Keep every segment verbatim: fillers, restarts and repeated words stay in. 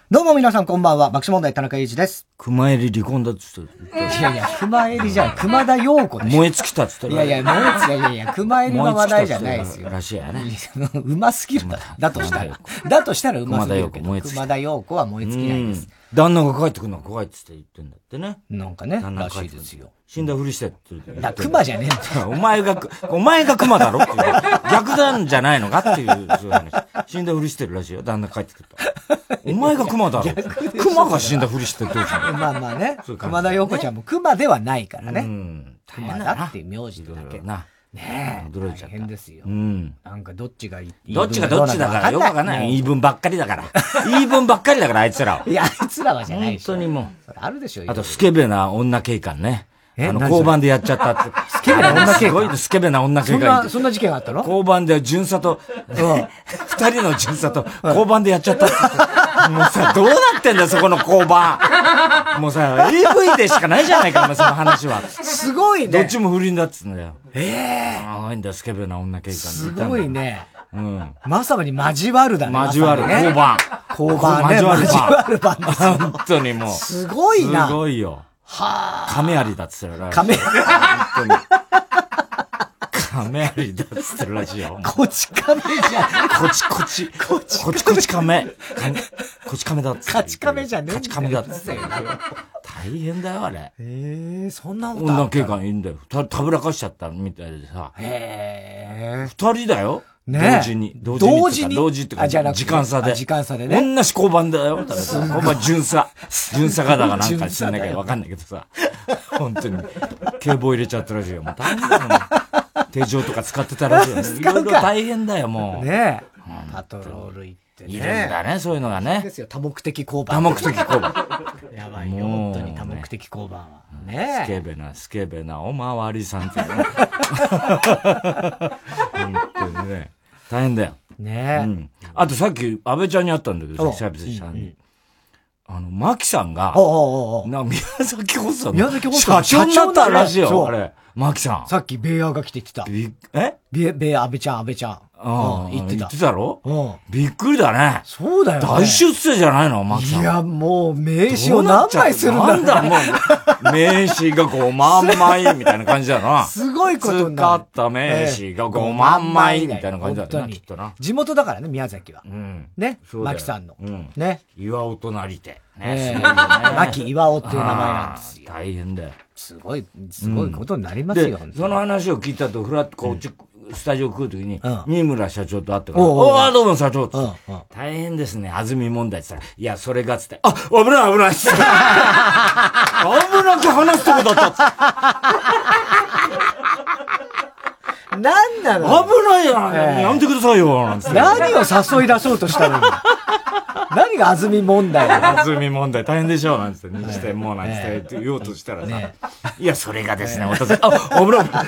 どうも皆さんこんばんは。爆笑問題田中裕二です。 熊襟離婚だっつって。 いやいや、熊襟じゃん。熊田陽子でしょ。 燃え尽きたっつって。 いやいや、燃え尽きた。いやいや、熊襟の話題じゃないですよ。 らしいやね。 うますぎるだ。だとしたら。だとしたらうますぎるけど。熊田陽子は燃え尽きないです。 旦那が帰ってくるのは怖いっつって言ってんだってね。 なんかね、らしいですよ。 死んだふりしてって言って。 だ、熊じゃねえんだよ。お前が、お前が熊だろっていう。逆なんじゃないのかっていう、そういう話。死んだふりしてるらしいよ。旦那帰ってくると。お前が熊だろ。熊が死んだふりしてどうするの？ まあまあね。熊田陽子ちゃんも熊ではないからね。うん。熊だっていう名字だけ。な。ねえ。驚いちゃった。大変ですよ。うん。なんかどっちがいい？ どっちがどっちだからよくわかんない。言い分ばっかりだから。言い分ばっかりだから、あいつらは。 いや、あいつらはじゃないでしょ。 本当にもう。 それあるでしょ。 あと、スケベな女警官ね。あの、交番でやっちゃったって。 スケベな女警官。 すごいスケベな女警官。 そんな、そんな事件があったの？ 交番で巡査と、二人の巡査と、交番でやっちゃったって。もうさ、どうなってんだよ、そこの交番。もうさ、エーブイ でしかないじゃないか、お前その話は。 すごいね。 どっちも不倫だっつうんだよ。 ええ。 ああ、いいんだ、スケベな女警官。 すごいね。 うん。 まさに交わるだね。 交わる、交番。 交番ね。交わる番ですよ。 本当にもう。 すごいな。 すごいよ。 はぁ。亀有だっつってるらしい。 亀有。 本当に。亀有だっつってるらしいよ。 こち亀じゃん。 こちこち。こちこちこち亀。こち亀だっつって。 かち亀じゃねえ。 かち亀だっつって。大変だよ、あれ。 へえ、そんなことあ女警官いいんだよ。た、たぶらかしちゃったみたいでさ。 へえ。 二人だよ。 ね同時に。 同時に。 同時ってか、時間差で。 時間差でね。 同じ交番だよ。交番巡査。巡査方がなんかしてんなきゃわかんないけどさ。本当に。警棒入れちゃったらしいよ。もう大変だよ。手錠とか使ってたらしいよ。いろいろ大変だよ、もう。 ねえ。パトロール行ってね。 いるんだね、そういうのがね。 ですよ、多目的交番。 多目的交番。 やばいよ、本当に多目的交番は。ねえ。スケベな、スケベな、おまわりさんってね。本当にね。大変だよ。 ねえ。うん。 あとさっき、安倍ちゃんに会ったんだけど、久々にさんに。あの、マキさんが、な、宮崎放送の、 宮崎放送社長になったらしいよ、あれ。マキさん。 さっき、ベイアーが来て言ってた。 えベイ、ベイ、安倍ちゃん、安倍ちゃん。 ああ、 言ってた。 言ってたろうん。びっくりだね。 そうだよね。 大出世じゃないのマキさん。 いや、もう、名刺を何枚するんだなんだ、もう、名刺がごまんまいみたいな感じだな。 すごいことになる。 使った名刺がごまんまいみたいな感じだな、きっとな。 地元だからね、宮崎は。 うん。 ね。マキさんの。 うん。 ね。 岩尾となりて。 ね。マキ岩尾っていう名前なんですよ。 大変だよ。 すごい、すごいことになりますよ、 で、その話を聞いたと、ふらっとこっち、スタジオ来るときに、 うん、 新村社長と会ったから、おおどうも社長って、うんうん、大変ですね、安住問題って言ったら、いや、それがつって、あ、危ない危ないっつって。危なく話すとこだったっつって。 なんなの危ないよ、えー、やめてくださいよ、なんつって。 何を誘い出そうとしたのに。何が安住問題だよ。安住問題大変でしょ、なんつって、にしてもなんつって言おうとしたらさ、いや、それがですね、おたず、あ、危ない、危ない、危ない。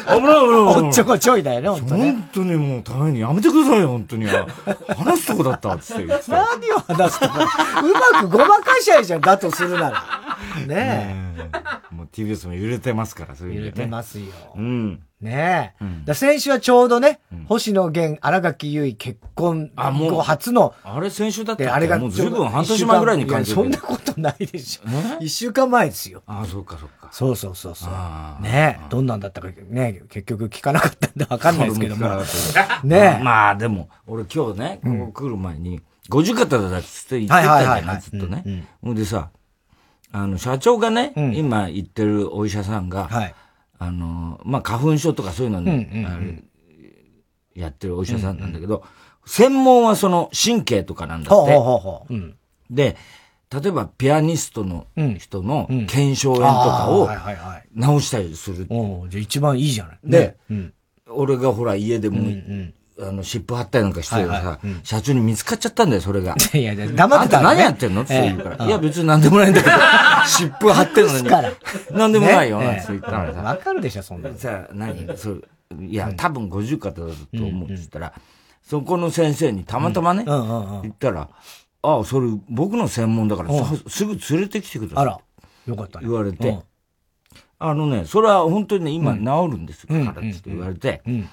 おっちょこちょいだよね、本当に。 本当にもう大変に、やめてくださいよ、本当に。話すとこだった、つって言ってた。 何を話すとこうまくごまかしちゃいじゃん、だとするなら。ねえ。もう ティービーエス も揺れてますから、そういう揺れてますよ。 うん。 ねえ。うん、だ先週はちょうどね、うん、星野源、新垣結衣結婚後初の。 あれ先週だったっけ？ あれがもう十分半年前ぐらいに感じる。 そんなことないでしょ。一週間前ですよ。 ああ、そうかそうか。 そうそうそうそう。ねえ。どんなんだったかね、結局聞かなかったんでわかんないですけども。ねえ。 まあでも、俺今日ね、ここ来る前に、五十肩だっつって言ってたじゃない、ずっとね。ほんでさ、あの、社長がね、今行ってるお医者さんが、はい。あの、まあ、花粉症とかそういうのに、やってるお医者さんなんだけど、専門はその神経とかなんだって。で、例えばピアニストの人の腱鞘炎とかを治したりする。 じゃあ一番いいじゃない。 で、俺がほら家でも、あの、湿布貼ったりなんかしてさ、社長に見つかっちゃったんだよ、それが。 いやいや、黙ってた。 何やってんのって言うから。いや、別に何でもないんだけど、湿布貼ってんのに。何でもないよ、なんて言ったらさ。 わかるでしょ、そんなの。 さあ、何そう、いや、多分五十肩だと思うって言ったら、そこの先生にたまたまね、言ったら、ああ、それ僕の専門だから、すぐ連れてきてください。 あら、よかったね。 言われて、あのね、それは本当にね、今治るんですからって言われて、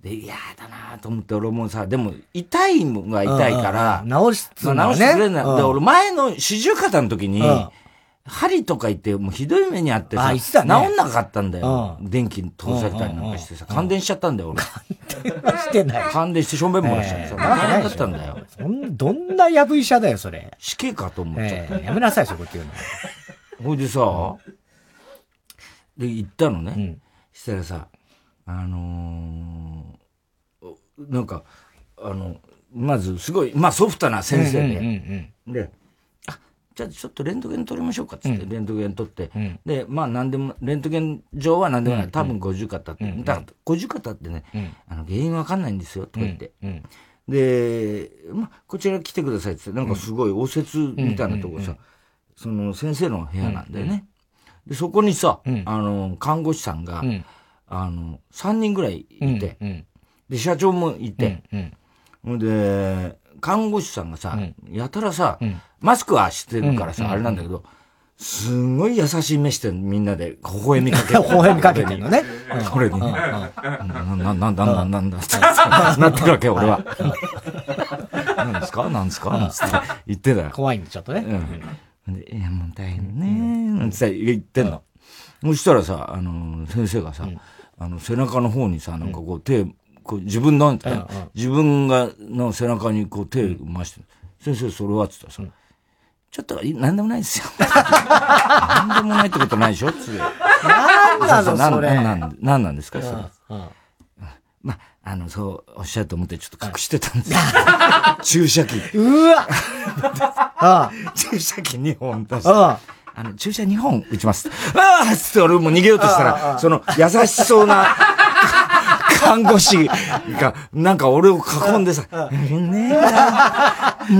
で、嫌だなと思って、俺もさ、でも、痛いのが痛いから、 治しつつまあ、治してくれない。で、俺前の四十肩の時に、針とか言って、もうひどい目にあってさ、治んなかったんだよ。電気通されたりなんかしてさ、感電しちゃったんだよ、俺。 感電はしてない。 感電してしょんべん漏らしちゃってさ、大変だったんだよ。 どんなやぶ医者だよ、それ。 死刑かと思っちゃった。 やめなさい、そこっていうの。 ほいでさ、で、行ったのね。したらさ、あのなんか、あの、まず、すごい、まあ、ソフトな先生で、で、あ、じゃあちょっとレントゲン取りましょうかっつって、レントゲン取って、で、まあ、なんでも、レントゲン上はなんでもない。多分五十肩って。だから、五十肩ってね、あの、原因わかんないんですよ、とか言って。で、まあ、こちら来てくださいって言って、なんかすごい応接みたいなとこさ、その先生の部屋なんだよね。で、そこにさ、あの、看護師さんが、あの、三人ぐらいいて、で、社長もいて、うんうん、で、看護師さんがさ、うん、やたらさ、うん、マスクはしてるからさ、うん、あれなんだけど、すんごい優しい目してみんなで、微笑みかけて。 微笑みかけてるのね。 これに、な、な、なんだ、なんだ、なんだ、なってるわけ、俺は。何ですか何ですかつって言ってたよ。 怖いんで、ちょっとね。 うん。で、いや、もう大変ねなんて言ってんの。そしたらさ、あの、先生がさ、あの、背中の方にさ、なんかこう手、こう自分の、自分が、の背中にこう手回して、先生それはって言ったらさ、ちょっと、なんでもないですよ。なんでもないってことないでしょつって。 なんなのそれ。 なんなんですかそれ。ま、あの、そうおっしゃると思ってちょっと隠してたんですよ。注射器。 うわ注射器にほん出して。あの、注射にほん打ちます。ああつって俺も逃げようとしたら、その優しそうな看護師が、なんか俺を囲んでさ、ねえ、うん、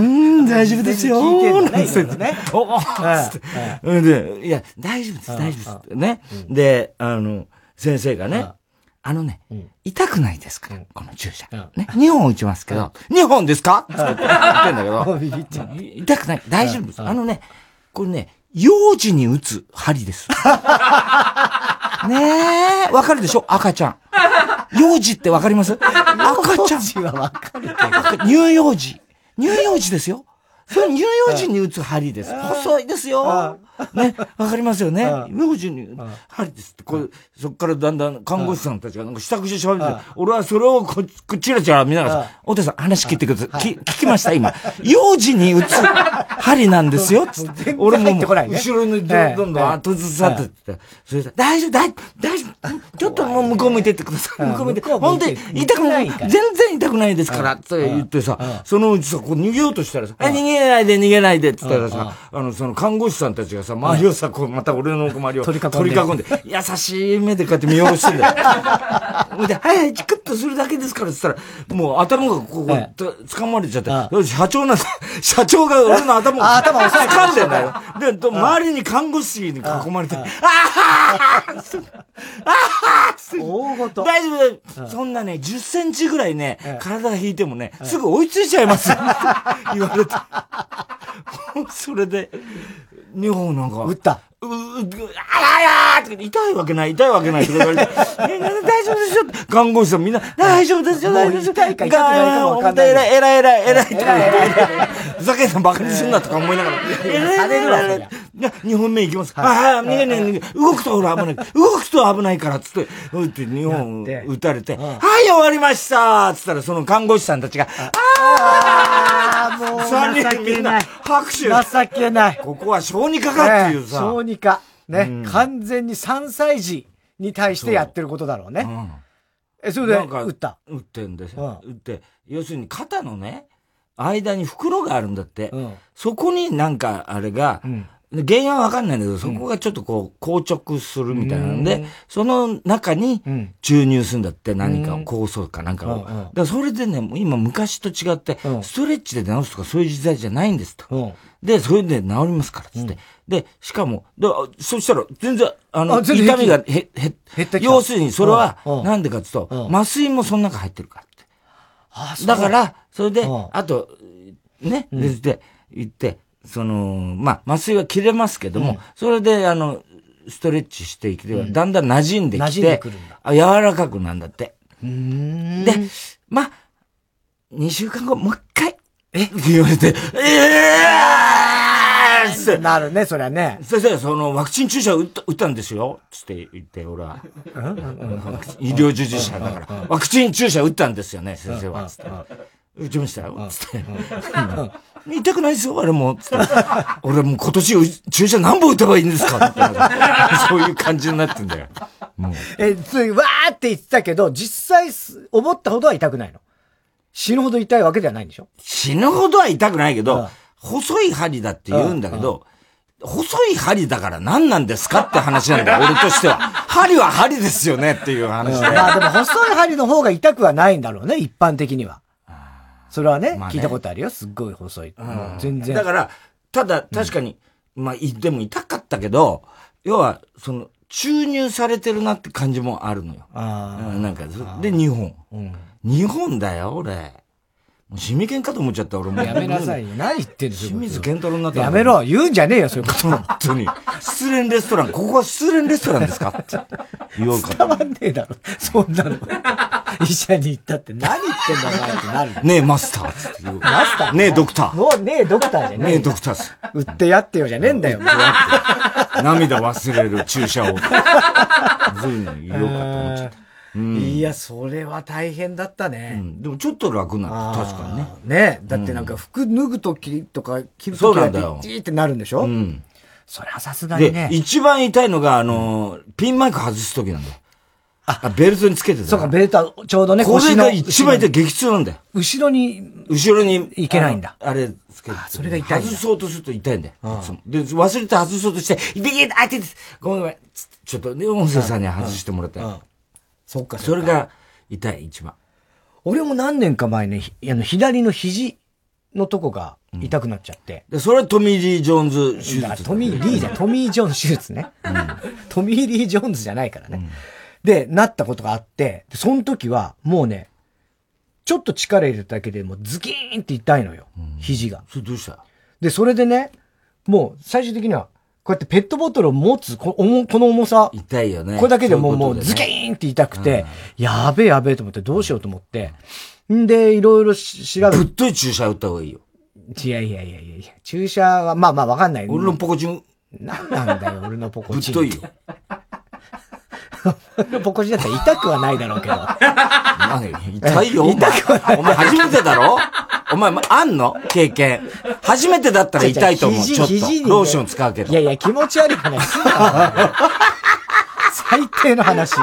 大丈夫ですよ。聞いてんのね、言うのね。おおつって。で、いや、大丈夫です、大丈夫です。ね。で、あの、先生がね、あのね、痛くないですから、この注射。ね。にほん打ちますけど、にほんですかって言ってんだけど、痛くない、大丈夫です。あのね、これね、幼児に打つ針です。ねえ、わかるでしょ赤ちゃん。幼児ってわかります赤ちゃん。 幼児はわかるけど。乳幼児。乳幼児ですよ。それ乳幼児に打つ針です。細いですよ。ね、わかりますよね。幼児に針ですって。これ、そっからだんだん看護師さんたちがなんか支度して喋って、俺はそれをこっちらちら見ながら、お手さん話聞いてください。聞きました今。幼児に打つ針なんですよ。つって。俺も後ろにどんどん後ずさってって。それで、大丈夫、大丈夫、大丈夫。ちょっともう向こう向いてってください。向こう向いて。本当に痛くない。全然痛くないですから。って言ってさ、そのうちさ、こう逃げようとしたらさ、逃げないで逃げないでって言ったらさ、あの、その看護師さんたちがさ、周りをさ、こう、また俺の周りを取り囲んで、優しい目でこうやって見下ろしてんだよ。で、はいはい、チクッとするだけですからって言ったら、もう頭がここ、掴まれちゃって、社長なんだ、社長が俺の頭を掴んでんだよ。で、周りに看護師に囲まれて、ああああ大ごと。 大丈夫そんなね、じゅっセンチぐらいね、体が引いてもね、すぐ追いついちゃいますよ。言われて。それで、にほんなんか。 打った。 う、う、あやーって痛いわけない、痛いわけないって言われて、え、大丈夫ですよ看護師さんみんな、大丈夫ですよ、大丈夫ですよ。 痛いか痛くないかもわかんない。 えらい、えらい、えらい、えらい、えらい。ふざけんなバカにすんなとか思いながら。えらい、えらい、にほんめ行きます。ああ、逃げない、逃げない。動くとほら危ない。動くと危ないから、つって、打ってにほん打たれて、はい、終わりましたつったら、その看護師さんたちが、 ああ、もう、 情けない。拍手。 情けない。 ここは小児科かっていうさ。 小児科。ね、完全にさんさい児に対してやってることだろうね。え、それで、打った。 打ってんですよ。打って、要するに肩のね、間に袋があるんだって。そこになんかあれが、原因はわかんないんだけど、そこがちょっとこう、硬直するみたいなんで、その中に注入するんだって、何か酵素かなんかを。だからそれでね、今昔と違って、ストレッチで治すとかそういう時代じゃないんですと。で、それで治りますから、つって。で、しかも、で、そしたら、全然、あの、痛みがへ、へ、減ってきた。要するに、それは、なんでかっていうと、麻酔もその中入ってるからって。ああ、そうだから、それで、あと、ね、で、言って、その、まあ、麻酔は切れますけども、それで、あの、ストレッチしていけば、だんだん馴染んできて、あ、柔らかくなんだって。 で、まあ、にしゅうかんご、もう一回、えって言われて、えーってなるね、そりゃね。 先生、その、ワクチン注射打った、打ったんですよつって言って、俺は。医療従事者だから。ワクチン注射打ったんですよね、先生は。つって。打ちましたよつって。痛くないですよ、あれも。つって。俺もう今年注射何本打てばいいんですかって。そういう感じになってんだよ。もう。 え、つい、わーって言ってたけど、実際、思ったほどは痛くないの？死ぬほど痛いわけではないんでしょ？ 死ぬほどは痛くないけど、細い針だって言うんだけど、細い針だから何なんですかって話なんだよ、俺としては。針は針ですよねっていう話で。 まあでも細い針の方が痛くはないんだろうね、一般的には。それはね、まあ、ね聞いたことあるよ。すっごい細い。うん、全然。 だから、ただ、確かに、うん、まあ、でも痛かったけど、要は、その、注入されてるなって感じもあるのよ。ああ。なんか、で、にほん。うん、にほんだよ、俺。もう、シミケンかと思っちゃった、俺も。 やめなさいよ。何言ってんですよ。 清水健太郎になった。 やめろ、言うんじゃねえよ、そういうこと。 本当に。失恋レストラン、ここは失恋レストランですかって言おうかと。 伝わんねえだろ、そんなの。医者に行ったって何言ってんだお前ってなる。 ねえマスターつって言う。 マスターねえドクター。 もうねえドクターじゃねえ。 ねえドクターす。 売ってやってよじゃねえんだよ。 涙忘れる注射を。そういうの言おうかと思っちゃった。 うん、いや、それは大変だったね。 うん、でもちょっと楽なの、確かにね。 ねだってなんか服脱ぐときとか着るときはジーってなるんでしょ？うん。それはさすがにね。 で、一番痛いのが、あのー、ピンマイク外すときなんだよ。あ、ベルトにつけてた。 そうか、ベルトちょうどね、 これが一番痛い激痛なんだよ。 後ろに、 後ろに、 いけないんだ。 あれ、つけて。 それが痛いんだ。 外そうとすると痛いんだよ。で、忘れて外そうとして、いていて、あ、痛いです。ごめんごめん。ちょっとね、音声さんに外してもらったよ。 そっか、 それが痛い、一番。 俺も何年か前ね、あの、左の肘のとこが痛くなっちゃって。 で、それはトミー・リー・ジョーンズ手術。 トミー・リーじゃん。トミー・ジョーンズ手術ね。トミー・リー・ジョーンズじゃないからね。で、なったことがあって、その時は、もうね、ちょっと力入れただけでもうズキーンって痛いのよ。肘が。 それどうした？ で、それでね、もう最終的には、こうやってペットボトルを持つ、このこの重さ。 痛いよね。 これだけでもう、もうズキーンって痛くて、やべえやべえと思ってどうしようと思って。んで、いろいろ調べて。 ぶっとい注射打った方がいいよ。 いやいやいやいや注射は、まあまあわかんない。 俺のポコチン。 なんなんだよ、俺のポコチン。 ぶっといよ。 俺のポコチンだったら痛くはないだろうけど。 何痛いよ。 痛くはない。 お前初めてだろお前、あんの経験。初めてだったら痛いと思う。ちょっと。ローション使うけど。 いやいや、気持ち悪い話すんな。最低の話。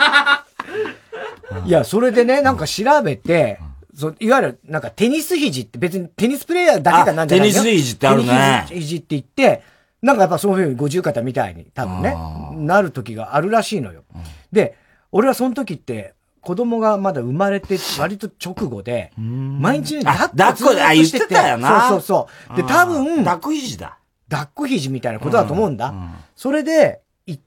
いや、それでね、なんか調べて、そういわゆる、なんかテニス肘って別にテニスプレイヤーだけがなんじゃないの？ テニス肘ってあるね。 テニス肘って言って、なんかやっぱそういうふうに五十肩みたいに多分ね、なる時があるらしいのよ。で、俺はその時って、子供がまだ生まれて、割と直後で、毎日抱っこで、あ、言ってたよな。 そうそうそう。で、多分、 抱っこ肘だ。 抱っこ肘みたいなことだと思うんだ。それで、行って、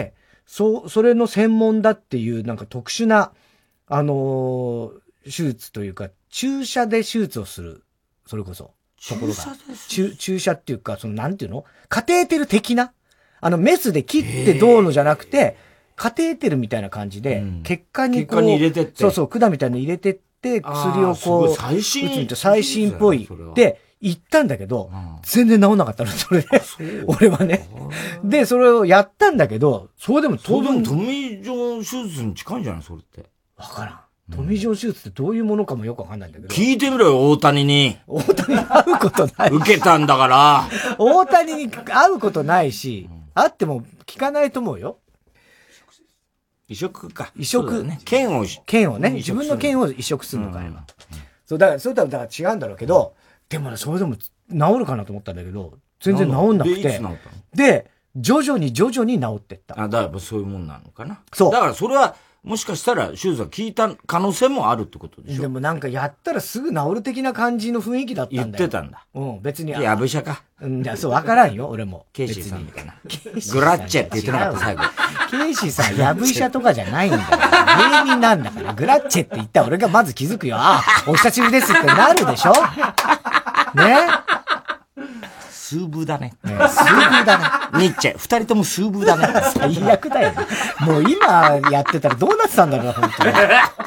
そう、それの専門だっていう、なんか特殊な、あのー、手術というか、注射で手術をする。それこそ。ところが。注注射っていうか、その、なんていうの？カテーテル的な？あの、メスで切ってどうのじゃなくて、カテーテルみたいな感じで、うん、血管にこう、 血管に入れてって。 そうそう、管みたいに入れてって、薬をこう、 最新打つ最新っぽい。で、行ったんだけど、うん、全然治んなかったの、それで。俺はね。で、それをやったんだけど、それでも当分。トミー・ジョーン手術に近いんじゃないそれって。 わからん。トミー・ジョン手術ってどういうものかもよくわかんないんだけど。 聞いてみろよ、大谷に。 大谷に会うことない。 受けたんだから。 大谷に会うことないし、会っても聞かないと思うよ。 移植か。 移植。 ね。剣を、 剣をね。自分の剣を移植するのか、今。そう、だから、それとはだから違うんだろうけど、でもね、それでも治るかなと思ったんだけど、全然治んなくて。で、徐々に徐々に治ってった。 あ、だからそういうもんなのかな。 そう。 だからそれは、もしかしたら手術が効いた可能性もあるってことでしょ。 でもなんかやったらすぐ治る的な感じの雰囲気だったんだよ。 言ってたんだ。 うん、別に。 やぶ医者か。 うん、いや、そう、わからんよ、俺も。 ケイシーさんかな。グラッチェって言ってなかった、最後。 ケイシーさん、やぶ医者とかじゃないんだよ。芸人なんだから。グラッチェって言ったら俺がまず気づくよ。あ、お久しぶりですってなるでしょね。 スーブーだね。 ねスーブーだね。ニッチェ。二人ともスーブーだね。 最悪だよ。もう今やってたらどうなってたんだろう、本当に。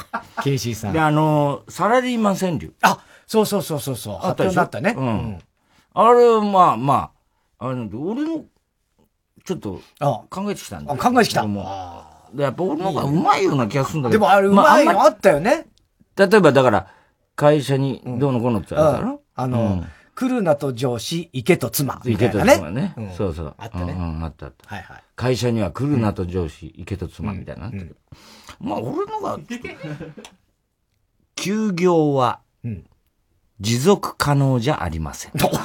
ケイシーさん。 で、あの、サラリーマン川柳。 あ、そうそうそうそうそう。発表になったね。 うん。あれ、まあまあ、あれ、俺の、ちょっと、考えてきたんだ。 考えてきた。 で、やっぱ俺の方がうまいような気がするんだけど。 でもあれうまいのあったよね。 例えばだから、会社にどうのこうのってあるから、 あの、来るなと上司、行けと妻。 行けと妻ね。そうそう。 あったね。 うん、あったあった。 はいはい。 会社には来るなと上司、行けと妻みたいな。まあ、俺のが、休業は、持続可能じゃありません。 相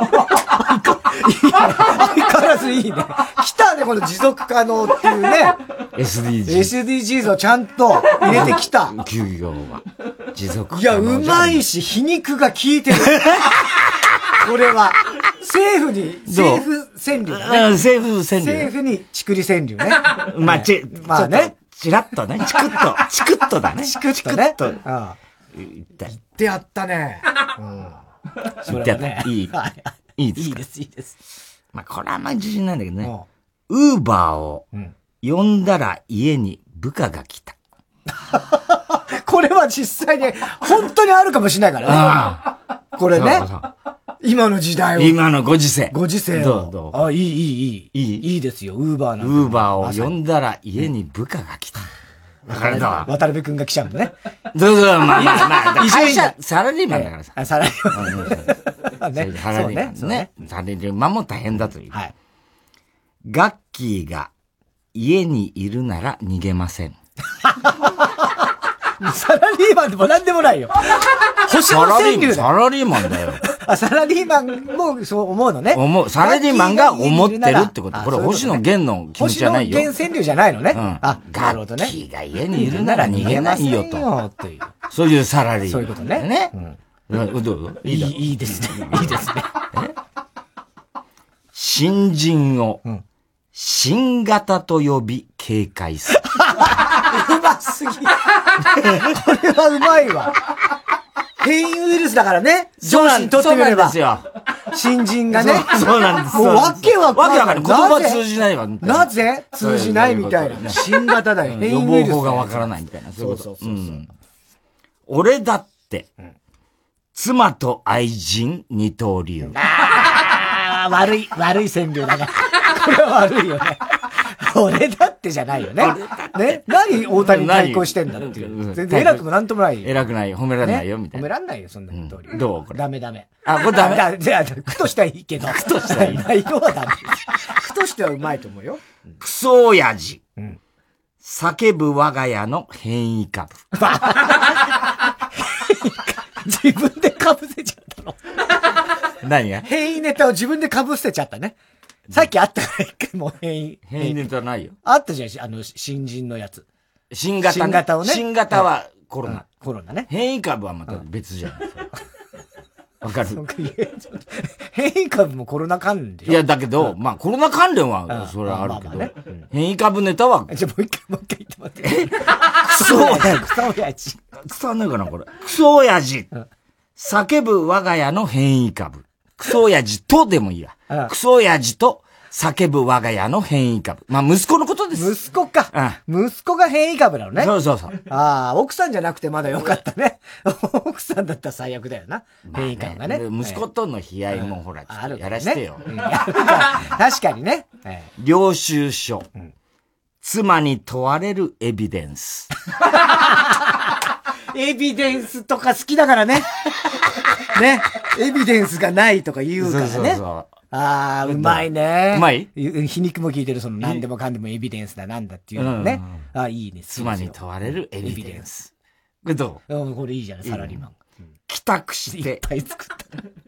変わらずいいね。来たね、この持続可能っていうね。 エスディージーズ。 エスディージーズ をちゃんと入れてきた。 休業は。持続可能。 いや、うまいし、皮肉が効いてる。これは。政府に、政府川柳だね。 政府川柳。 政府に、ちくり川柳ね。 まあ、ち、まあね。ちらっとね。チクッと。チクッとだね。 チクッとね。 言った言ってやったね。 言ってやった。いい。いいです。 いいです、いいです。 まあ、これはあんまり自信ないんだけどね。ウーバーを呼んだら家に部下が来た。 これは実際に本当にあるかもしれないからね。これね。今の時代を。 今のご時世。 ご時世を。 どうどうあ、いい、いい、いい。 いいいいですよ、ウーバーなんて。 ウーバーを呼んだら家に部下が来た。 だからだ。渡辺くんが来ちゃうんだね。 どうぞ、まあまあ、まあ、会社、サラリーマンだからさ。 あ、サラリーマン。ね。 サラリーマンね。サラリーマンも大変だという。はい。ガッキーが家にいるなら逃げません。 サラリーマンでもなんでもないよ。星の川柳だ。 サラリーマンだよ。 あ、サラリーマンもそう思うのね。 思う。サラリーマンが思ってるってこと。これ星野源の気持ちじゃないよ。 星野源川柳じゃないのね。うん。 あ、ガッキーが家にいるなら逃げないよと。そういうサラリーマン。 そういうことね。 ね。どうぞ。 いい、いいですね。いいですね。 新人を、新型と呼び警戒する。 うますぎ。これはうまいわ。変異ウイルスだからね。上司にとってみれば。 そうなんですよ。 新人がね。 そうなんです。 もうわけわかんない。 わけわかんない。言葉通じないわ。 なぜ通じないみたいな。新型だよ。変異ウイルス。 予防法がわからないみたいな。 そうそうそう。 俺だって、妻と愛人二刀流。 ああ、悪い、悪い川柳だね。これは悪いよね。俺だってじゃないよね。ね。何大谷に対抗してんだっていう。全然偉くもなんともない。 偉くない。褒められないよ、みたいな。 褒められないよ、そんな通り。 どうこれ。 ダメダメ。 あ、これダメ。 じゃあ、苦としてはいいけど。 苦としてはいい。 内容はダメ。苦としてはうまいと思うよ。 クソ親父。叫ぶ我が家の変異株。 自分で被せちゃったの。 何が変異ネタを自分で被せちゃったね。さっきあったから一回もう変異。 変異ネタないよ。 あったじゃん、あの、新人のやつ。 新型ね。 新型をね。 新型はコロナ。 コロナね。 変異株はまた別じゃん。わかる変異株もコロナ関連でしょ。 いや、だけど、まあコロナ関連は、それはあるけど、変異株ネタは。 じゃあもう一回、もう一回言ってもらって。 クソ親父。 クソ親父。 クソねえかな、これ。クソ親父。叫ぶ我が家の変異株。クソ親父とでもいいわ。クソ親父と叫ぶ我が家の変異株。まあ、息子のことです。 息子か。息子が変異株なのね。 そうそうそう。 ああ、奥さんじゃなくてまだよかったね。奥さんだったら最悪だよな。変異株がね。 息子との悲哀もほら、やらしてよ。 確かにね。 領収書。妻に問われるエビデンス。 エビデンスとか好きだからね。ね。エビデンスがないとか言うからね。そうそうそう。ああ、うまいね。 うまい皮肉も聞いてる、その何でもかんでもエビデンスだなんだっていうのね。ああ、いいね。 妻に問われるエビデンス。これどうこれいいじゃない、サラリーマン。 帰宅して。 いっぱい作った。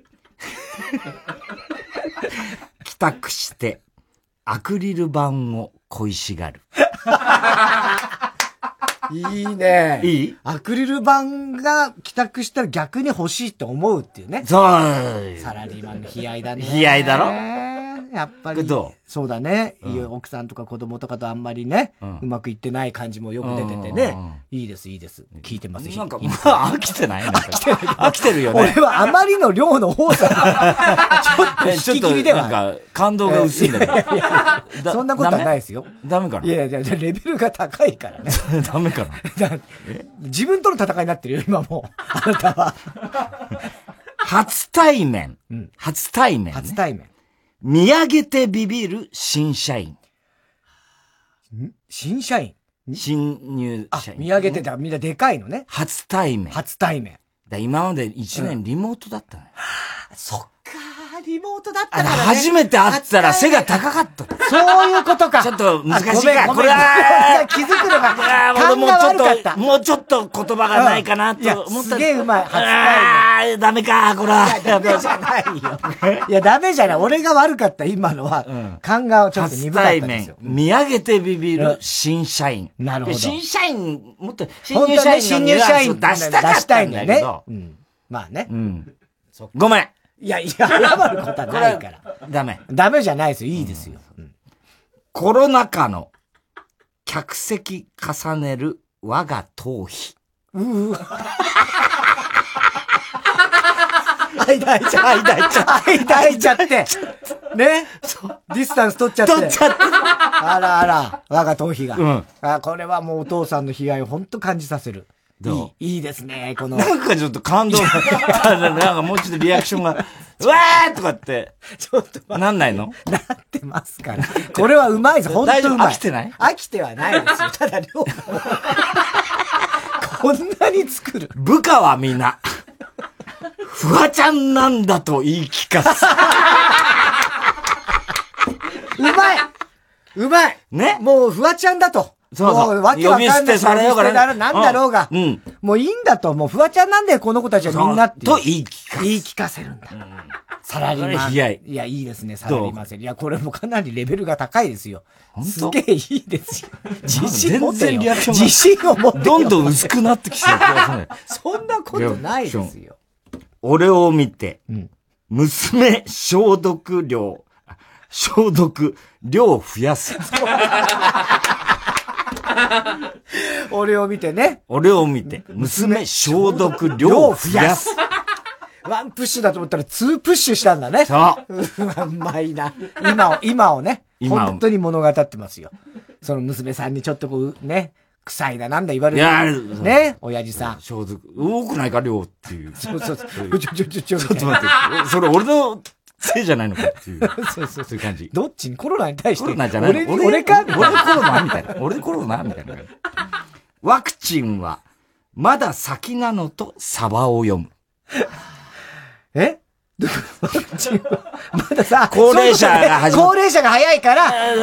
帰宅して、アクリル板を恋しがる。 いいね。 いいアクリル板が帰宅したら逆に欲しいって思うっていうね。 そう。 サラリーマンの悲哀だね。 悲哀だろやっぱり。 どうそうだね、うん。奥さんとか子供とかとあんまりね、うん、うまくいってない感じもよく出ててね。うんうんうん、いいです、いいです。聞いてます。 なんか、まあ、飽きてない飽きてない。飽きてるよね。 俺はあまりの量の多さが、ちょっと引き切りでは。 なんか、感動が薄いんだけど。いやいやそんなことはないですよ。 ダメかな。 いやいや、レベルが高いからね。 ダメかな。 自分との戦いになってるよ、今もう。あなたは。 初対面。うん、初対面、ね。 初対面。 見上げてビビる新社員。 新社員新入社員。 見上げてた。みんなでかいのね。 初対面。 初対面。 だ今まで一年リモートだったのよ。 うん、そっか。リモートだったからね。 初めて会ったら背が高かった。 そういうことか。 ちょっと難しいか。これは、 気づくのが、 もうちょっと、もうちょっと言葉がないかなと思った。 すげえうまい。初対面。ダメか、これは。 ダメじゃないよ。いや、ダメじゃない。俺が悪かった、今のは。勘がちょっと鈍かったんですよ。 見上げてビビる新社員。 なるほど。 新社員、もっと、新入社員のニュアンスを出したかったんだけど。 まあね。 ごめん。 いやいや、謝ることはないから。 ダメ。 ダメじゃないですよ。いいですよ。うん、 コロナ禍の客席重ねる我が頭皮。 うわ。間開いちゃう。間開いちゃう。間開いちゃって。ね。ディスタンス取っちゃって。 取っちゃって。 あらあら、我が頭皮が。うん、あ、これはもうお父さんの被害を本当感じさせる。 どういい、いいですね、この。 なんかちょっと感動が、なんかもうちょっとリアクションが、うわーとかって、 ちょっとなんないのなってますから。これはうまいです、ほんとうまい。 飽きてない飽きてはないですよ。ただ量が。こんなに作る。 部下はみんな、フワちゃんなんだと言い聞かす。 うまいうまいねもうフワちゃんだと。 そうそう。 わけわかんない。 呼び捨てされようから。 なんだろうが。うん。もういいんだと。もうフワちゃんなんだよ、この子たちはみんなって。 と言い聞かせ。 言い聞かせるんだ。うん、サラリーマン。いや、いや、いいですね、サラリーマン制。いや、これもかなりレベルが高いですよ。すげえいいですよ。自信持ってよ。自信を持ってよ。 どんどん薄くなってきてる。 そんなことないですよ。 俺を見て、うん、娘消毒量、消毒量増やす。 俺を見てね。 俺を見て、娘消毒量増やす。 ワンプッシュだと思ったらツープッシュしたんだね。 そう。 うまいな。今を、今をね。今本当に物語ってますよ。その娘さんにちょっとこう、ね、臭いだなんだ言われる。いやね、親父さん。 消毒、多くないか量っていう。 そうそうそう。ちょちょちょちょ。 ちょっと待って。それ俺の、せいじゃないのかっていう。 そうそう。 そういう感じ。 どっちにコロナに対して。 コロナじゃないの俺、俺か俺コロナみたいな。俺コロナみたいな。ワクチンは、まだ先なのとサバを読む。 えワクチンは、まださ、 高齢者が始まる。高齢者が早いから、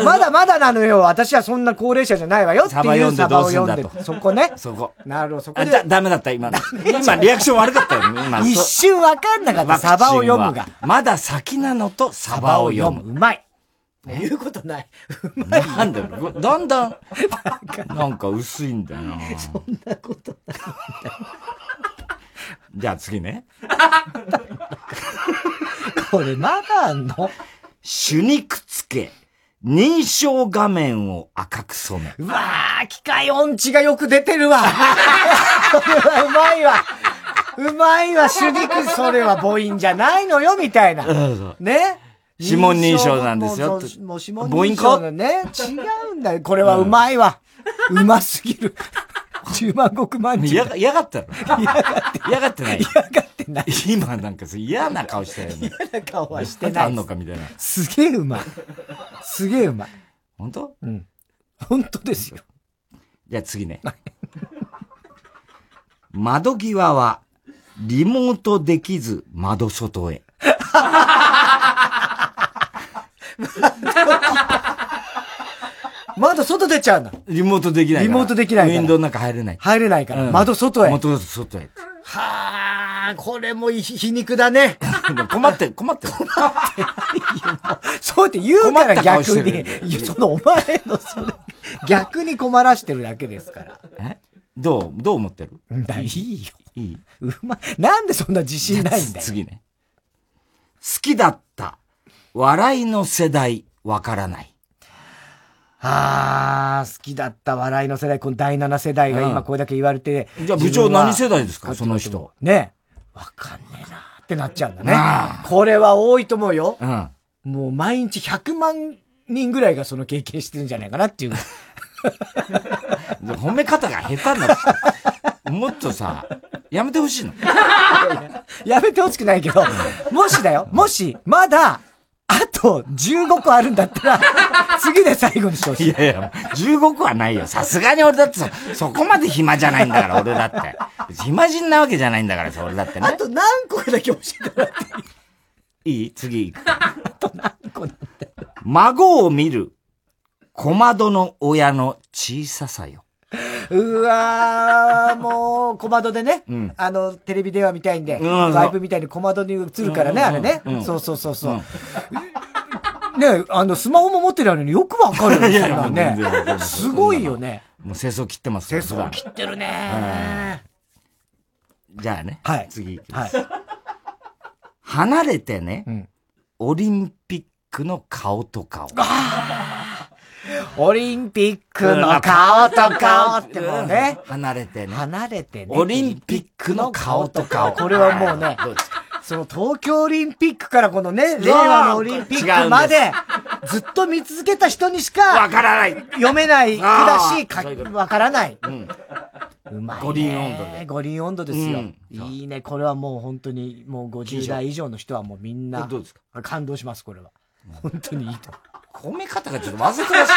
まだまだなのよ。私はそんな高齢者じゃないわよっていうサバを読んで。そこね。 そこ。 なるほど、そこで。 だ、ダメだった、今。今、リアクション悪かったよ、今。 一瞬わかんなかった、サバを読むが。 まだ先なのとサバを読む。 うまい。言うことない。うまい。 なんだよ。だんだん、なんか薄いんだよな。 そんなことないんだよ。 じゃあ次ね。 これまだあんの？ 手肉つけ、認証画面を赤く染め。 うわー、機械音痴がよく出てるわ。これはうまいわ。うまいわ、手肉、それは母音じゃないのよ、みたいな。ね。 指紋認証なんですよ。 もう指紋認証だね。違うんだよ。これはうまいわ。うますぎる。十万石万人。 嫌が、嫌がったの嫌がって、嫌がってない。 嫌がってない。 今なんか嫌な顔してるよね。 嫌な顔はしてない。 あんのかみたいな。 すげえうまい。すげえうまい。 本当？ うん。本当ですよ。 じゃあ次ね。窓際は、リモートできず窓外へ。 窓外出ちゃうんだ。 リモートできないから。 リモートできないから。 ウィンドウの中入れない。 入れないから。うん、窓外へ。 窓外へ。 はあ、これも皮肉だね。 困って、困ってる。 困ってる。そうって言うから逆に。いや、そのお前のそれ、逆に困らしてるだけですから。 えどう、どう思ってる？ だ、いいよ。 いい？ うまい。なんでそんな自信ないんだよ。 次ね。好きだった笑いの世代わからない。 あー、好きだった笑いの世代、このだいなな世代が今これだけ言われて。 うん、じゃあ部長何世代ですか、その人。 ね。わかんねえなーってなっちゃうんだね。これは多いと思うよ。 うん。 もう毎日ひゃくまんにんぐらいがその経験してるんじゃないかなっていう。 褒め方が下手なの。もっとさ、やめてほしいの。 やめてほしくないけど、もしだよ、もし、まだ、あとじゅうごこあるんだったら、次で最後にしてほしい。 いやいや、じゅうごこはないよ。さすがに俺だってそ、そこまで暇じゃないんだから、俺だって。暇人なわけじゃないんだからさ、俺だってね。 あと何個だけ教えてもらっていい？いい？次行く。 あと何個なんだよ。 孫を見る小窓の親の小ささよ。 うわー、もう、小窓でね、 うん、 あの、テレビ電話みたいんで、ワイプみたいに小窓に映るからね、うん、あれね、うん。そうそうそうそう。うん、ね、あの、スマホも持ってるのによくわかるよね、そんなね。すごいよね。 もう清掃切ってます清掃切ってるね、 うん。じゃあね、 はい、 次行きます。はい、離れてね、うん、オリンピックの顔と顔。 あオリンピックの顔と顔ってもうね。 離れてね。 離れてね。 オリンピックの顔と顔。 これはもうね、その東京オリンピックからこのね、令和のオリンピックまで、ずっと見続けた人にしか、 わからない。 読めない句だし、わからない。 うん。 うまいね。 五輪温度で。 五輪温度ですよ、うん。いいね。これはもう本当に、もうごじゅう代以上の人はもうみんな、 どうですか？ 感動します、これは。本当にいいと。 褒め方がちょっと忘れてました。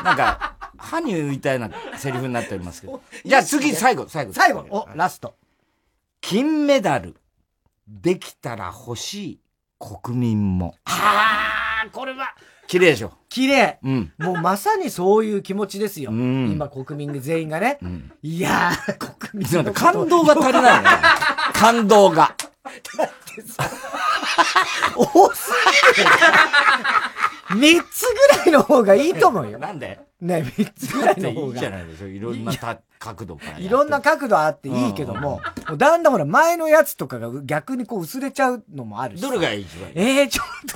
なんか、歯にみたいなセリフになっておりますけど。じゃあ次、最後、最後。 最後、お、ラスト。 金メダル、できたら欲しい国民も。 あー、これは、 綺麗でしょ。 綺麗。 うん。 もうまさにそういう気持ちですよ。 うん、 今国民全員がね。 うん、 いやー、国民の感動が足りないよね。感動が。 だってさ、多すぎる。三つぐらいの方がいいと思うよ。 なんでね、三つぐらいの方が。 いいじゃないですか。いろんな角度から。 いろんな角度あっていいけども、もうだんだんほら前のやつとかが逆にこう薄れちゃうのもあるし。 どれが一番いい？ えー、ちょっ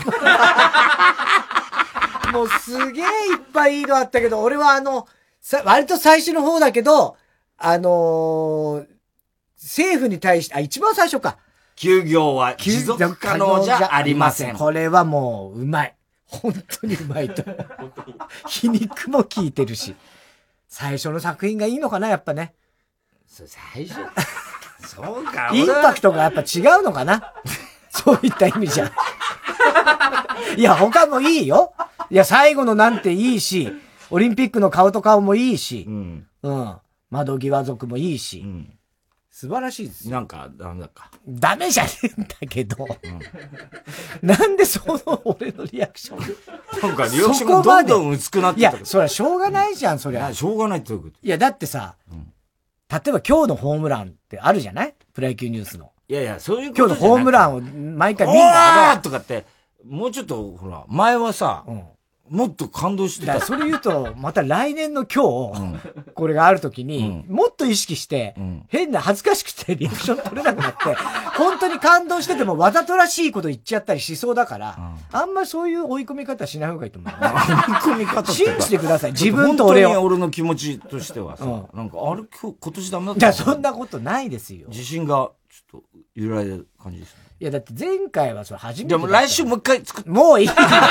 と。もうすげえいっぱいいいのあったけど、俺はあの、さ、割と最初の方だけど、あのー、政府に対して、あ、一番最初か。 休業は持続可能じゃありません。 これはもううまい。本当にうまいと。皮肉も効いてるし。最初の作品がいいのかな、やっぱね。 最初そうか。 インパクトがやっぱ違うのかな。そういった意味じゃ。いや、他もいいよ。いや、最後のなんていいし、オリンピックの顔と顔もいいし、うん。うん。窓際族もいいし。うん、素晴らしいですよ。 なんか、ダメだか。 ダメじゃねえんだけど。うん、なんでその俺のリアクション。 なんかリアクションがどんどん薄くなってた。 いや、そりゃしょうがないじゃん、そりゃ。 しょうがないってこと。 いや、だってさ、うん、例えば今日のホームランってあるじゃない？プロ野球ニュースの。 いやいや、そういうこと今日のホームランを毎回見るんだけど。とかって、もうちょっと、ほら、前はさ、うん、もっと感動してた。 それ言うと、また来年の今日、うん、これがあるときに、うん、もっと意識して、うん、変な恥ずかしくてリアクション取れなくなって、本当に感動しててもわざとらしいこと言っちゃったりしそうだから、うん、あんまりそういう追い込み方しない方がいいと思う。追い込み方信じてください。自分と俺を。 本当に俺の気持ちとしてはさ、うん、なんか、あれ今日、今年ダメだった。 じゃあそんなことないですよ。 自信が、ちょっと、揺らいでる感じですね。 いや、だって前回はそれ初めて。 でも来週もう一回作って。 もういい。も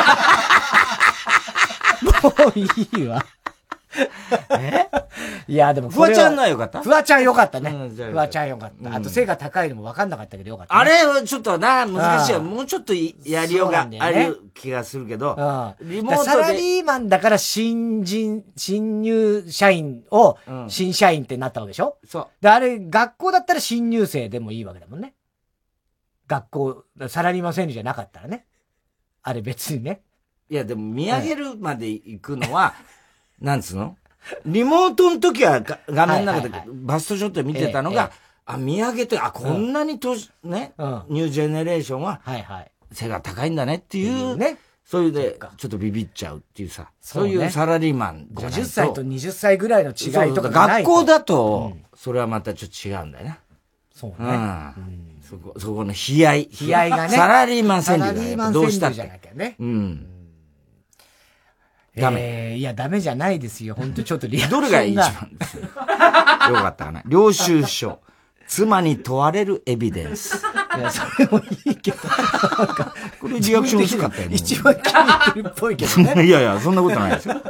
ういいわ。えいや、でもフワちゃんのはよかった？ フワちゃんよかったね。うん、フワちゃんよかった。あと背が高いのも分かんなかったけどよかった、ね。 あれはちょっとな、難しいよ。もうちょっとやりようがある気がするけど。 うん、リモートで。サラリーマンだから新人、新入社員を新社員ってなったわけでしょ？ そう。 で、あれ、学校だったら新入生でもいいわけだもんね。学校、サラリーマン川柳じゃなかったらね。あれ別にね。 いや、でも見上げるまで行くのは、なんつうのリモートの時は画面の中でバストショットで見てたのが、あ、見上げて、あ、こんなに年、ね、ニュージェネレーションは、背が高いんだねっていう、ね、そういうで、ちょっとビビっちゃうっていうさ、そういうサラリーマンじゃないと。 ごじゅっさいとはたちぐらいの違いとかがないと。 学校だと、それはまたちょっと違うんだよね。 そうね。うん。 そこ、そこの悲哀。 悲哀がね。 サラリーマン川柳。 サラリーマン川柳じゃなきゃね。 うん。 ダメ。えー、いや、ダメじゃないですよ。本当ちょっとリアクションが。 どれが一番ですよ。よかったかな。領収書。妻に問われるエビデンス。 いや、それもいいけど。 これリアクション薄かったよね。 一番気に入ってるっぽいけどね。 いやいや、そんなことないですよ。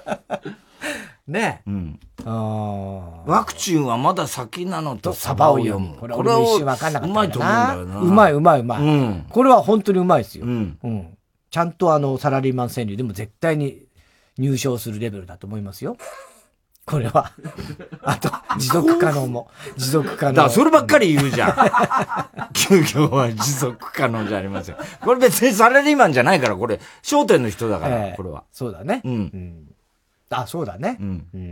ねえ。うん。 あワクチンはまだ先なのとサバを読む。 これは一瞬わかんなかったな。 うまいと思うんだよな。 うまいうまいうまい。 うん。 これは本当にうまいですよ。 うん。 うん。ちゃんとあの、サラリーマン川柳でも絶対に入賞するレベルだと思いますよ。これは。あと、持続可能も。持続可能。 だからそればっかり言うじゃん。休業は持続可能じゃありません。これ別にサラリーマンじゃないから、これ、商店の人だから、えー、これは。 そうだね。 うん。うん、あ、そうだね。 うん。 うん、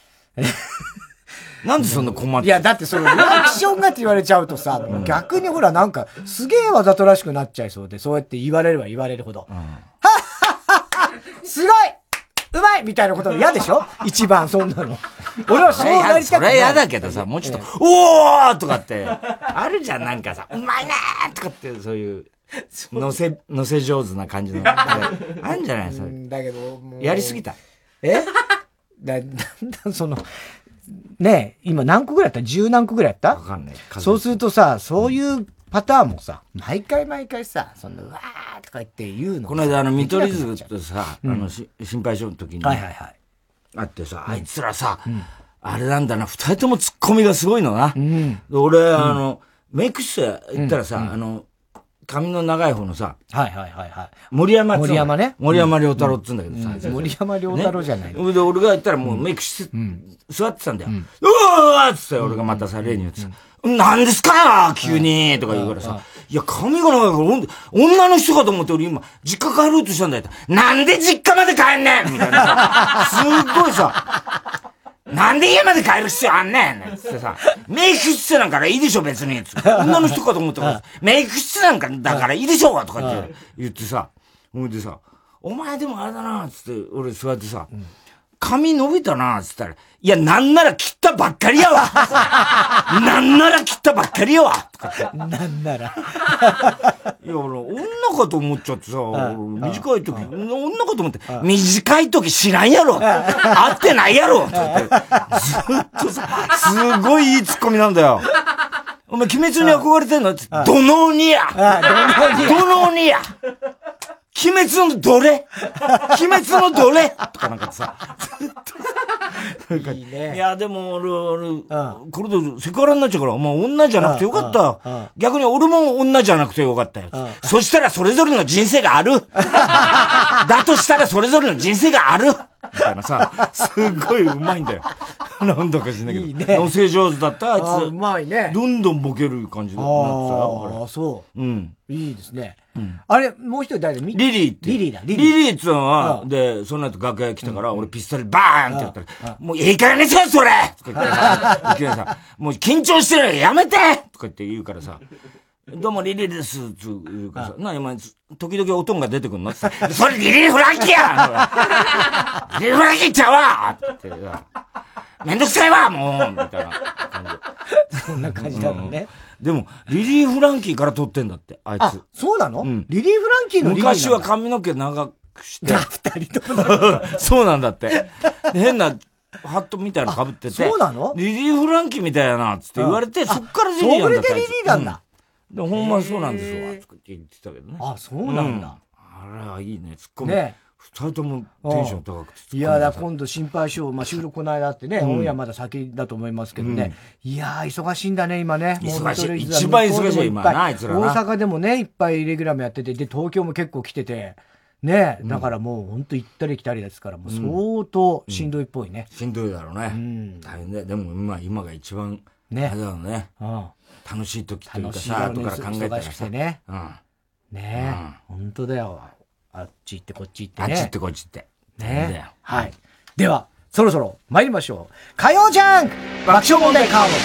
なんでそんな困って、 いや、だってそのリアクションがって言われちゃうとさ、うん、逆にほらなんか、すげえわざとらしくなっちゃいそうで、そうやって言われれば言われるほど。うん、はっはっはすごいうまいみたいなこと嫌でしょ一番そんなの。俺はそうなりたくない。 それ嫌だけどさ、もうちょっと、ええ、おーとかって、あるじゃん、なんかさ、うまいねーとかって、そういう、乗せ、乗せ上手な感じの。あるんじゃないそれ。 だけど、 やりすぎた。 えだ、だんだんその、ねえ、今何個ぐらいやった十何個ぐらいやったわかんない。 そうするとさ、そういうパターンもさ、毎回毎回さ、そんな、うわーとか言って言うの。 この間、あの、見取り図とさ、あの、心配性の時に。 はいはいはい。 あってさ、あいつらさ、あれなんだな、二人ともツッコミがすごいのな。俺、あの、メイク室行ったらさ、あの、髪の長い方のさ、 はいはいはいはい。 森山森山ね。 森山良太郎って言うんだけどさ。 森山良太郎じゃない。 で、俺が行ったらもうメイクして、座ってたんだよ。うわーっつって俺がまたさ、例に言ってさ、何ですか急にとか言うからさ、いや、髪が長いから、女の人かと思って俺今、実家帰ろうとしたんだよ。なんで実家まで帰んねんみたいなさ、すっごいさ、なんで家まで帰る必要あんねんなんつってさ、メイク室なんからいいでしょ別に。女の人かと思ったから、メイク室なんかだからいいでしょとかって言ってさ、ほんでさ、お前でもあれだなつって俺座ってさ、髪伸びたなつったら、いやなんなら切ったばっかりやわなんなら切ったばっかりやわとかって。 なんなら。 いや、俺、女かと思っちゃってさ、短い時、女かと思って、短い時知らんやろ会ってないやろってずっとさ、すごいいいツッコミなんだよ。お前、鬼滅に憧れてんのって、どの鬼やどの鬼や鬼滅のどれ鬼滅のどれとかなんかさ、ずっとさ、いいね。いや、でも俺、俺、これでセクハラになっちゃうから、まあ女じゃなくてよかったよ。逆に俺も女じゃなくてよかったよ。そしたらそれぞれの人生があるだとしたらそれぞれの人生があるみたいなさ、すっごい上手いんだよ。なんだか知んないけど。いいね。乗せ上手だったあいつ。 うまいね。 どんどんボケる感じになってたよ。 ああ、そう。 うん。 いいですね。うん、あれ、もう一人誰だリリーって。 リリーだ、 リリー。リリーってのは、うん、で、その後楽屋来たから、うん、俺ピストルバーンってやったら、うん、もういい加減にせよ、それとか言ってさ、いきなりさ、もう緊張してるやめてとか言って言うからさ、どうもリリーです、つ言うからさ、なにお前、時々おとんが出てくんのってさ、それリリーフランキーやリリーフランキーちゃうわって言ってさ、めんどくさいわもうみたいな感じ。そんな感じなのね。 でも、リリー・フランキーから撮ってんだって、あいつ。 あ、そうなの、うん、リリー・フランキーのリリー昔は髪の毛長くして。 二人とも。 そうなんだって。変なハットみたいなの被ってて。 そうなのリリー・フランキーみたいやな、つって言われて、うん、そっからリリーなんだって。 それでリリーなんだ。 うん、でもほんまそうなんですよ、つって言ってたけどね。 あ、そうなんだ。 うん、あら、いいね、ツッコミ。 ね。 二人ともテンション高くて。 いや、だ今度心配性、まあ、収録この間あってね、オンエアまだ先だと思いますけどね。うん、いやー、忙しいんだね、今ね。 忙しい。一番忙しい、今な、あいつらな。 大阪でもね、いっぱいレギュラーもやってて、で、東京も結構来てて、ね、だからもう本当行ったり来たりですから、もう相当しんどいっぽいね。 うん、しんどいだろうね。うん、大変で。でも今、今が一番、ね。あれだろうね。うん、楽しい時というかさ、後から考えたらさ。 ね。うん。ねえ、本当だよ。あっち行ってこっち行ってね。 あっち行ってこっち行って。 ね、はい。では、そろそろ参りましょう。火曜ジャンク爆笑問題カー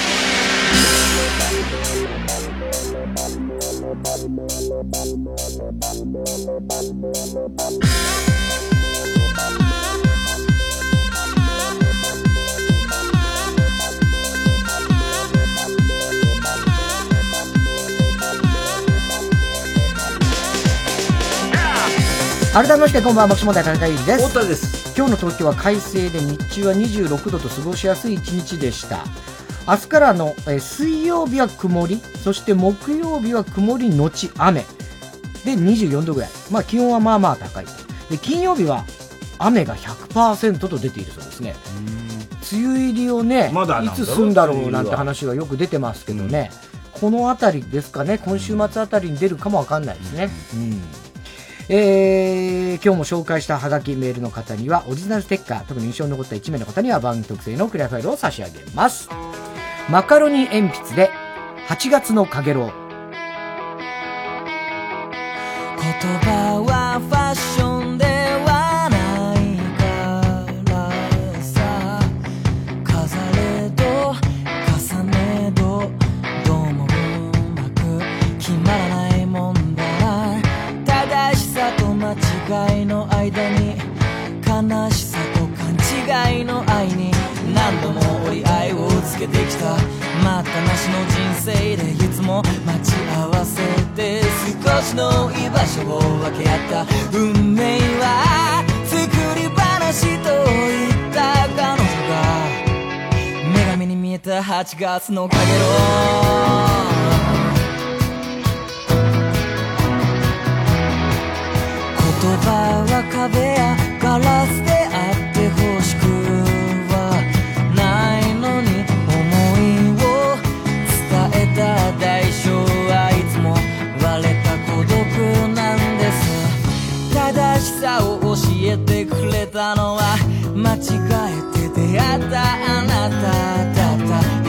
ド。 改めましてこんばんは、爆笑問題田中裕二です。 太田です。 今日の東京は快晴で日中はにじゅうろくどと過ごしやすい一日でした。明日からの、えー、水曜日は曇り、そして木曜日は曇りのち雨でにじゅうよんどぐらい。まあ気温はまあまあ高いと。で金曜日は雨が ひゃくパーセント と出ているそうですね。梅雨入りをね、まだいつすんだろうなんて話がよく出てますけどね、このあたりですかね、今週末あたりに出るかもわかんないですね。うん、えー、今日も紹介したハガキメールの方にはオリジナルステッカー、特に印象に残ったいち名の方には番組特製のクリアファイルを差し上げます。マカロニ鉛筆ではちがつのかげろう。 言葉はファッションではないからさ、飾れど重ねどどうもうまく決まらないもんだな。正しさと間違いの間に悲しさと勘違いの愛に何度も折り合いをつけてきた待ったなしの人生でいつも待ち合わせて少しの居場所を分け合った運命は作り話と言った彼女が女神に見えたはちがつのかげろう。言葉は壁やガラスであってほしくはないのに思いを伝えた代償はいつも割れた孤独なんです。正しさを教えてくれたのは間違えて出会ったあなただった。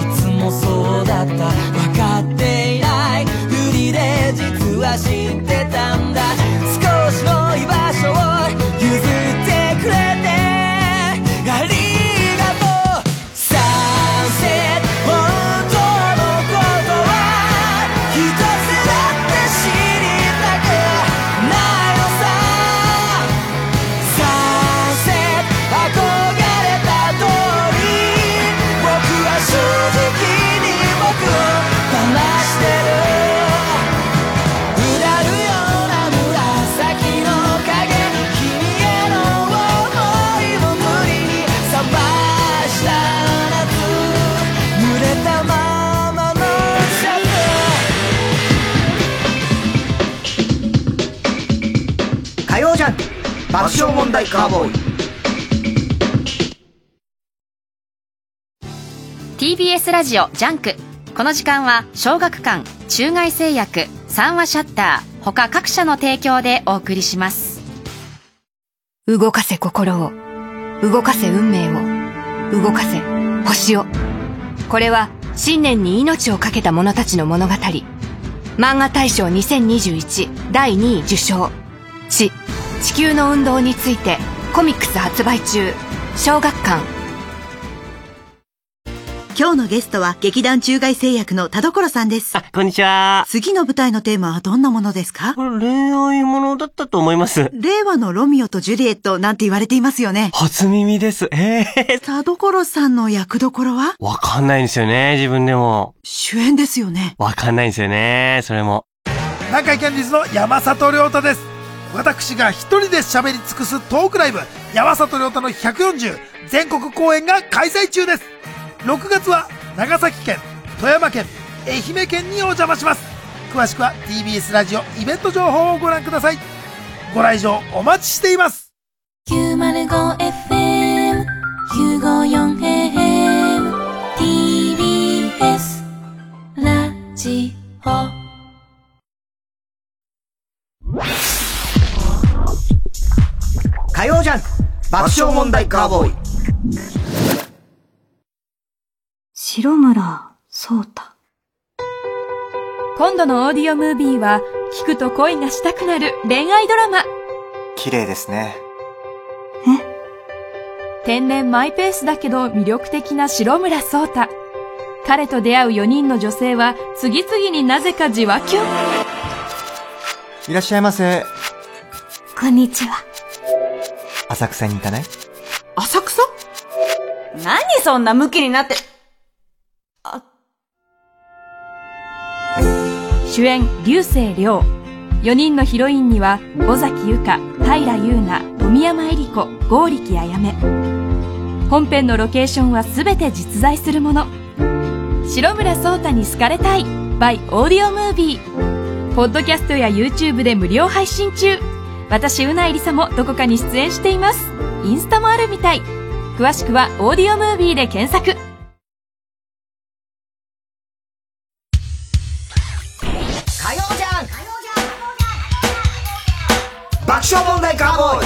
いつもそうだった。分かっていないふりで実は知ってたんだ。少しの居場所を譲ってくれてありがとう。サンセット本当のことは一つだって知りたくないのさ。サンセット憧れた通り僕は正直に僕を騙してる。うだるような紫の影、君への想いを無理に覚ました夏、濡れたままのシャツ。火曜ジャンク爆笑問題カーボーイ。 ティービーエス ラジオジャンク。この時間は小学館、中外製薬、三話シャッター他各社の提供でお送りします。 動かせ心を、動かせ運命を、動かせ星を。これは信念に命を懸けた者たちの物語。漫画大賞にせんにじゅういちだいにい受賞。地、地球の運動についてコミックス発売中。小学館。 今日のゲストは劇団中外製薬の田所さんです。 あ、こんにちは。 次の舞台のテーマはどんなものですか？ これ恋愛ものだったと思います。 令和のロミオとジュリエットなんて言われていますよね。 初耳です。ええー。 田所さんの役どころは？ わかんないんですよね、自分でも。 主演ですよね。 わかんないんですよね、それも。 南海キャンディーズの山里亮太です。私が一人で喋り尽くすトークライブ山里亮太のひゃくよんじゅう全国公演が開催中です。ろくがつは長崎県、富山県、愛媛県にお邪魔します。詳しくは ティービーエス ラジオイベント情報をご覧ください。ご来場お待ちしています。 きゅうまるごエフエムきゅうごよんエーエム ティービーエス ラジオ。 火曜ジャンク爆笑問題カーボーイ。 白村聡太。 今度のオーディオムービーは聞くと恋がしたくなる恋愛ドラマ。 綺麗ですね。 え？天然マイペースだけど魅力的な白村聡太。彼と出会うよにんの女性は次々になぜかじわきゅん。 いらっしゃいませ。 こんにちは。 浅草に行かない？ 浅草？ 何そんなムキになって。あ、 主演、竜星涼。 よにんのヒロインには尾崎由香、平優奈、富山恵里子、剛力彩芽。本編のロケーションはすべて実在するもの。白村聡太に好かれたい by オーディオムービー。ポッドキャストや YouTube で無料配信中。私うないりさもどこかに出演しています。インスタもあるみたい。詳しくはオーディオムービーで検索。 火曜じゃん爆笑問題カーボーイ。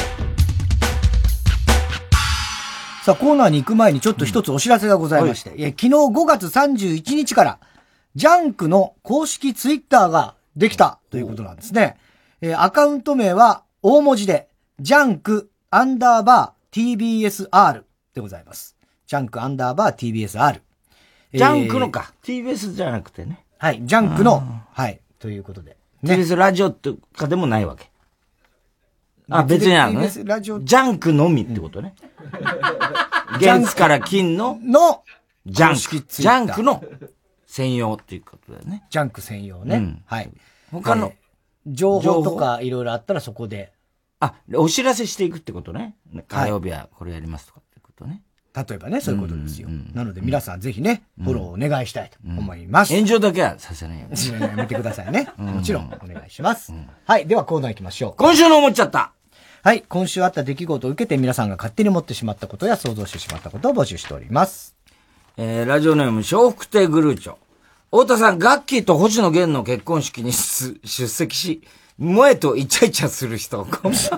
さあ、コーナーに行く前にちょっと一つお知らせがございまして、うん、昨日ごがつさんじゅういちにちからジャンクの公式ツイッターができたということなんですね。えー、アカウント名は大文字でジャンクアンダーバー ティービーエスアール でございます。ジャンクアンダーバー ティービーエスアール。 ジャンクのか。ティービーエス じゃなくてね。 はい、ジャンクの、はい、ということで。ね、 ティービーエス ラジオとかでもないわけ。あ、別にあるのね。ジャンクのみってことね。うん、月から金の、 の、 ジャンク。ジャンクの専用っていうことだよね。 ジャンク専用ね。うん、はい。 他の、 えー、情報とかいろいろあったらそこで。 あ、お知らせしていくってことね。火曜日はこれやりますとかってことね。 例えばね、そういうことですよ。うんうん、なので皆さんぜひね、フォローお願いしたいと思います。 うん、炎上だけはさせないよ。 やめてくださいね。もちろんお願いします。うん、はい、ではコーナー行きましょう。 今週の思っちゃった。 はい。今週あった出来事を受けて皆さんが勝手に思ってしまったことや想像してしまったことを募集しております。 えー、ラジオネーム、笑福亭グルーチョ。太田さん、ガッキーと星野源の結婚式に出席し、萌えとイチャイチャする人。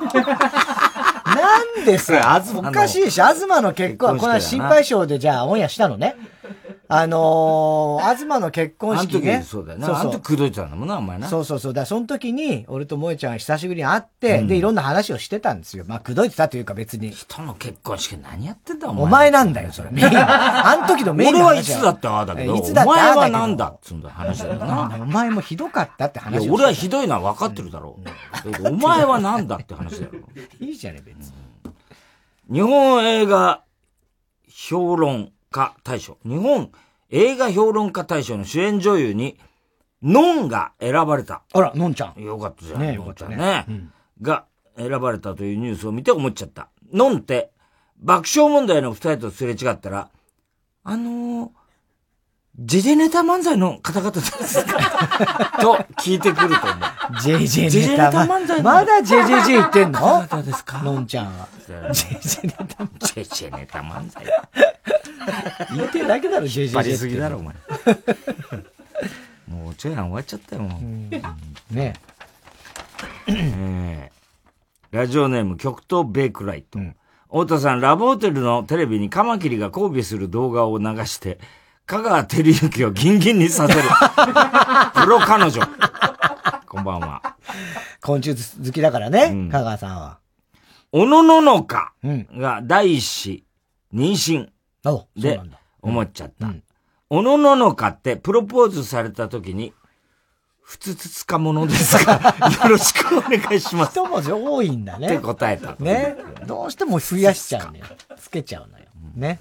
なんでさ、おかしいし、東の結婚は、この間心配性でじゃあオンエアしたのね。あのー、東の結婚式ね。 あの時そうだよね。そうそう。あの時口説いてたんだもんな、お前な。 そうそうそう。だからその時に、俺と萌えちゃんが久しぶりに会って、うん、で、いろんな話をしてたんですよ。まあ、口説いてたというか別に。 人の結婚式何やってんだ、お前。 お前なんだよ、それ。メイン。あの時のメインの話。 俺はいつだってああだけど、いつだってああだけどお前はなんだっつうんだ話だよな。 お前もひどかったって話を。 いや、俺はひどいのは分かってるだろう。うん、お前はなんだって話だよ。 いいじゃね、別に。 日本映画評論家大賞。日本映画評論家大賞の主演女優に、ノンが選ばれた。 あら、ノンちゃん。 よかったじゃん。ねよかったね。ね、うん、が選ばれたというニュースを見て思っちゃった。ノンって、爆笑問題の二人とすれ違ったら、あのー、ジェジェネタ漫才の方々ですかと聞いてくると思う。 ジェジェネタ漫才まだジェジェジェ言ってんの方ですかノンちゃんは。ジェジェネタ漫才。ジェジェネタ漫才。 言ってるだけだろ、ジェジェジェ。 引っ張りすぎだろ、お前。もう、お茶やん終わっちゃったよ、もう。うん、 ねえ。えー、ラジオネーム、極東ベイクライト。うん、太田さん、ラブホテルのテレビにカマキリが交尾する動画を流して、香川照之をギンギンにさせる。プロ彼女。こんばんは。 昆虫好きだからね、うん、香川さんは。 おのののかが第一子、妊娠で思っちゃった。うん、おのののかってプロポーズされた時に、ふつつつかものですが、よろしくお願いします。 一文字多いんだね。 って答えた。 ね。どうしても増やしちゃうんだよ。つけちゃうのよ。ね。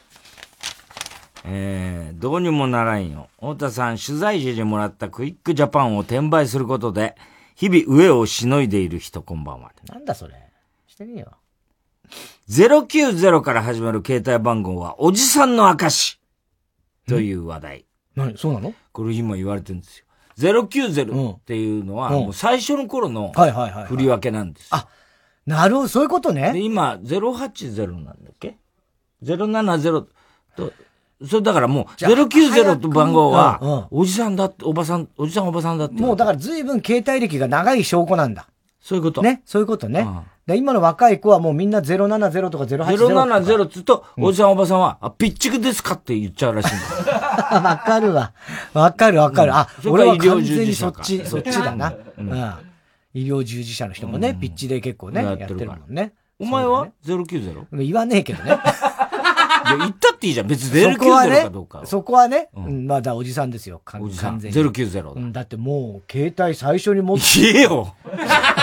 えー、どうにもならんよ。太田さん、取材時にもらったクイックジャパンを転売することで、日々上をしのいでいる人、こんばんは。 なんだそれ。してみよ。 ゼロきゅうゼロから始まる携帯番号は、おじさんの証という話題。 何そうなのこれ今言われてるんですよ。ゼロきゅうゼロっていうのは、もう最初の頃の振り分けなんです。 あ、なるほど、そういうことね。 で、今、ゼロはちゼロなんだっけ ?ゼロななゼロ と、それだからもう、ゼロきゅうゼロと番号は、おじさんだって、おばさん、おじさんおばさんだって。 もうだから随分携帯歴が長い証拠なんだ。 そういうこと。 ね、そういうことね。うん、で今の若い子はもうみんなゼロななゼロとかゼロはちゼロとか。 ゼロななゼロって言うと、おじさんおばさんは、あ、ピッチクですかって言っちゃうらしいんだ。わかるわ。わかるわかる。うん、あ、俺は完全にそっち、そっちだな。うん。医療従事者の人もね、うん、ピッチで結構ね、やってるもんね。 お前は ゼロきゅうゼロ？ 言わねえけどね。 いや、言ったっていいじゃん。別にゼロきゅうゼロかどうか。 そこはね、そこはね、うん、まあだおじさんですよ。 おじさん。ゼロきゅうゼロ。 うん、だってもう、携帯最初に持って。 言えよ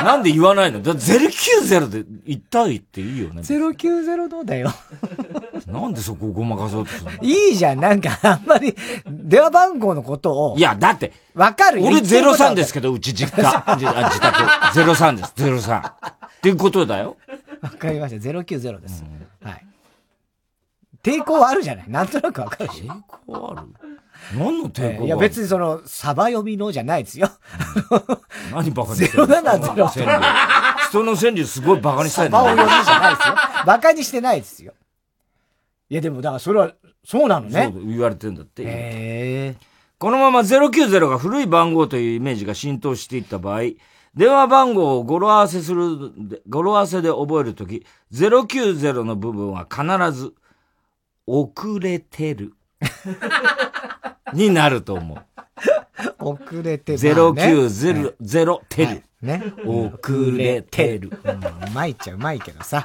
なんで言わないの？だってゼロきゅうゼロで言ったいっていいよね。 ゼロきゅうゼロどうだよ。 なんでそこをごまかそうとするの？ いいじゃん、なんかあんまり、電話番号のことを。 いや、だって、 わかるよ。 俺ゼロさんですけど、うち実家。自宅。ゼロさんです、ゼロさん。っていうことだよ。 わかりました、ゼロきゅうゼロです。うん、はい。抵抗はあるじゃない。なんとなくわかるし。 抵抗ある？何の抵抗がある？ いや別にその、サバ読みのじゃないですよ。 何バカにしてるの？ ゼロななゼロ。 人の川柳すごいバカにしたいの。 サバを読みじゃないですよ。バカにしてないですよ。いやでも、だからそれは、そうなのね。 そう言われてんだって。 へー。 このままゼロきゅうゼロが古い番号というイメージが浸透していった場合、電話番号を語呂合わせする、語呂合わせで覚えるとき、ゼロきゅうゼロの部分は必ず、遅れてる。になると思う。 遅れてる。 ゼロきゅうゼロ、ゼロ、てる。 ね。 遅れてる。 うん、うまいっちゃうまいけどさ。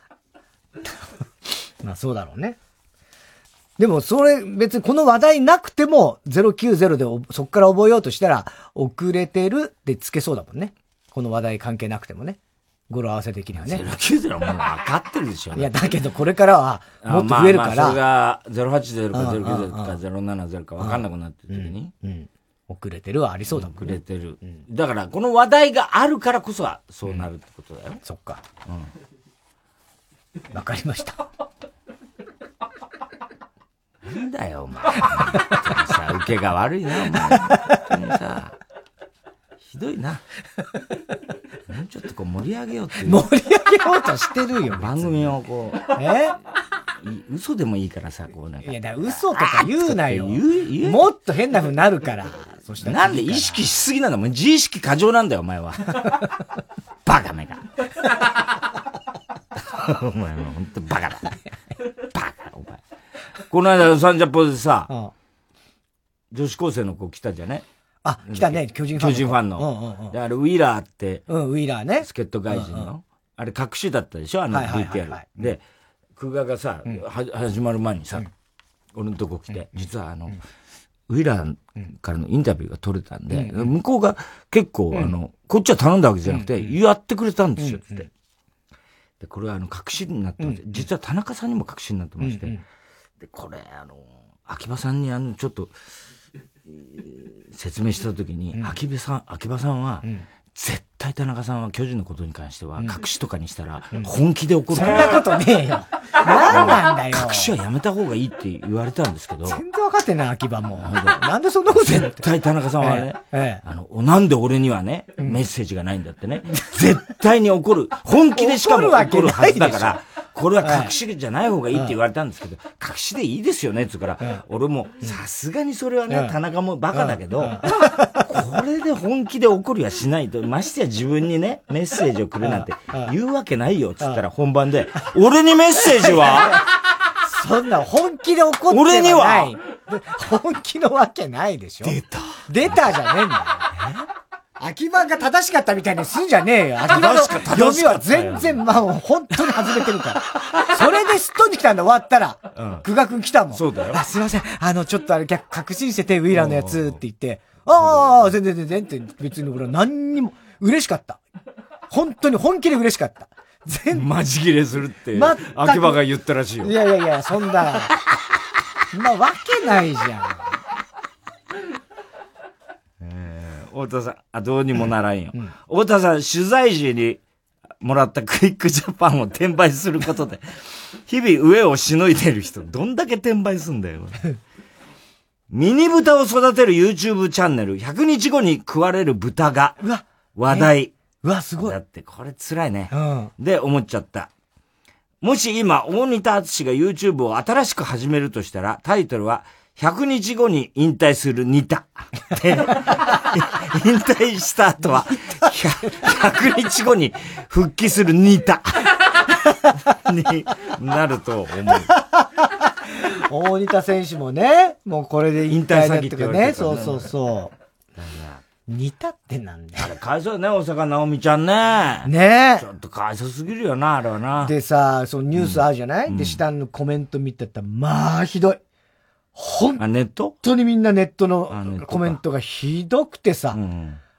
まあそうだろうね。でもそれ別にこの話題なくてもゼロきゅうゼロでそっから覚えようとしたら遅れてるってつけそうだもんね。この話題関係なくてもね。語呂合わせ的にはね。 ゼロきゅうゼロはもう分かってるでしょ、ね。 いやだけどこれからはもっと増えるから。 まあまあそれがゼロはちゼロかゼロきゅうゼロかゼロななゼロか分かんなくなってる時に、 うんうん。遅れてるはありそうだもんね。 遅れてる。うん、だからこの話題があるからこそはそうなるってことだよ。うん、 そっか。うん。わかりました。 なんだよ、お前。さ、受けが悪いな、お前。本当にさ、ひどいな。もうちょっとこう盛り上げようっていう。 盛り上げようとしてるよ。 番組をこう。 え嘘でもいいからさ、こうなんか。 いや、だから嘘とか言うなよ。言うもっと変な風になるから。 そしたらなんで意識しすぎなんだ。もう自意識過剰なんだよ、お前は。バカめが。お前は本当バカだ。バカ、お前。この間、サンジャポでさ、ああ女子高生の子来たじゃね。 あ、来たね、巨人ファンの。 巨人ファンの。うんうんうん、で、あれ、ウィーラーって。 うん、ウィーラーね。 助っ人外人の。うんうん、あれ、隠しだったでしょあの ブイティーアール。はいはいはいはい、で、久我がさ、うん、は、始まる前にさ、うん、俺のとこ来て、うん、実はあの、うん、ウィーラーからのインタビューが取れたんで、うん、向こうが結構、うん、あの、こっちは頼んだわけじゃなくて、うん、やってくれたんですよ、つって。で、これはあの、隠しになってます、うん、実は田中さんにも隠しになってまして、うんうん、で、これ、あの、秋葉さんにあの、ちょっと、説明したときに、うん、秋葉さん、秋葉さんは、うん、絶対田中さんは巨人のことに関しては、隠しとかにしたら、本気で怒るから、 うん、そんなことねえよ。何なんだよ。 隠しはやめた方がいいって言われたんですけど。 全然分かってない、秋葉も。なんでそんなこと言うの？ 絶対田中さんはね、ええ、あの、なんで俺にはね、メッセージがないんだってね、絶対に怒る。本気でしかも怒るはずだから、これは隠しじゃない方がいいって言われたんですけど、隠しでいいですよねって言うから、俺も、さすがにそれはね、田中もバカだけど、これで本気で怒りはしないと、ましてや自分にね、メッセージをくれなんて言うわけないよって言ったら本番で、俺にメッセージはそんな本気で怒ってはない。 俺には本気のわけないでしょ。 出た。 出たじゃねえんだよ。秋葉が正しかったみたいにすんじゃねえよ。秋葉の読みは全然、まあ、本当に外れてるから。それですっ飛んできたんだ、終わったら。うん、久我くん来たもん。 そうだよ。 あ、すいません。あの、ちょっとあれ、逆、確信してて、ウィーラーのやつって言って、ああ、全然全然って別に俺は何にも、嬉しかった。本当に本気で嬉しかった。 全マジ切れするって、秋葉が言ったらしいよ。 いやいやいや、そんな、そんなわけないじゃん。 太田さん、あ、どうにもならんよ。うん、太田さん、取材時にもらったクイックジャパンを転売することで、日々上をしのいでる人、どんだけ転売すんだよ。ミニ豚を育てる YouTube チャンネル、ひゃくにちごに食われる豚が、話題。 うわ、すごい。 だってこれ辛いね。 うん、 で、思っちゃった。もし今、大仁田敦が YouTube を新しく始めるとしたら、タイトルは、ひゃくにちごに引退するニタ。で、引退した後は、ひゃくにちごに復帰するニタ。になると思う。 大仁田選手もね、もうこれで引退だってかね。そうそうそう。ニタってなんだよ。 あれ、かわいそうね、大阪直美ちゃんね。 ねえ。 ちょっとかわいそうすぎるよな、あれはな。 でさ、そのニュースあるじゃない、うん、で、下のコメント見てたら、まあ、ひどい。ほんあ、ネット本当にみんなネットのコメントがひどくてさ、うん、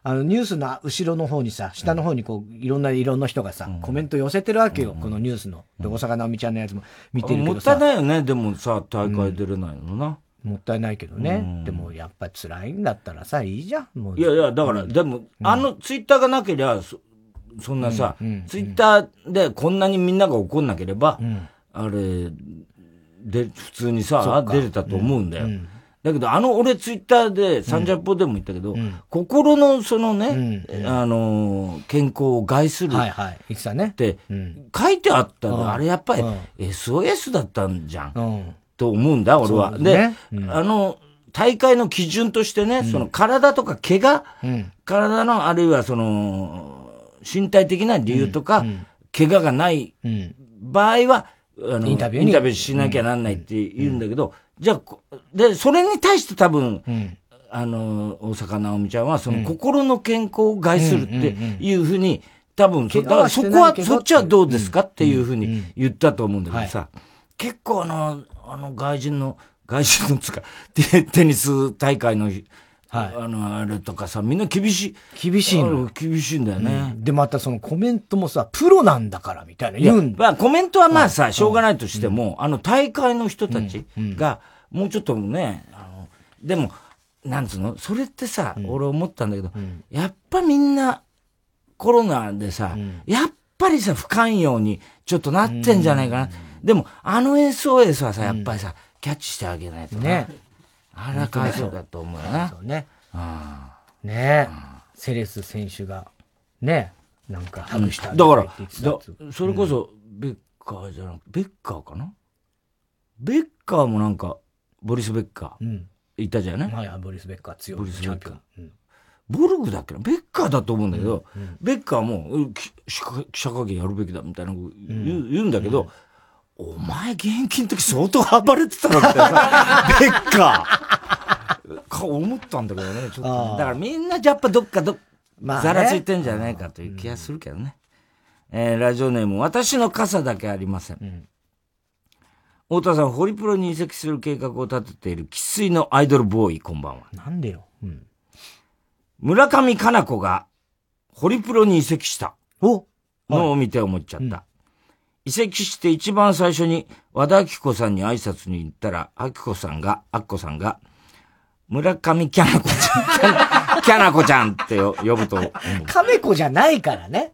あの、ニュースの後ろの方にさ、下の方にこう、いろんな色の人がさ、うん、コメント寄せてるわけよ、うん、このニュースの。で、大阪直美ちゃんのやつも見てるけどさ。 もったいないよね、でもさ、大会出れないのな。 うん、もったいないけどね。うん、でも、やっぱり辛いんだったらさ、いいじゃん、もう。 いやいや、だから、うん、でも、あのツイッターがなければ、そ、そんなさ、うんうん、ツイッターでこんなにみんなが怒んなければ、うん、あれ、で、普通にさ、出れたと思うんだよ。うんうん、だけど、あの、俺ツイッターで、サンジャポでも言ったけど、うん、心のそのね、うん、あのー、健康を害する。はいはい。 いくさね。 って、書いてあったの、うん、あれやっぱり、エスオーエス だったんじゃん。うん、と思うんだ、俺は。で、ねうん、あの、大会の基準としてね、うん、その体とか怪我、うん、体の、あるいはその、身体的な理由とか、うん、怪我がない場合は、あの、インタビューインタビューしなきゃなんないって言うんだけど、うんじゃあ、で、それに対して多分、うん、あの、大阪直美ちゃんは、その心の健康を害するっていうふうに、多分、だからそこは、そっちはどうですかっていうふうに言ったと思うんだけどさ、はい、結構あの、あの外人の、外人のつか、テニス大会の、はい、あの、あれとかさ、みんな厳しい。厳しいの。 厳しいんだよね、 うん。で、またそのコメントもさ、プロなんだからみたいな言うんだ。 まあ、コメントはまあさ、しょうがないとしても、うん、あの大会の人たちが、もうちょっとね、あの、でも、なんつうのそれってさ、うん、俺思ったんだけど、うん、やっぱみんなコロナでさ、うん、やっぱりさ、不寛容にちょっとなってんじゃないかな。うん、でも、あの エスオーエス はさ、やっぱりさ、キャッチしてあげないとね。あらかわいそうだと思うよな。 そうね。あねえ、セレス選手が、ねなんかハグしただから、だそれこそ、ベッカーじゃなくて、ベッカーかなベッカーもなんか、ボリス・ベッカー、うん、いたじゃない、 はいはい、ボリス・ベッカー強い。ボリス・ベッカー。うん、 ボルグだっけなベッカーだと思うんだけど、うんうん、ベッカーも記者会見やるべきだみたいなこと言う、うん、言うんだけど、うん、お前現役の時相当暴れてたのみたいなベッカーか思ったんだけどね、ちょっと、ね、だからみんなやっぱどっかどっ、まあね、ざらついてんじゃないかという気がするけどね。うん、えー、ラジオネーム、私の傘だけありません。うん太田さん、ホリプロに移籍する計画を立てている生粋のアイドルボーイ、こんばんは。 なんでよ。うん、 村上佳菜子がホリプロに移籍したのを見て思っちゃった。うん、移籍して一番最初に和田アキ子さんに挨拶に行ったら、アキ子さんが、アッコさんが、村上佳菜子ちゃん、佳菜子ちゃんって呼ぶと思う。 亀子じゃないからね。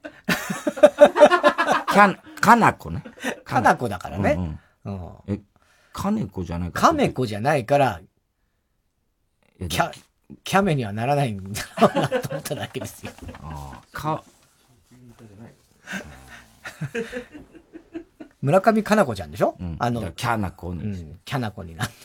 佳菜子ね。 佳菜子だからね。うんうんえ、金子じゃないか亀子じゃないから、キャ、キャメにはならないんだろうなと思っただけですよ。ああ、か、村上佳菜子ちゃんでしょ、うん、あの、 キャナコに、 うん。キャナコになって。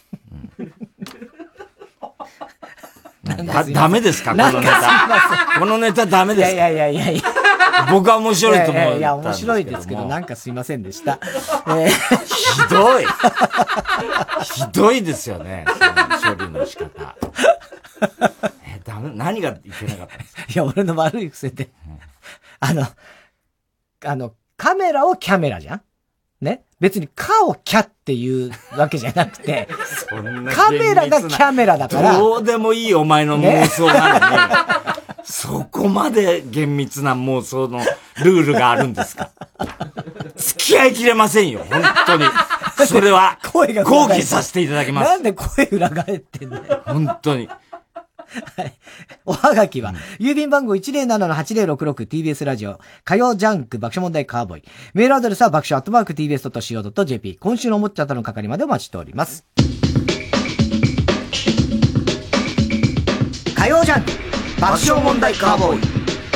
うん、だ、ダメですかこのネタ。このネタダメですかいやいやいやいや。 僕は面白いと思う。いやいや、面白いですけど、なんかすいませんでした。えー、 ひどい。ひどいですよね。その処理の仕方。えー、ダメ、何がいけなかったんですかいや、俺の悪い癖で。うん、あの、あの、カメラをキャメラじゃんね別にカをキャっていうわけじゃなくて、カメラがキャメラだから。 どうでもいいお前の妄想なのに、ね、そこまで厳密な妄想のルールがあるんですか付き合いきれませんよ、本当に。それは、声が抗議させていただきます。 なんで声裏返ってんだよ。 本当に。 はい。おはがきは、うん、郵便番号 いちまるななのはちぜろろくろく ティービーエス ラジオ、火曜ジャンク爆笑問題カーボーイ。メールアドレスは爆笑アットマーク ティービーエスドットシーオードットジェーピー。今週の思っちゃったの係までお待ちしております。火曜ジャンク爆笑問題カーボーイ。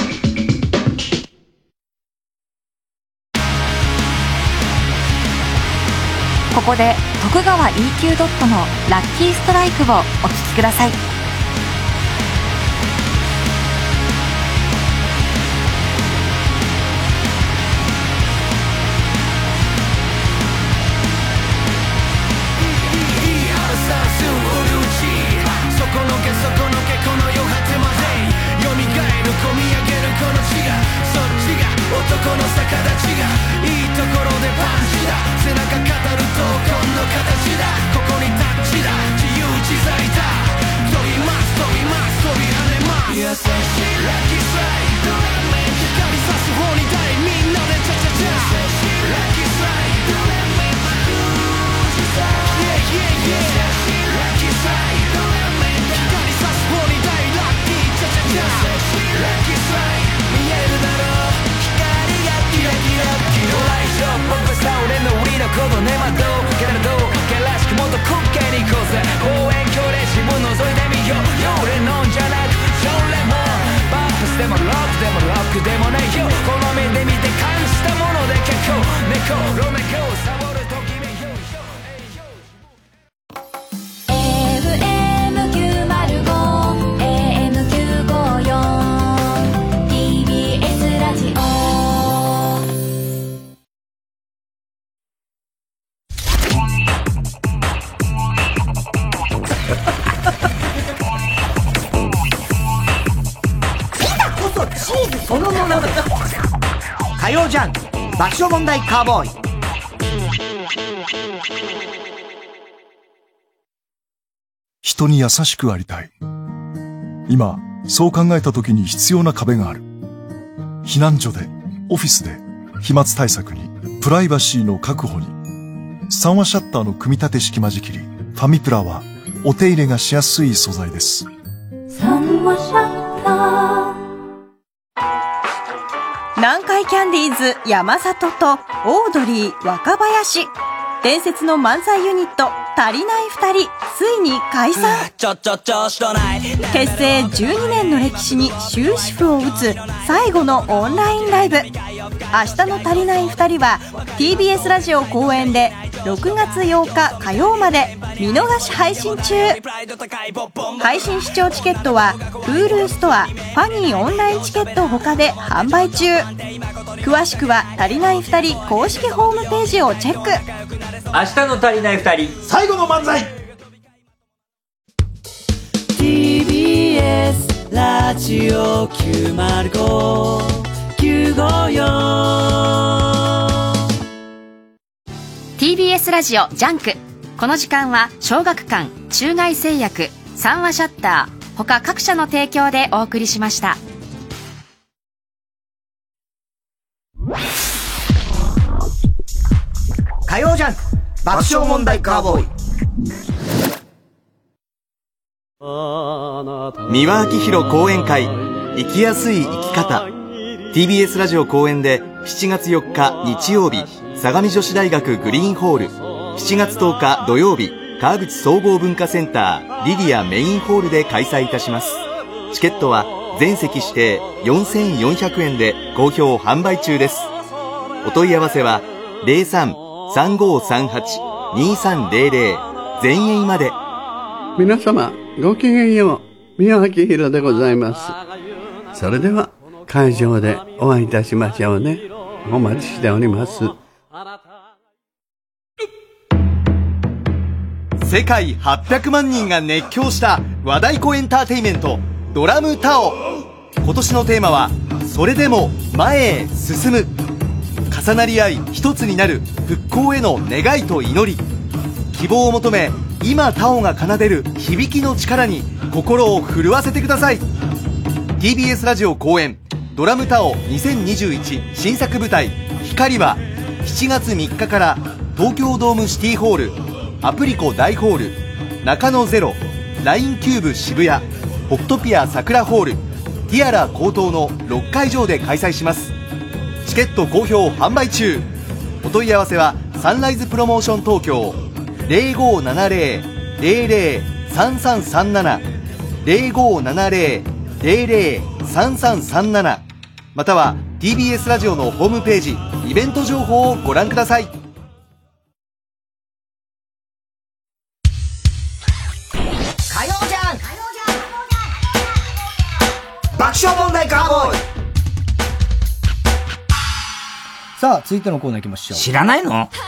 ここで徳川 イーキュー ドットのラッキーストライクをお聞きください。 男の逆立ちがいいところでパンチだ、背中語る闘魂の形だ、ここにタッチだ、自由自在だ、飛びます飛びます飛び跳ねます、優しいでもロックでもないよ、この目で見て感じたもので結構猫ロメコサボるときめよエフエムきゅうまるご エーエムきゅうごよん ティービーエス ラジオそのものだ。火曜ジャンク爆笑問題カーボーイ。 人に優しくありたい。今そう考えた時に必要な壁がある。避難所で、オフィスで、飛沫対策に、プライバシーの確保に。三話シャッターの組み立て式間仕切りファミプラはお手入れがしやすい素材です。 三話シャッター。 南海キャンディーズ山里とオードリー若林、伝説の漫才ユニット足りない二人ついに解散。結成じゅうにねんの歴史に終止符を打つ最後のオンラインライブ。明日の足りない二人は ティービーエス ラジオ公演でろくがつようか火曜まで見逃し配信中。配信視聴チケットは Hulu ストア、ファニーオンラインチケット他で販売中。詳しくは足りない二人公式ホームページをチェック。 明日の足りない二人最後の漫才。 ティービーエス ラジオきゅうまるご きゅうごよんティービーエス ラジオジャンク。この時間は小学館、中外製薬、三話シャッター他各社の提供でお送りしました。 火曜ジャンク爆笑問題カーボーイ。 三輪明宏講演会生きやすい生き方。 ティービーエス ラジオ公演でしちがつよっか日曜日相模女子大学グリーンホール、しちがつとおか土曜日川口総合文化センターリディアメインホールで開催いたします。チケットは全席指定よんせんよんひゃくえんで好評販売中です。お問い合わせは ゼロさん さんごさんはち にさんゼロゼロ 全員まで。 皆様ごきげんよう、三輪明宏でございます。それでは会場でお会いいたしましょうね。お待ちしております。 世界はっぴゃくまんにんが熱狂した和太鼓エンターテイメントドラムタオ。今年のテーマはそれでも前へ進む。重なり合い一つになる復興への願いと祈り、希望を求め今タオが奏でる響きの力に心を震わせてください。 ティービーエス ラジオ公演ドラムタオにせんにじゅういち新作舞台光はしちがつみっかから東京ドームシティホール、アプリコ大ホール、中野ゼロ、ラインキューブ渋谷、北トピア桜ホール、ティアラ高等のろっかいじょうで開催します。チケット好評販売中。お問い合わせはサンライズプロモーション東京 ゼロごーななゼロ ゼロゼロ さんさんさんなな ゼロごーななゼロ ゼロゼロ さんさんさんなな、または ティービーエス ラジオのホームページイベント情報をご覧ください。 火曜ジャンク爆笑問題カーボーイ。さあ続いてのコーナー行きましょう。 知らないの？ はい、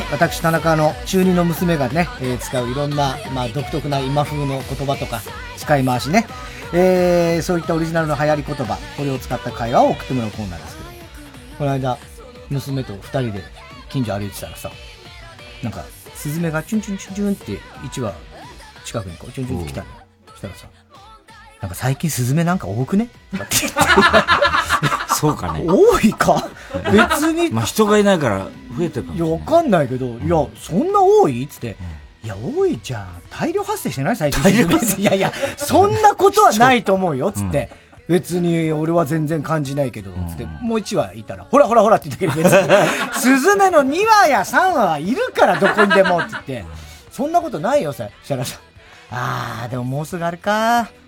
私田中の中二の娘がね、えー、使ういろんな、まあ、独特な今風の言葉とか使い回しね、えー、そういったオリジナルの流行り言葉、これを使った会話を送ってもらうコーナーですけど、この間娘と二人で近所歩いてたらさ、なんかスズメがチュンチュンチュンチュンっていち羽近くにこうチュンチュンって来たの。そしたらさ、なんか最近スズメなんか多くねとかって言ってそうかね。 多いか別に。 まあ人がいないから増えてるかもしれない。 いや、わかんないけど、いや、そんな多いっつって、いや、多いじゃん。大量発生してない最近。大量発生いやいや、そんなことはないと思うよ、つって。うん、別に俺は全然感じないけど、つって、もういち羽いたら、ほらほらほらって言ったけど、別に、スズメのに羽やさん羽はいるから、どこにでもって言って、そんなことないよ、さ、したらさ、あー、でももうすぐあれか。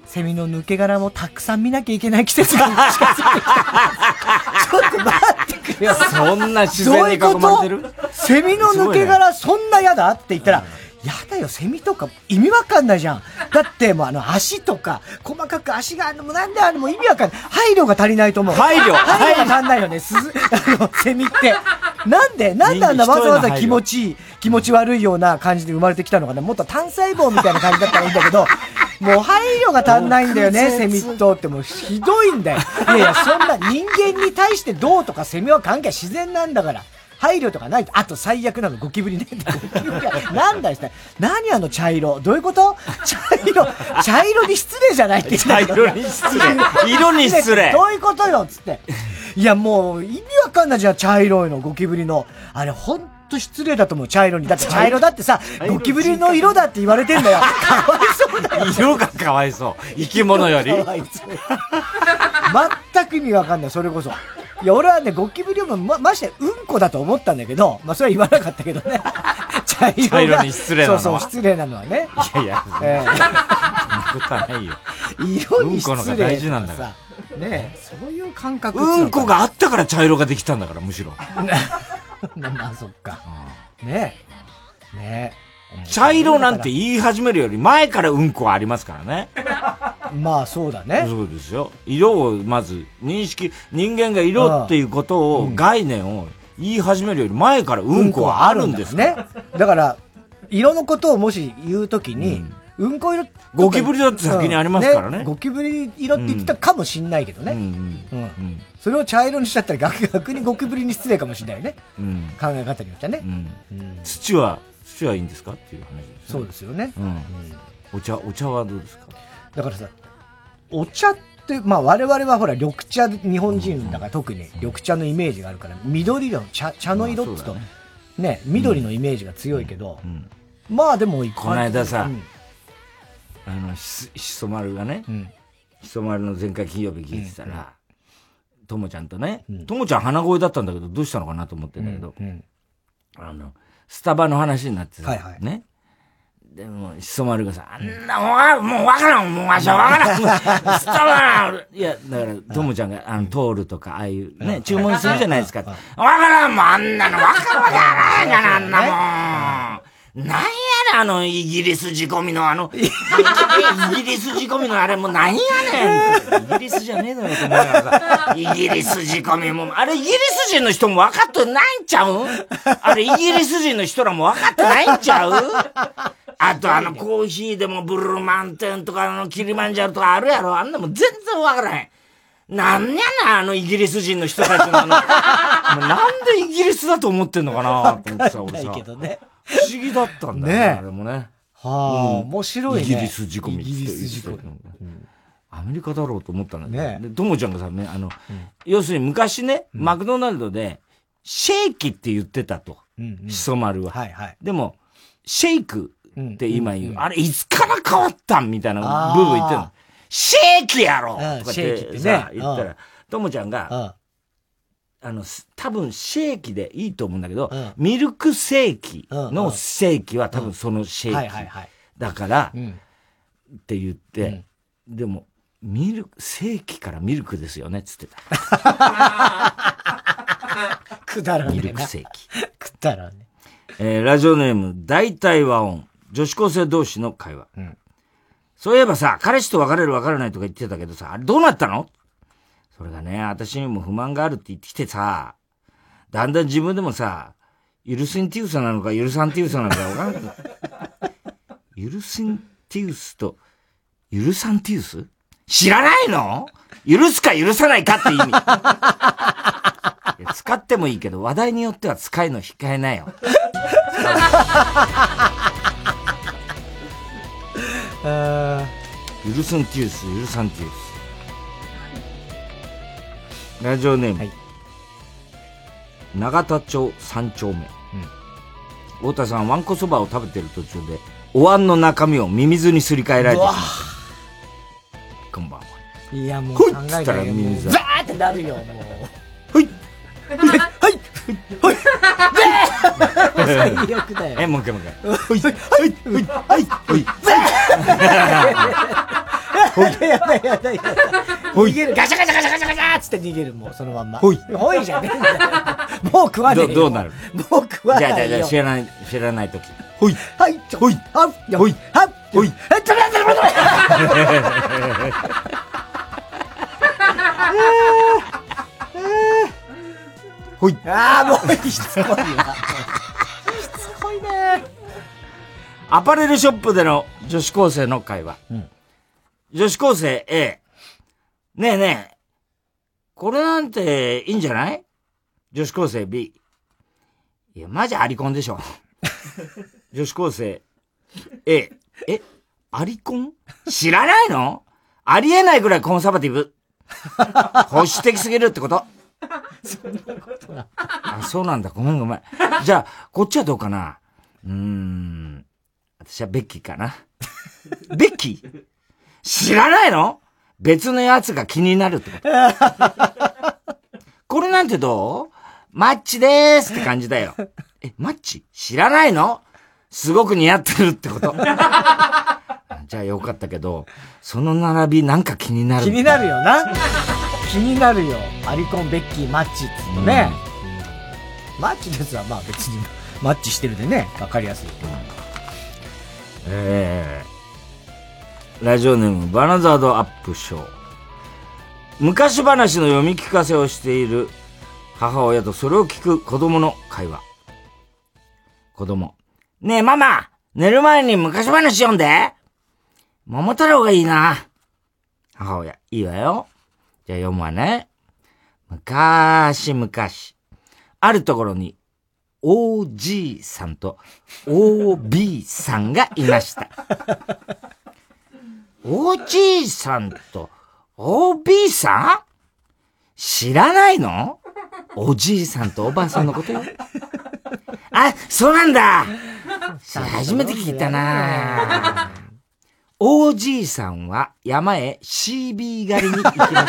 セミの抜け殻もたくさん見なきゃいけない季節が近づいてきた。ちょっと待ってくれよ。 そんな自然に囲まれてる？ セミの抜け殻そんな嫌だって言ったら、やだよ、セミとか意味わかんないじゃん。だってもうあの足とか、細かく足があるのもなんであるのも意味わかんない。配慮が足りないと思う。 配慮配慮が足んないよね、すず、あの、セミって。なんで、なんであんなわざわざ気持ちいい、気持ち悪いような感じで生まれてきたのかな。もっと単細胞みたいな感じだったらいいんだけど、もう配慮が足んないんだよね、セミとってもうひどいんだよ。いやいや、そんな人間に対してどうとかセミは関係自然なんだから。配慮とかない。あと最悪なのゴキブリね。なんだよ、何あの茶色。どういうこと？茶色、茶色に失礼じゃないって言って茶色に失礼。色に失礼。 どういうことよ、つって。いや、もう意味わかんないじゃん、茶色いの、ゴキブリの。あれ、ほんと失礼だと思う、茶色に。だって茶色だってさ、ゴキブリの色だって言われてんだよ。かわいそうだよ。 色がかわいそう。生き物より。かわいそう。 全く意味わかんない、それこそ。いや、俺はね、ゴキブリもま、まして、うんこだと思ったんだけど、まあ、それは言わなかったけどね。茶色茶色に失礼なのは。 そうそう、失礼なのはね。 いやいや、ええ、そんなことはないよ。 色に失礼。 うんこのが大事なんだから。 ねえ、そういう感覚。 うんこがあったから茶色ができたんだから、むしろ。 まあ、そっか。ねえ。ねえ。 茶色なんて言い始めるより前からうんこはありますからね。 まあそうだね。 そうですよ。色をまず認識、人間が色っていうことを、概念を言い始めるより前からうんこはあるんですね。だから、色のことをもし言うときに、うん、うんこ色ゴキブリだって先にありますからね。 ね、ゴキブリ色って言ってたかもしんないけどね。うんうんうん、それを茶色にしちゃったら逆逆にゴキブリに失礼かもしれないよね。うん、考え方によってはね。 うんうん、土は土はいいんですかっていう話です、ね、 そうですよね、うんうん、 お茶お茶はどうですか。 だからさ、お茶ってまあ我々はほら緑茶、日本人だから特に緑茶のイメージがあるから、緑色の茶茶の色って言うと、まあね、ね緑のイメージが強いけど、うんうんうん、まあでもこの間さ、うん、あのひそ丸がね、うん、ひそ丸の前回金曜日聞いてたら、とも、うん、ちゃんとね、とも、うん、ちゃん鼻声だったんだけどどうしたのかなと思ってんだけど、うんうん、あのスタバの話になってさ、はいはい、ね。でも、ひそ丸がさ、あんな、もう、もうわからん、もうわしはわからん、スタバいや、だから、ともちゃんが、あの、トールとか、ああいう、ね、注文するじゃないですか。わからん、もうあんなの、わかるわけないがな、あんなもん。なんやねん、あの、イギリス仕込みの、あの、イギリス仕込みのあれもなんやねん。イギリスじゃねえだろ、と思いながらさ、イギリス仕込みも、あれイギリス人の人も分かってないんちゃう？あれイギリス人の人らも分かってないんちゃう？あとあのコーヒーでもブルーマンテンとかあのキリマンジャロとかあるやろ、あんなもん全然分からへん。なんやな、あのイギリス人の人たちのあの、なんでイギリスだと思ってんのかなと思ってさ、俺さ。不思議だったんだよね、あれもね。 はあ、面白いね。 イギリス仕込み。イギリス仕込み。アメリカだろうと思ったんだけど、で、ともちゃんがさ、ね、あの、要するに昔ね、マクドナルドで、シェイキって言ってたと。しそ丸は。でも、シェイクって今言う。あれ、いつから変わったんみたいなブーブー言ってるの。シェイキやろとかってさ、言ったら、ともちゃんが、あの、多分、シェーキでいいと思うんだけど、うん、ミルクセーキのシェーキは多分そのシェーキ。だから、うん、って言って、うん、でも、ミルク、セーキからミルクですよね、つってた。 くだらねえな。 ミルクセーキ。 くだらねえ。えー、ラジオネーム、大体和音。女子高生同士の会話。うん、そういえばさ、彼氏と別れる別れないとか言ってたけどさ、あれどうなったの？それがね、私にも不満があるって言ってきてさ、だんだん自分でもさ、許すんティウスなのか許さんティウスなのか分からなくなった。許すんティウスと、許さんティウス？知らないの？許すか許さないかって意味。いや使ってもいいけど、話題によっては使いの控えなよ。許すんティウス、許さんティウス。ラジオネーム、はい、永田町三丁目、うん、太田さん、わんこそばを食べてる途中でお椀の中身をミミズにすり替えられてしまった。こんばんは。 いやもう考えたらミミズザーってなるよ、もう。 はいはいはい最悪だよ。 え、もう一回もう一回。はいはいはいはいはい。 いやいやいやいやいや。逃げる。ガシャガシャガシャガシャガシャーつって逃げる、もう、そのまんま。 ほい。 ほいじゃねえんだよ。もう食わねえよ。 どうなる？ もう食わないよ。 じゃあじゃあじゃあ知らない、知らないとき。 ほい。はい、ちょ。ほい。はっ、ほい。はっ、ほい。え、ちょ、待って待ってほい。 ああ、もう、しつこいわ。しつこいね。 アパレルショップでの女子高生の会話。 うん、 女子高生 A。ねえねえ。これなんていいんじゃない？女子高生 B。いや、マジアリコンでしょ。女子高生 A。え、アリコン？知らないの？ありえないぐらいコンサバティブ。保守的すぎるってこと？ そんなことな。 あ、そうなんだ。ごめんごめん。じゃあ、こっちはどうかな？うーん。私はベッキーかな。ベッキー？知らないの？別のやつが気になるってこと。これなんてどう？マッチでーすって感じだよ。え、マッチ？知らないの？すごく似合ってるってこと。じゃあよかったけど、その並びなんか気になる。 気になるよな。気になるよ。アリコン、ベッキー、マッチって言うとね。うん、マッチですはまあ別にマッチしてるでね、わかりやすい。 えー、ラジオネームバナザードアップショー。昔話の読み聞かせをしている母親とそれを聞く子供の会話。子供。ねえママ、寝る前に昔話読んで。桃太郎がいいな。母親、いいわよ。じゃあ読むわね。昔々、あるところに、おじいさんと おびいさんがいました。おじいさんとおびいさん？知らないの？おじいさんとおばあさんのことよ。あ、そうなんだ。初めて聞いたな。おじいさんは山へシービー狩りに行きました。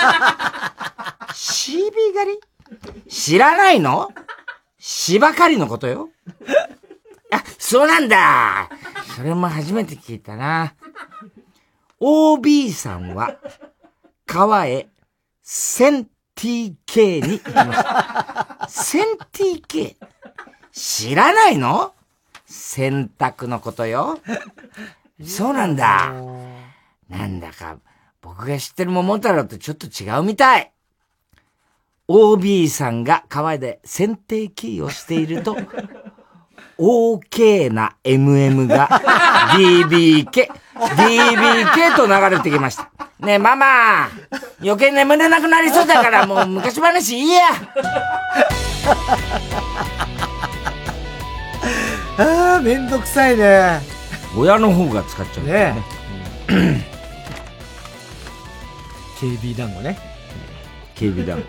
シービー狩り？知らないの？芝刈りのことよ。あ、そうなんだ。それも初めて聞いたな。オービー さんは川へ センティーケー に行きました。センティーケー？ 知らないの？洗濯のことよ。そうなんだ。なんだか僕が知ってる桃太郎とちょっと違うみたい。オービー さんが川で剪定キーをしていると、オーケー な エムエム が ディービーケー、ディービーケー と流れてきました。ねえママ、余計眠れなくなりそうだからもう昔話いいや。 ああ、めんどくさいね。 親の方が使っちゃうね。 ねケービー 団子ね。 ケービー 団子。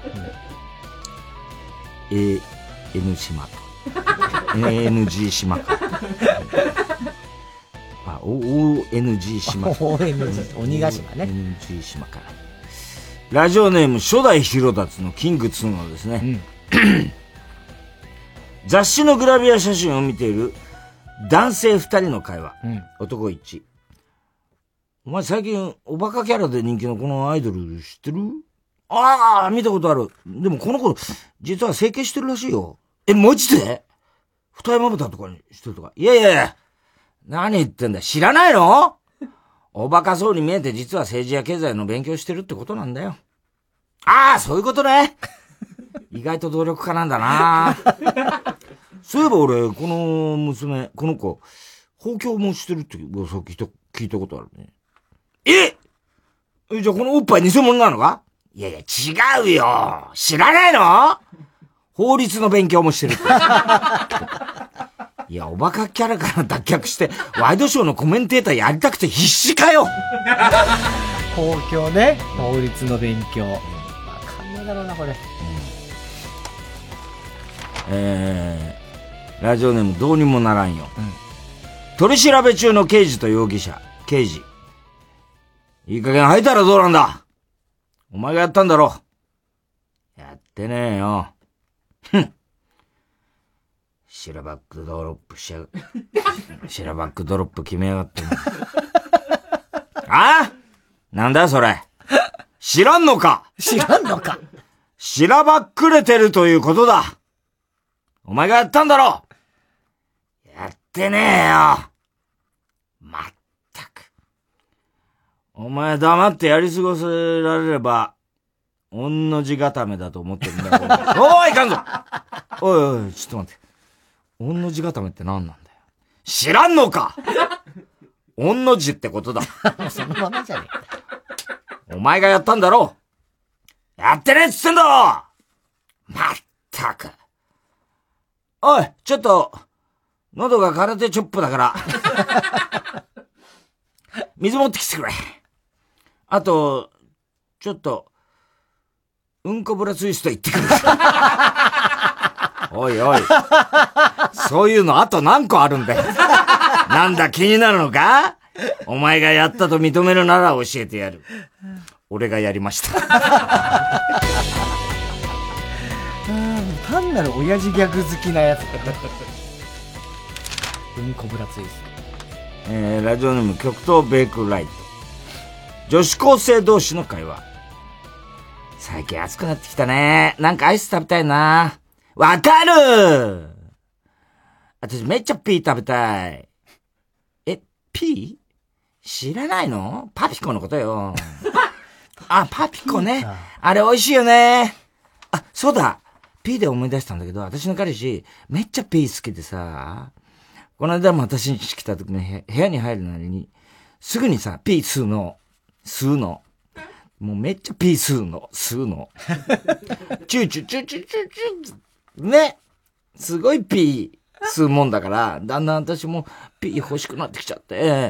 エーエヌ 島と。エーエヌジー 島か。あ、オーエヌジー 島。 オーエヌジー、鬼ヶ島ね。 オーエヌジー 島から。ラジオネーム初代ヒロダツのキングツーのですね。うん、雑誌のグラビア写真を見ている男性二人の会話。うん、男一。お前最近おバカキャラで人気のこのアイドル知ってる？ああ、見たことある。でもこの子、実は整形してるらしいよ。え、マジで？二重まぶたとかにしてるとか。いやいやいや、何言ってんだ。知らないの？おバカそうに見えて実は政治や経済の勉強してるってことなんだよ。ああ、そういうことね。意外と努力家なんだな。そういえば俺、この娘、この子、放狂もしてるって噂を聞いた、聞いたことあるね。え？え、じゃあこのおっぱい偽物なのか？いやいや、違うよ。知らないの？法律の勉強もしてるって。いや、おバカキャラから脱却して、ワイドショーのコメンテーターやりたくて必死かよ。 公共ね、法律の勉強。わかんないだろうな、これ。うん、 えー、ラジオネームどうにもならんよ。うん、取り調べ中の刑事と容疑者、刑事。いい加減吐いたらどうなんだ？お前がやったんだろ。やってねえよ。ふん。シラバックドロップしやがシラバックドロップ決めやがって。ああなんだそれ。知らんのか知らんのかしらばっくれてるということだ。お前がやったんだろ。やってねえよ。まったく。お前黙ってやり過ごせられれば、おんの字固めだと思ってるんだよ。おい、いかんぞ。おいおい、ちょっと待って。おんの字固めって何なんだよ。知らんのか。おんの字ってことだ。 そのままじゃねえ。お前がやったんだろう。やってねえっつってんだろ。まったく。おい、ちょっと、喉が空手チョップだから、水持ってきてくれ。あと、ちょっと、うんこブラツイスト言ってくる。おいおい。そういうのあと何個あるんだよ。なんだ気になるのか？お前がやったと認めるなら教えてやる。俺がやりました。 単なる親父ギャグ好きなやつだ。うんこブラツイスト。えー、ラジオネーム極東ベイクライト。女子高生同士の会話。最近暑くなってきたね。なんかアイス食べたいな。わかる！私めっちゃピー食べたい。え、ピー？知らないの？パピコのことよ。あ、パピコね。あれ美味しいよね。あ、そうだ。ピーで思い出したんだけど、私の彼氏、めっちゃピー好きでさ、この間も私に来た時に部屋に入るなりに、すぐにさ、ピー吸うの。吸うの。もうめっちゃピー吸うの。吸うの。チューチューチューチューチューチュー。ね。すごいピー吸うもんだから、だんだん私もピー欲しくなってきちゃって、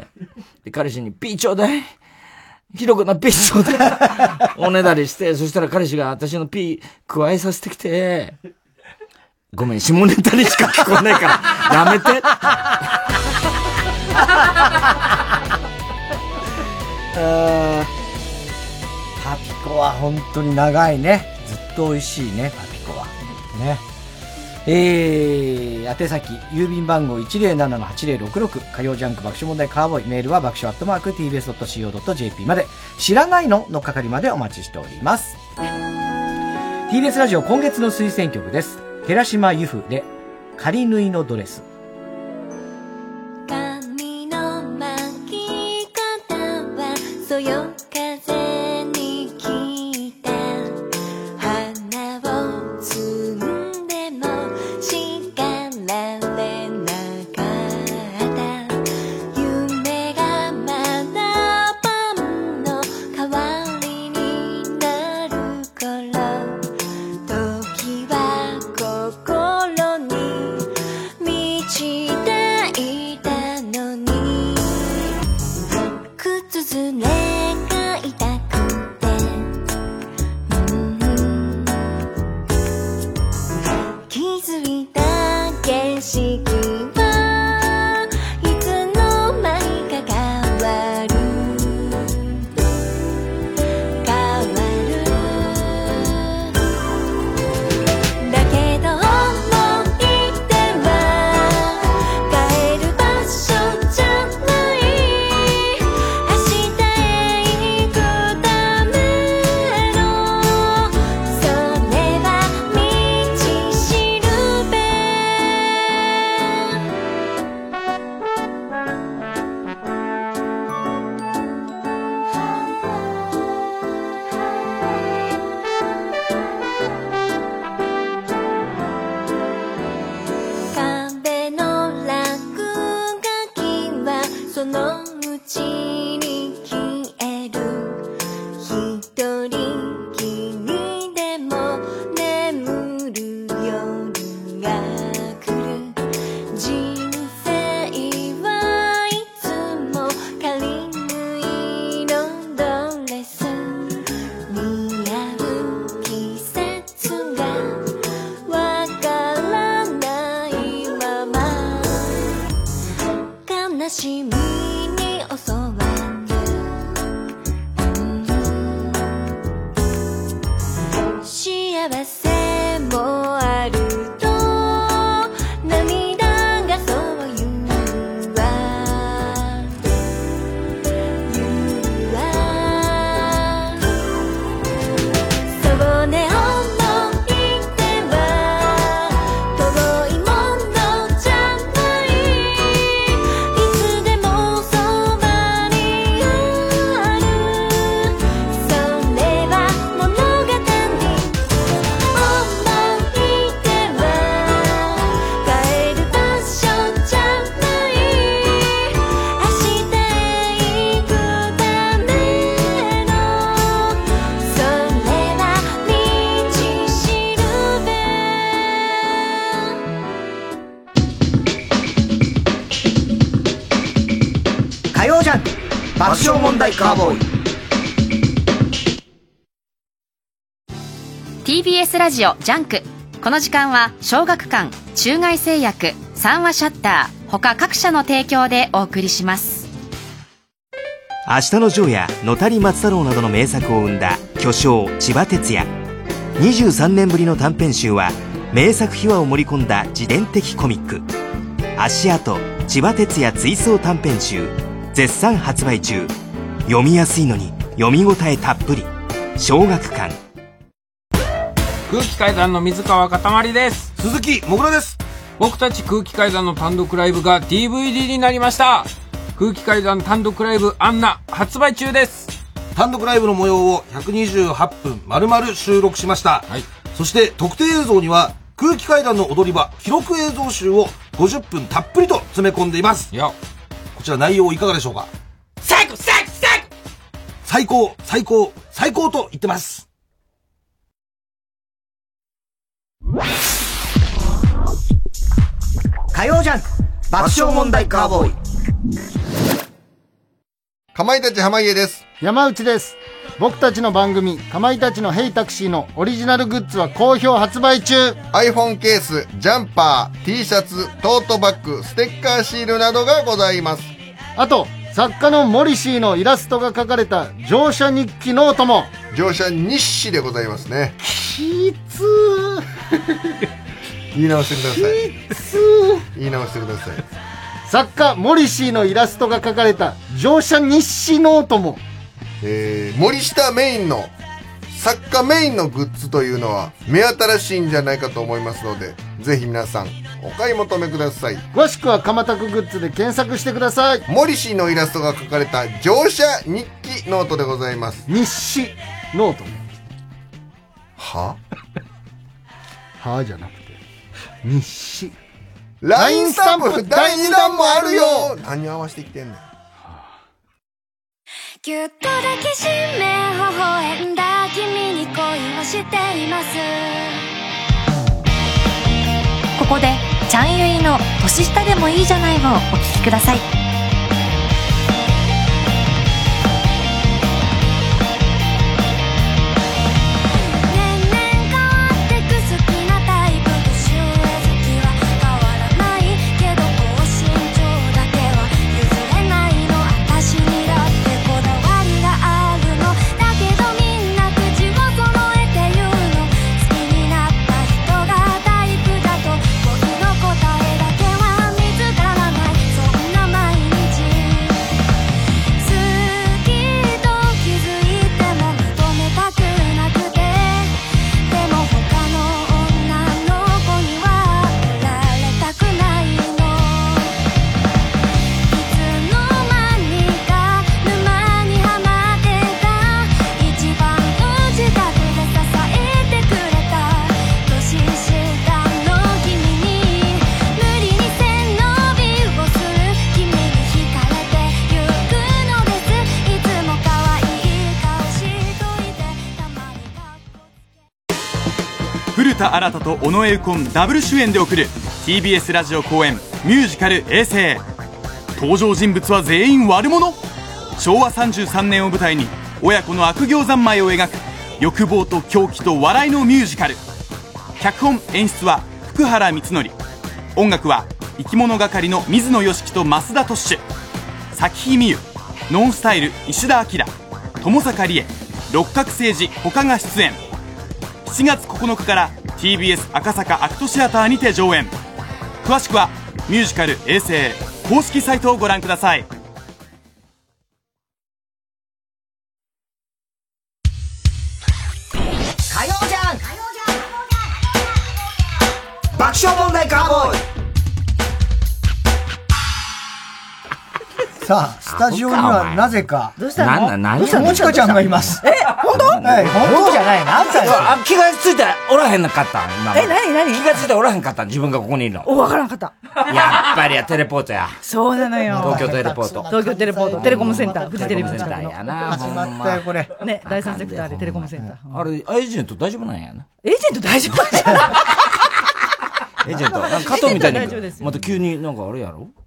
で、彼氏にピーちょうだい。広くなピーちょうだい。おねだりして、そしたら彼氏が私のピー加えさせてきて、ごめん、下ネタにしか聞こえないから、やめて。 あパピコは本当に長いね。ずっと美味しいね、パピコは。ね。えー、宛先、郵便番号 いちぜろななのはちぜろろくろく、火曜ジャンク爆笑問題カーボーイ、メールは爆笑アットマーク ティービーエスドットシーオードットジェーピー まで、知らないのの係までお待ちしております。ティービーエス ラジオ今月の推薦曲です。寺島由布で、仮縫いのドレス。 髪の巻き方はそよ風に来た花を摘んでも叱られなかった夢がまだパンの代わりになる頃時は心に満ちていたのに靴ずれが痛くて、うん気づいた景色はいつの間にか変わる変わるだけどもういては帰る場所じゃない明日へ行くためのそれは道しるべ壁の落書きはそのうちに消える一人きりでも眠る夜が来る人生はいつも仮縫いのドレス似合う季節がわからないまま悲しみに襲われ幸せもあると涙がそう言うわ言うわ爆笑問題カーボーイ。 ティービーエス ラジオジャンク。この時間は小学館、中外製薬、三話シャッター他各社の提供でお送りします。 明日のジョーや野谷松太郎などの名作を生んだ巨匠千葉哲也。にじゅうさんねんぶりの短編集は名作秘話を盛り込んだ自伝的コミック。足跡千葉哲也追想短編集絶賛発売中。読みやすいのに読み応えたっぷり。小学館。 空気階段の水川かたまりです。 鈴木もぐらです。 僕たち空気階段の単独ライブが ディーブイディー になりました。空気階段単独ライブアンナ発売中です。 単独ライブの模様をひゃくにじゅうはっぷん丸々収録しました、はい、そして特定映像には空気階段の踊り場記録映像集をごじゅっぷんたっぷりと詰め込んでいます。こちら内容いかがでしょうか。 最高最高最高最高最高と言ってます。 火曜ジャンク爆笑問題カーボーイ。 かまいたち濱家です。 山内です。僕たちの番組かまいたちのヘイタクシーのオリジナルグッズは好評発売中。 iPhone ケース、ジャンパー、 T シャツ、トートバッグ、ステッカーシールなどがございます。 あと作家のモリシーのイラストが描かれた乗車日記ノートも。 乗車日誌でございますね。 きつー言い直してください。 きつー言い直してください。 作家モリシーのイラストが描かれた乗車日誌ノートも。 えー、森下メインの作家メインのグッズというのは目新しいんじゃないかと思いますので、ぜひ皆さんお買い求めください。 詳しくはかまたくグッズで検索してください。 モリシーのイラストが描かれた乗車日記ノートでございます。 日誌ノートははじゃなくて日誌。 ラインスタンプだいにだんもあるよ。何合わせてきてんねん。 ぎゅっと抱きしめ微笑んだ君に恋をしています。 ここでちゃんゆいの年下でもいいじゃないをお聞きください。 古田新太と尾上右近ダブル主演で送る ティービーエス ラジオ公演ミュージカル衛星。登場人物は全員悪者。しょうわさんじゅうさんねんを舞台に親子の悪行三昧を描く欲望と狂気と笑いのミュージカル。脚本演出は福原光則。音楽は生き物係の水野良樹と増田トッシュ、咲日美優、ノンスタイル石田明、友坂理恵、六角誠治他が出演。しちがつここのかから ティービーエス 赤坂アクトシアターにて上演。詳しくはミュージカル衛星公式サイトをご覧ください。 火曜じゃん爆笑問題カーボーイ。さあ、スタジオにはなぜか。 どうしたの？なんだ、 どうしたの？もちかちゃんがいます。 え、本当？ はい、本当じゃない。なんだよ。 気がついておらへんなかったん今。 え、なになに？ 気がついておらへんかったん自分がここにいるの。 お、わからんかった。 やっぱりや、テレポートや。 そうなのよ。 東京テレポート。 東京テレポート。テレコムセンター。フジテレビセンターやな。 始まったよ、これ。 ね、だいさんセクターでテレコムセンター。 あれ、エージェント大丈夫なんやな。 エージェント大丈夫なんやな。 エージェント。加藤みたいに、また急になんかあれやろ？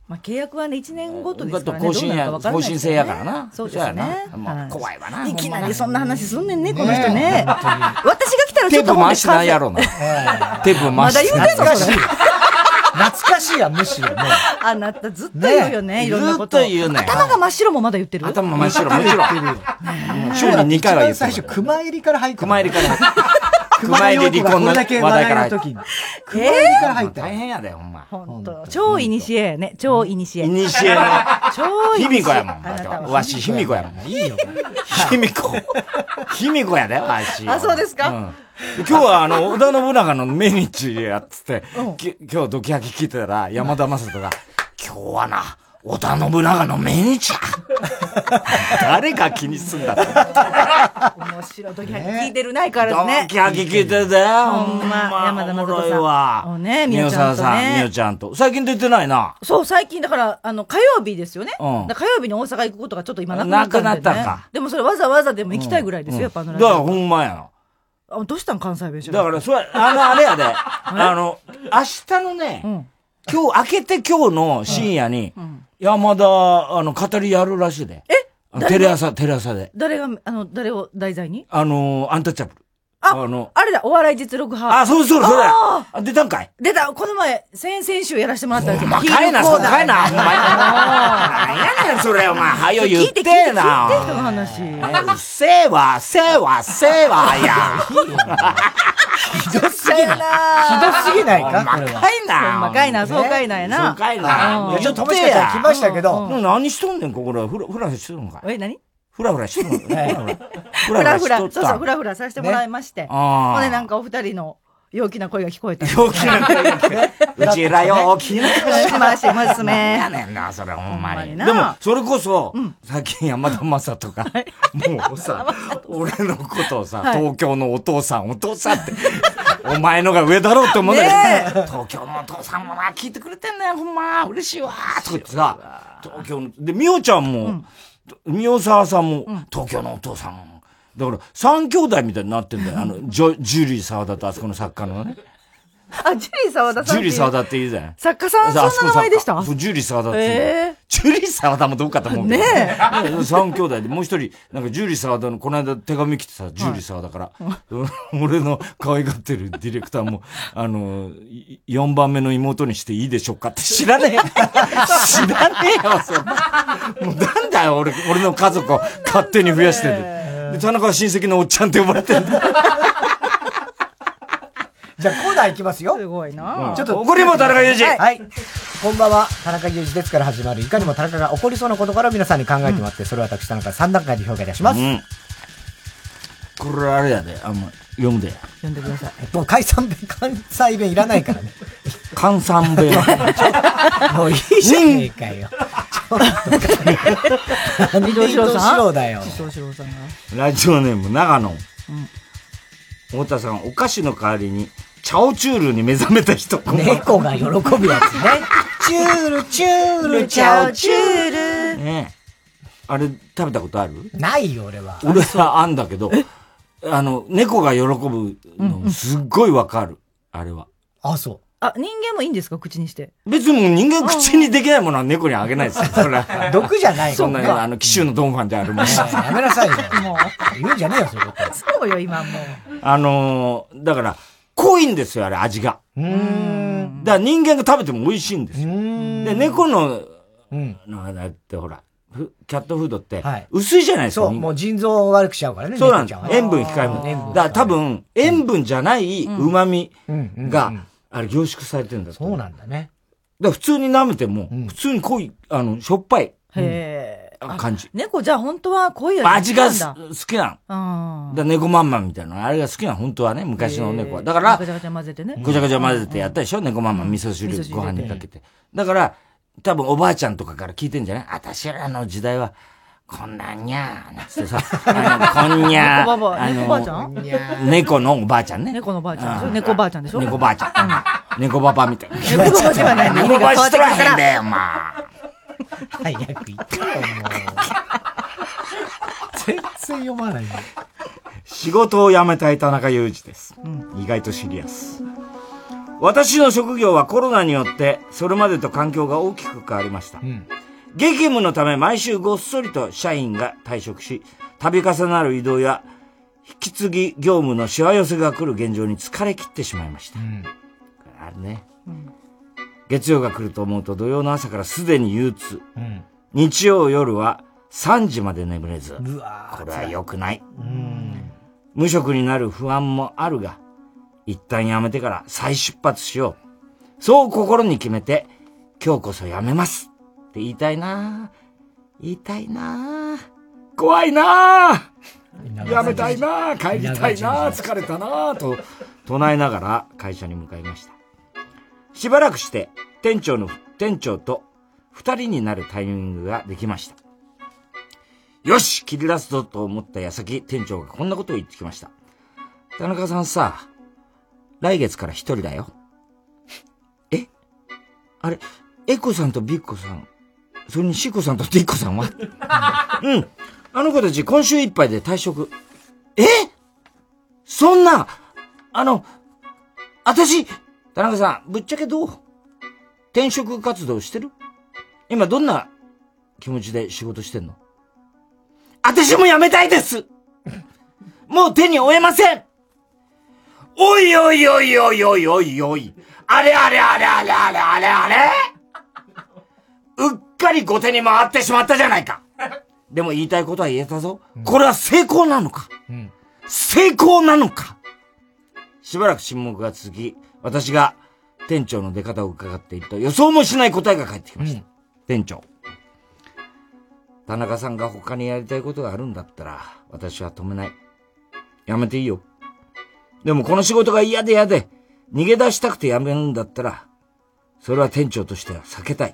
まあ契約はね、いちねんごとですからね。 更新や、更新制やからな。 そうですね。 もう怖いわな。 いきなりそんな話すんねんね、この人ね。私が来たらちょっとテープ回しないやろな。テープ回しない。 まだ言うてんのそれ。 懐かしいや、むしろね。 あなたずっと言うよね、いろんなこと。 ずっと言うね。 頭が真っ白もまだ言ってる？ 頭真っ白、もちろん。週ににかいは言ってる。 最初、熊入りから入った。 熊入りから入った。熊入り離婚の話題から入った。 熊入りから入った。 大変やで、ほんま。 ほんと。超イニシエやね。超イニシエ。 イニシエの。 超イニシエ。 卑弥呼やもん。わし、卑弥呼やもん。 いいよ。 卑弥呼。卑弥呼やで、わし。 あ、そうですか？ 今日はあの、織田信長の命日やっつって、今日ドキハキ聞いてたら、山田正人が、今日はな、織田信長の命日や誰が気にすんだって。 面白い。ドキハキ聞いてるないからね。 ドキハキ聞いてたよ。 ほんま、山田正人さん。 わ。 ね、みおちゃんとね。 みおちゃんと。最近出てないな。 そう、最近だから、あの、火曜日ですよね。火曜日に大阪行くことがちょっと今なくなったんでね。なくなったか。でもそれわざわざでも行きたいぐらいですよ、やっぱあのラジオ。 だからほんまやな。 あ、どうしたん関西弁じゃだから、それ、あの、あれやで、あの、明日のね、今日、明けて今日の深夜に、山田、あの、語りやるらしいで。えテレ朝、テレ朝で。 誰が、あの、誰を題材にあの、アンタッチャブル。 あ、あの、あれだ、お笑い実力派。 あ、そうそう、それ。あ、出たんかい出た、この前、先々週やらせてもらったんですよ。 お前、かいな、そうかいな、お前。何やねん、それ、お前、はよ言ってえな。 聞いて、人の話。 うっせえわ、せえわ、せえわ、いや。 ひどすぎない。ひどすぎないかこれは。 かいな。 ほんまかいな、そうかいなやな。 そうかいな。 ちょっと楽しかったら来ましたけど。 何しとんねん、ここら。ふら、ふらしとんのかい。 え、何ふらふらしとんのふらふら、そうそう、ふらふらさせてもらいまして。ほんで、なんかお二人の陽気な声が聞こえた。 陽気な声が聞こえた。うちら陽気な声。 しましますね。 やねんな、それ、ほんまに。でも、それこそ、最近山田正人が、もうさ、俺のことをさ、東京のお父さん、お父さんって、お前のが上だろうって思うんだけど、東京のお父さんもな、聞いてくれてんねん、ほんま、嬉しいわ、とか言ってさ、東京の、で、みおちゃんも、宮沢さんも、東京のお父さん。だから、三兄弟みたいになってんだよ。あの、ジュ、ジュリー沢田とあそこの作家のね。 あ、ジュリー沢田さん。 ジュリー沢田って言うじゃん。 作家さん、そんな名前でしたそう、ジュリー沢田って。ジュリー沢田もどうかと思うけど。ねえ。三兄弟で、もう一人、なんかジュリー沢田の、この間手紙来てさ、ジュリー沢田から。俺の可愛がってるディレクターも、あの、四番目の妹にしていいでしょうかって知らねえ。知らねえよ、それ。もうなんだよ、俺、俺の家族を勝手に増やしてる。で、田中は親戚のおっちゃんって呼ばれてんだ。 じゃあコーナー行きますよ。 すごいな、 うん、ちょっと。 怒りも田中裕二。 はい。こんばんは、田中裕二ですから始まる。いかにも田中が起こりそうなことから皆さんに考えてもらって、うん、それを私田中さん段階で評価いたします。うん、 これあれやで、あんま、読むで。 読んでください。 えっと、関西弁、関西弁いらないからね。 関西弁。 もういいじゃねえかよ。 二藤四郎さん。 二藤だよ。 二藤四郎さんが。 ラジオネーム、長野。うん。太田さん、お菓子の代わりに、チャオチュールに目覚めた人。 猫が喜ぶやつね。チュール、チュール、チャオチュール。 ねえ。あれ、食べたことある？ ないよ、俺は。 俺はあんだけど、あの、猫が喜ぶの、すっごいわかる。あれは。 あ、そう。 あ、人間もいいんですか口にして。 別に人間口にできないものは猫にあげないですよ。それ毒じゃないそんな、あの、紀州のドンファンじゃあるもん。 やめなさいよ。もう。言うんじゃねえよ、そういうこと。 そうよ、今もう。 あのー、だから、濃いんですよ、あれ、味が。うん。だから人間が食べても美味しいんですよ。で、猫の、うん。だって、ほら、キャットフードって、薄いじゃないですか。 そう、もう腎臓を悪くしちゃうからね。 そうなんですよ。塩分控えめ。だから多分、塩分じゃない旨味が、あれ凝縮されてるんだと。 そうなんだね。 だから普通に舐めても、普通に濃い、あの、しょっぱい。 へえ。感じ。 猫じゃあ本当は濃い味が好きなの。だ猫まんまみたいな。あれが好きなの、本当はね、昔の猫は。だから、 ごちゃごちゃ混ぜてね。 ごちゃごちゃ混ぜてやったでしょ、猫まんま味噌汁ご飯にかけて。だから、多分おばあちゃんとかから聞いてんじゃない？あたしらの時代は、こんなんにゃー、なんつってさ、こんにゃー。 猫ばあちゃん？ 猫のおばあちゃんね。 猫のばあちゃんでしょ？猫ばあちゃんでしょ？ 猫ばあちゃん。猫ばばみたいな。 猫ばばじゃない。 猫ばしとらへんだよ、まあ。 早く言ってよ、もう。全然読まないよ。 仕事を辞めたい田中裕二です。意外とシリアス。 私の職業はコロナによってそれまでと環境が大きく変わりました。うん、激務のため毎週ごっそりと社員が退職し、度重なる移動や引き継ぎ業務のしわ寄せが来る現状に疲れ切ってしまいました。うん、あれね、うん、月曜が来ると思うと土曜の朝からすでに憂鬱、うん、日曜夜はさんじまで眠れず、これは良くない。うん、無職になる不安もあるが、一旦辞めてから再出発しよう。そう心に決めて、今日こそ辞めますって言いたいな言いたいな怖いな辞めたいな帰りたいな疲れたなと唱えながら会社に向かいました。しばらくして店長の、店長と二人になるタイミングができました。よし切り出すぞと思った矢先、店長がこんなことを言ってきました。田中さんさ、来月から一人だよ。えあれ、エコさんとビッコさん、それにシコさんとディッコさんはうん。あの子たち今週いっぱいで退職。えそんな、あの、あたし、田中さん、ぶっちゃけどう転職活動してる？今どんな気持ちで仕事してんの？あたしも辞めたいですもう手に負えません。おいおいおいおいおいおいおい。あれあれあれあれあれあれあれうっかり後手に回ってしまったじゃないか。でも言いたいことは言えたぞ。うん、これは成功なのか、うん、成功なのか。しばらく沈黙が続き、私が店長の出方を伺っていると予想もしない答えが返ってきました。うん、店長。田中さんが他にやりたいことがあるんだったら、私は止めない。やめていいよ。でもこの仕事が嫌で嫌で、逃げ出したくて辞めるんだったら、それは店長としては避けたい。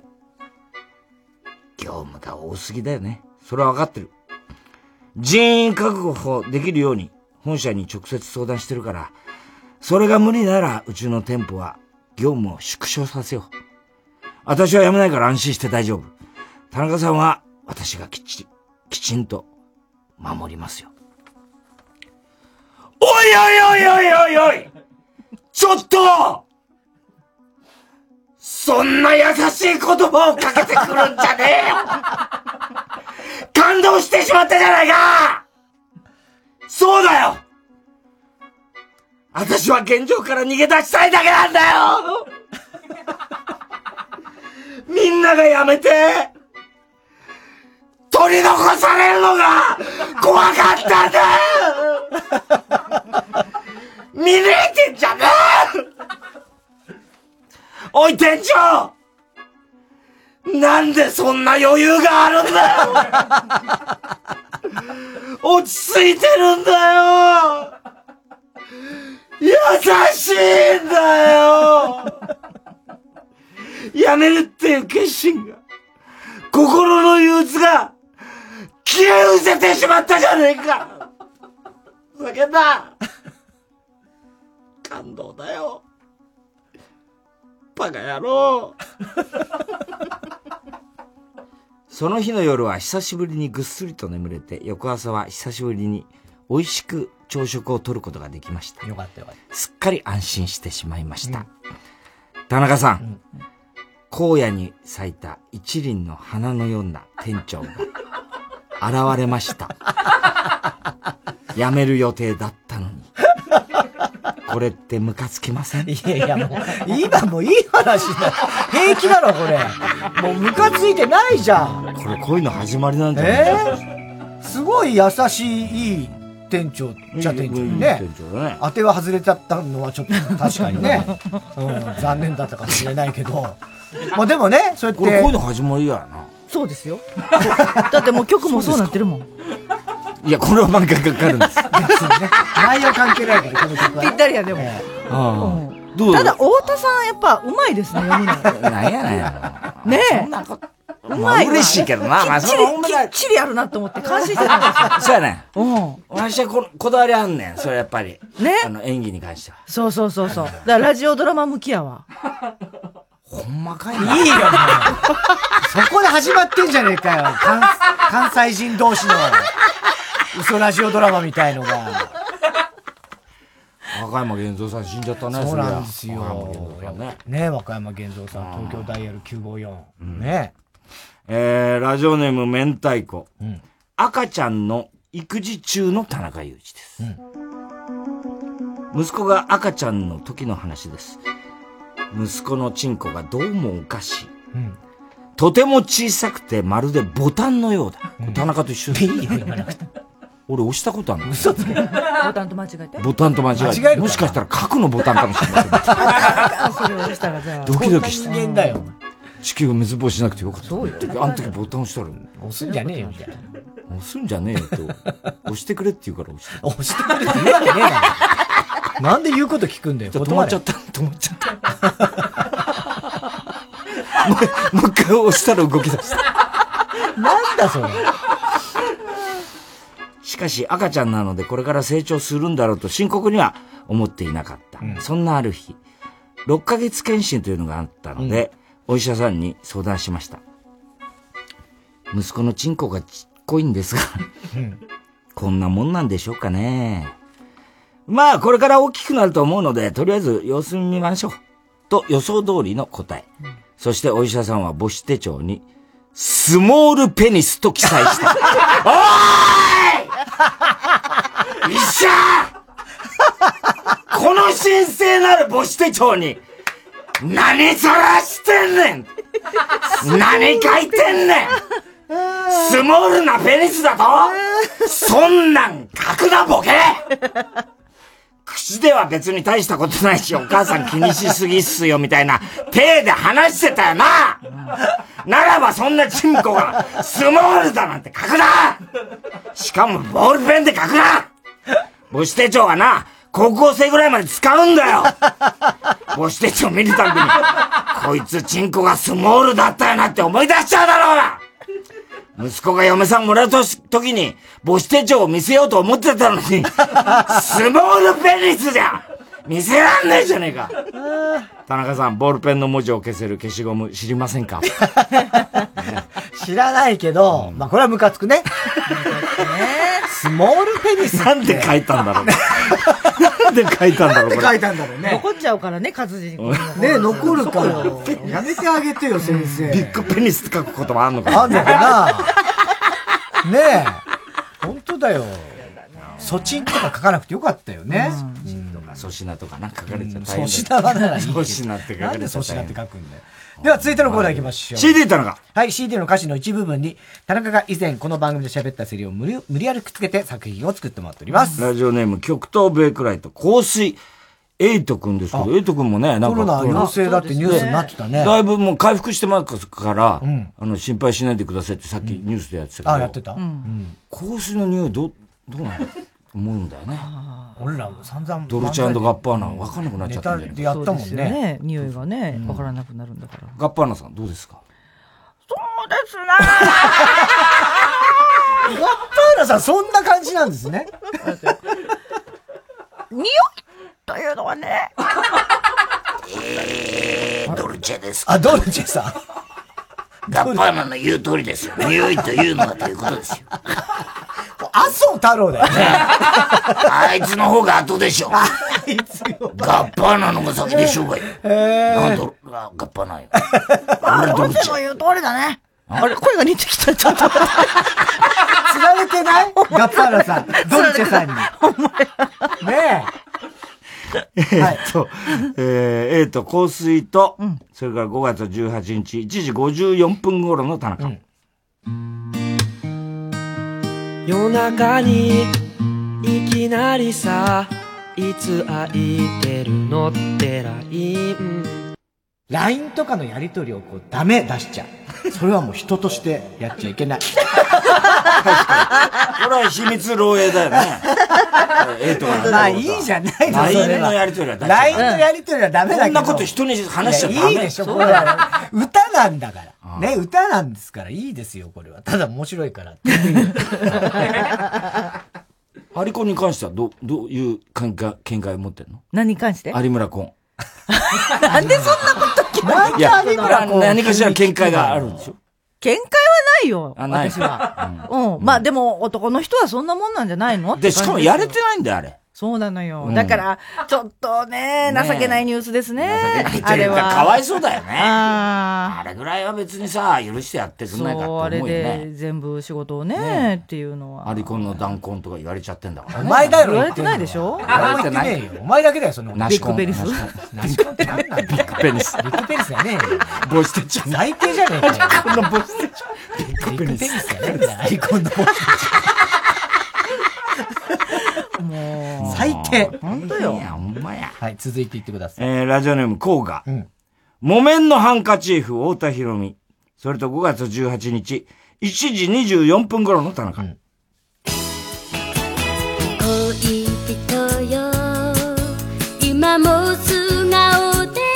業務が多すぎだよね。それは分かってる。人員確保できるように本社に直接相談してるから、それが無理ならうちの店舗は業務を縮小させよう。私は辞めないから安心して大丈夫。田中さんは私がきっちり、きちんと守りますよ。おいおいおいおいおいおいちょっとそんな優しい言葉をかけてくるんじゃねえよ感動してしまったじゃないか。そうだよ、私は現状から逃げ出したいだけなんだよみんながやめて取り残されるのが怖かったんだ見抜いてんじゃねえおい店長なんでそんな余裕があるんだよ落ち着いてるんだよ優しいんだよやめるっていう決心が心の憂鬱が消え失せてしまったじゃねえかふざけんな感動だよバカ野郎その日の夜は久しぶりにぐっすりと眠れて、翌朝は久しぶりに美味しく朝食をとることができました。 よかったよかった。 すっかり安心してしまいました。うん、田中さん、うん、荒野に咲いた一輪の花のような店長が現れました。辞める予定だったのに。これってムカつきません？ いやいやもう、今もいい話だ。平気だろ、これ。もうムカついてないじゃん。 これ恋の始まりなんじゃないですか。 えー、すごい優しい、いい店長じゃ店長にね。店長だね。当ては外れちゃったのはちょっと確かにね。うん、残念だったかもしれないけど。まあでもね、そうやって。これ恋の始まりやな。 そうですよ。だってもう曲もそうなってるもん。 いや、これは漫画かかるんです。別にね。内容関係ないけど、この曲は、 ね。ぴったりや、でも。えーうん、どうただ、太田さん、やっぱ、うまいですね、読みの。 なんやねん。 ねえ。 そんなこと。うまい。嬉しいけどな。 まあ、そのきっちりやるなと思って感心してたんですよ。 そうやね。うん。私はこ、こだわりあんねん、それやっぱり。 ね。 あの、演技に関しては。 そうそうそうそう。だからラジオドラマ向きやわ。 ほんまかいな。いいよ、もう。そこで始まってんじゃねえかよ。関、関西人同士の。嘘ラジオドラマみたいのが。 和歌山源三さん死んじゃったね。 そうなんですよ。 ねね和歌山源三さん、東京ダイヤルきゅうごよん。ねえー、ラジオネーム明太子。赤ちゃんの育児中の田中裕二です。息子が赤ちゃんの時の話です。息子のチンコがどうもおかしい。うん、とても小さくてまるでボタンのようだ。うん、田中と一緒だ。俺押したことあるの。 嘘つけ。ボタンと間違えて。 ボタンと間違えて。もしかしたら核のボタンかもしれない。 それを押したらじゃあ。 ドキドキして。 人間だよ。 地球が滅亡しなくてよかった。 そうよ。 あの時ボタン押したら。 押すんじゃねえよ、みたいな。 押すんじゃねえよと。押してくれって言うから押して。 押してくれって言うわけねえだろ。なんで言うこと聞くんだよ。 止まっちゃった。止まっちゃった。もう、もう一回押したら動き出した。 なんだそれ。 しかし赤ちゃんなのでこれから成長するんだろうと深刻には思っていなかった。うん、そんなある日、ろっかげつ検診というのがあったので、うん、お医者さんに相談しました。息子のチンコがちっこいんですが、うん、こんなもんなんでしょうかね。まあこれから大きくなると思うので、とりあえず様子見ましょう。と予想通りの答え。うん、そしてお医者さんは母子手帳に、スモールペニスと記載した。おーいいっしゃーこの神聖なる母子手帳に、何そらしてんねん何書いてんねんスモールなペニスだとそんなん書くなボケ口では別に大したことないし、お母さん気にしすぎっすよみたいな手で話してたよな。ならばそんなチンコがスモールだなんて書くな。しかもボールペンで書くな。母子手帳はな、高校生ぐらいまで使うんだよ。母子手帳見るたびに、こいつチンコがスモールだったよなって思い出しちゃうだろうが。息子が嫁さんもらうと時に母子手帳を見せようと思ってたのにスモールペニスじゃ見せらんねえじゃねえか。田中さん、ボールペンの文字を消せる消しゴム知りませんか？ 知らないけど、うん、まあこれはムカつくね。スモールペニスなんで書いたんだろうね。なんで書いたんだろうなんで書いたんだろうね。 残っちゃうからね、活字に。 ね残るから。やめてあげてよ、先生。 ビッグペニスって書くこともあんのかな。 あんのかな。ねえ。本当だよ。ソチンとか書かなくてよかったよね。 粗品とかな、書かれちゃった。 粗品はならいい。 粗品って書かれちゃった。 なんで粗品って書くんだよ。では続いてのコーナー行きましょう。 シーディー 田中。 はい、シーディー の歌詞の一部分に、田中が以前この番組で喋ったセリを無理、無理やりくっつけて作品を作ってもらっております。 ラジオネーム、極東ベイクライト、香水、エイトくんですけど、エイトくんもね、なんか。 コロナ陽性だってニュースになってたね。 だいぶもう回復してますから、うん、あの、心配しないでくださいってさっきニュースでやってたけど。 あ、やってた。うん。 香水の匂いど、どうなの思うんだよね。 俺らも散々 ドルチェ&ガッパーナ分かんなくなっちゃったんだよね。 でやったもんね。 ね匂いがね、分からなくなるんだから。 ガッパーナさんどうですか？ そうですねガッパーナさんそんな感じなんですね。 匂いというのはね。 えー、ドルチェですか？ あ、ドルチェさん。 ガッパーナの言う通りですよ。匂いというのはということですよ。 麻生太郎だよね。 あいつの方が後でしょ。 あいつよ。 ガッパーナのが先でしょうがよ。 へなんだガッパーナよ。 あれ、ドルチェの言う通りだね。あれ、声が似てきた。ちょっと。 釣られてないガッパーナさん。ドルチェさんに。ねえ。はい。と、えー、えーと、香水と、うん、それからごがつじゅうはちにち、いちじごじゅうよんぷん頃の田中。うん夜中にいきなりさ、いつ空いてるのってラインライン とかのやりとりをこうダメ出しちゃう。それはもう人としてやっちゃいけない。確かに。これは秘密漏洩だよね。ええとかまあいいじゃないの。 ライン のやりとりはダメ。 ライン のやりとりはダメだけど。 こんなこと人に話しちゃダメ。 いいでしょ、これは。歌なんだから。ね、歌なんですからいいですよ、これは。ただ面白いから。 アリコンに関してはど、どういう見解、見解を持ってんの？ 何に関して？ 有村コン。 なんでそんなこと聞くの？ なんで有村コン？ 何かしら見解があるんでしょ？ 見解はないよ。 あ、ない。 私は。うん。まあでも男の人はそんなもんなんじゃないの？ で、しかもやれてないんだよ、あれ。 そうなのよ。 うんだから、ちょっとね、 ね情けないニュースですね。 情けないあれは。 かわいそうだよね。 ああれぐらいは別にさ、許してやってくんないかってそう、 思うよあれでね。 全部仕事をね、 ねっていうのは。 アリコンの弾痕とか言われちゃってんだからね。 お前だよ言われてないでしょ言われてないよ。お前だけだよ、その。 ナシコンビッグペニスナシコンって何なんだよ。 ビッグペニス。 ビッグペニスじゃねえよ。 ボステチョン。 最低じゃねえかよ。 このボステチョン。ビッグペニスじゃねえんだよ。アイコンのボステチョン。もう。最低。 本当よ。 いや、ほんまや。 はい、続いていってください。 えー、ラジオネーム、コウガ。木綿のハンカチーフ、太田博美。それとごがつじゅうはちにち、いちじにじゅうよんぷん頃の田中。 恋人よ、今も素顔で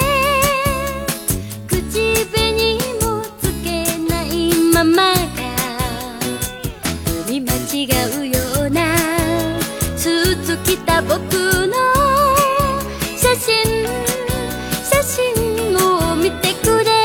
口紅もつけないままが見間違うようなスーツ着た僕の写真写真を見てくれ。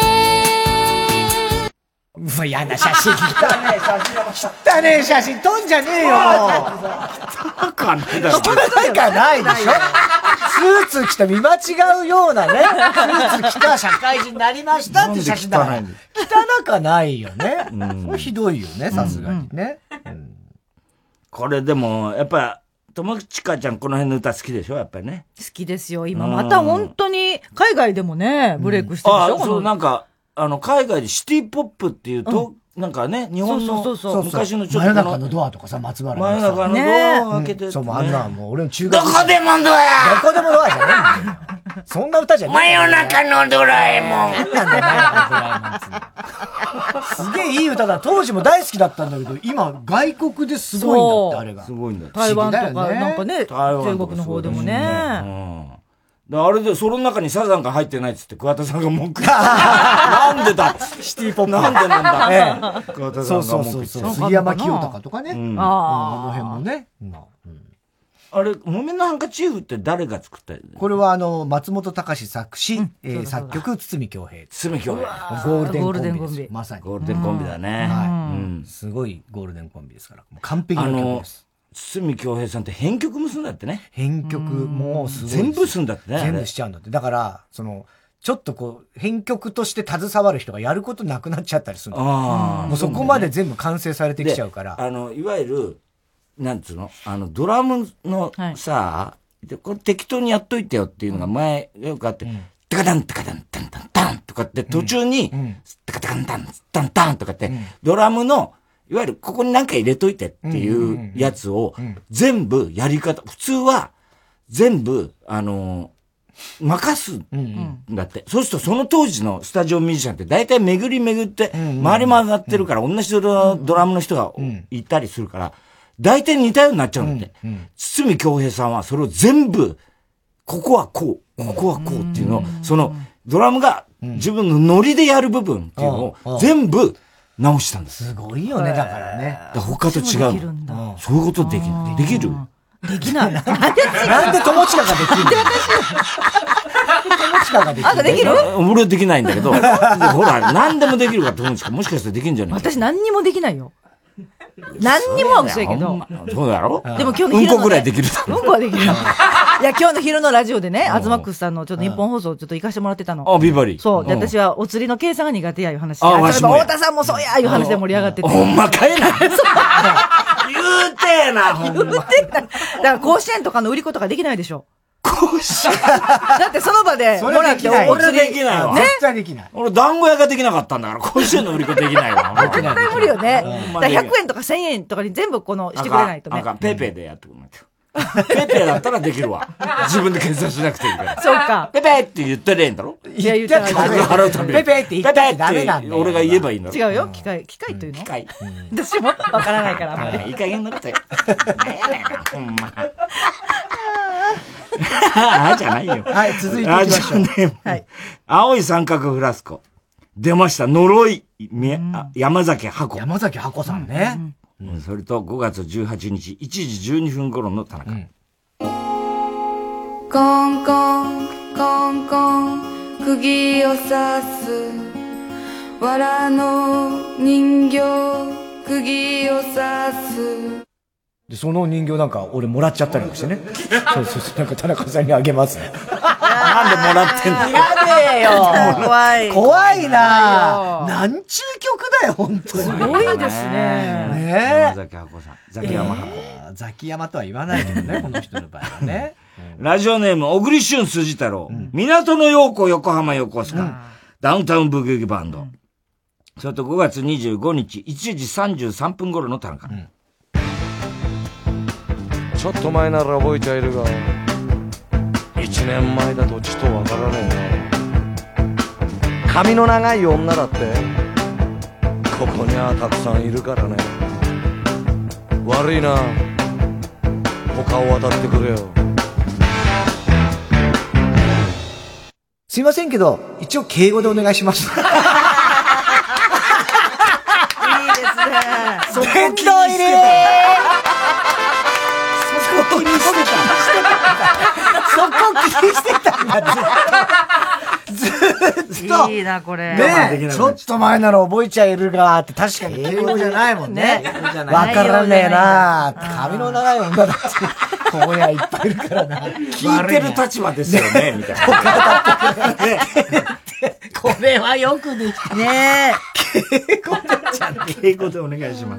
うわ、嫌な写真。汚ねえ写真。汚ねえ写真撮んじゃねえよ、もう。 汚かないだろ。 汚かないでしょ。スーツ着た見間違うようなね。スーツ着た社会人になりましたって写真だから。汚かないよね。これひどいよね、さすがにね。 これでも、やっぱ、友近ちゃんこの辺の歌好きでしょやっぱりね。 好きですよ。今また本当に、海外でもね、ブレイクしてるでしょ、 あ、そう、なんか、あの、海外でシティポップっていうと、なんかね、日本の昔のちょっと。 真夜中のドアとかさ、松原真夜中のドアを開けて。 そう、あんなもう俺の中学。 どこでもドアやどこでもドアじゃねえんだよ。そんな歌じゃねえ。 真夜中のドラえもん。 なんなんだよ、真夜中のドラえもんっつうの。すげえいい歌だ。当時も大好きだったんだけど、今、外国ですごいんだって、あれが。 すごいんだって。 台湾とか、なんかね、中国の方でもね。 あれで、その中にサザンが入ってないっつって、桑田さんが文句言って。なんでだシティポップ。 なんでなんだって。桑田さんが文句言って。 杉山清隆とかね。あの辺もね。 あれ、木綿のハンカチーフって誰が作ったこれはあの、松本隆作詞、作曲、堤恭平。 堤恭平。 ゴールデンコンビ。まさに。 ゴールデンコンビだね。 はい。すごいゴールデンコンビですから。完璧な曲です。 堤恭平さんって編曲もすんだってね。 編曲もすごい。 全部すんだってね。 全部しちゃうんだって。だから、その、ちょっとこう、編曲として携わる人がやることなくなっちゃったりするんだ。もうそこまで全部完成されてきちゃうから。 あの、いわゆる、なんつうのあの、ドラムのさ、これ適当にやっといてよっていうのが前よくあって、タカタンタカタンタンタンタンとかって途中に、タカタンタンタンタンとかって、ドラムの、いわゆるここに何か入れといてっていうやつを全部やり方、普通は全部、あの、任すんだって。そうするとその当時のスタジオミュージシャンって大体巡り巡って回り回ってるから同じドラムの人がいたりするから、大体似たようになっちゃうんだって。堤恭平さんはそれを全部、ここはこう、ここはこうっていうのを、そのドラムが自分のノリでやる部分っていうのを全部、直したんです。 すごいよね、だからね。 他と違うの。そういうことできる。できるできない。 なんで友近ができるの友近ができる。 あんたできる？ 俺はできないんだけど、ほら、何でもできるから友近もしかしたらできるんじゃない私何にもできないよ。何にもは嘘やけど。 そうだろ？ でも今日の昼の、 うんこぐらいできる。 うんこはできる。いや、今日の昼のラジオでね、アズマックスさんのちょっと日本放送ちょっと行かしてもらってたの。 あ、ビバリー。 そう。で、私はお釣りの計算が苦手やいう話で。 あ、わしも。 太田さんもそうやいう話で盛り上がってて。 ほんまかいな。言うてえな、ほんま。 言うてえな。だから甲子園とかの売り子とかできないでしょ。 甲子園だってその場でもらってお釣り。俺できないわ。 絶対できない。 俺団子屋ができなかったんだから、甲子園の売り子できないわ。 絶対無理よね。だからひゃくえんとかせんえんとかに全部このしてくれないとね。 なんかペイペイでやってくれないと。ペイペイだったらできるわ。自分で計算しなくていいから。 そうか。 ペイペイって言ったらええんだろ？ いや、言ったら払うために。 ペイペイって言ったらダメなんだよ。 俺が言えばいいんだろ？ 違うよ。機械、機械というの？ 機械。 私もわからないから、あんまり。 いい加減なことよ。なんやねんな、ほんま。あじゃないよ。 はい、続いていきましょう。 はい。青い三角フラスコ。出ました。呪い。山崎箱。 山崎箱さんね。 それとごがつじゅうはちにちいちじじゅうにふん頃の田中。 コンコンコンコン釘を刺す藁の人形釘を刺す。 で、その人形なんか俺もらっちゃったりもしてね。そうそうそう、なんか田中さんにあげますね。 なんでもらってんの？ いらねえよ。 怖い。 怖いな。なんちゅう曲だよ、本当に。 すごいですね。 ねえ。 山崎箱さん。ザキヤマ箱。 ザキヤマとは言わないけどね、この人の場合はね。 ラジオネーム、小栗旬筋太郎。港の陽子横浜横須賀。ダウンタウンブギウギバンド。それとごがつにじゅうごにち、いちじさんじゅうさんぷん頃の田中。 ちょっと前なら覚えてはいるが、一年前だとちとわからねえな。髪の長い女だってここにはたくさんいるからね。悪いな、他を渡ってくれよ。 すいませんけど一応敬語でお願いします。 いいですね。 殿入りそこ気にしてた。そこ気にしてたんだ。ずっと。 いいな、これ。 ねえ、ちょっと前なら覚えちゃいるがって、確かに英語じゃないもんね。わからねえなー。髪の長い女だって、ここにはいっぱいいるからな。 聞いてる立場ですよね、みたいな。 これはよくできた。 ねえ。敬語でちゃんと。 敬語でお願いします。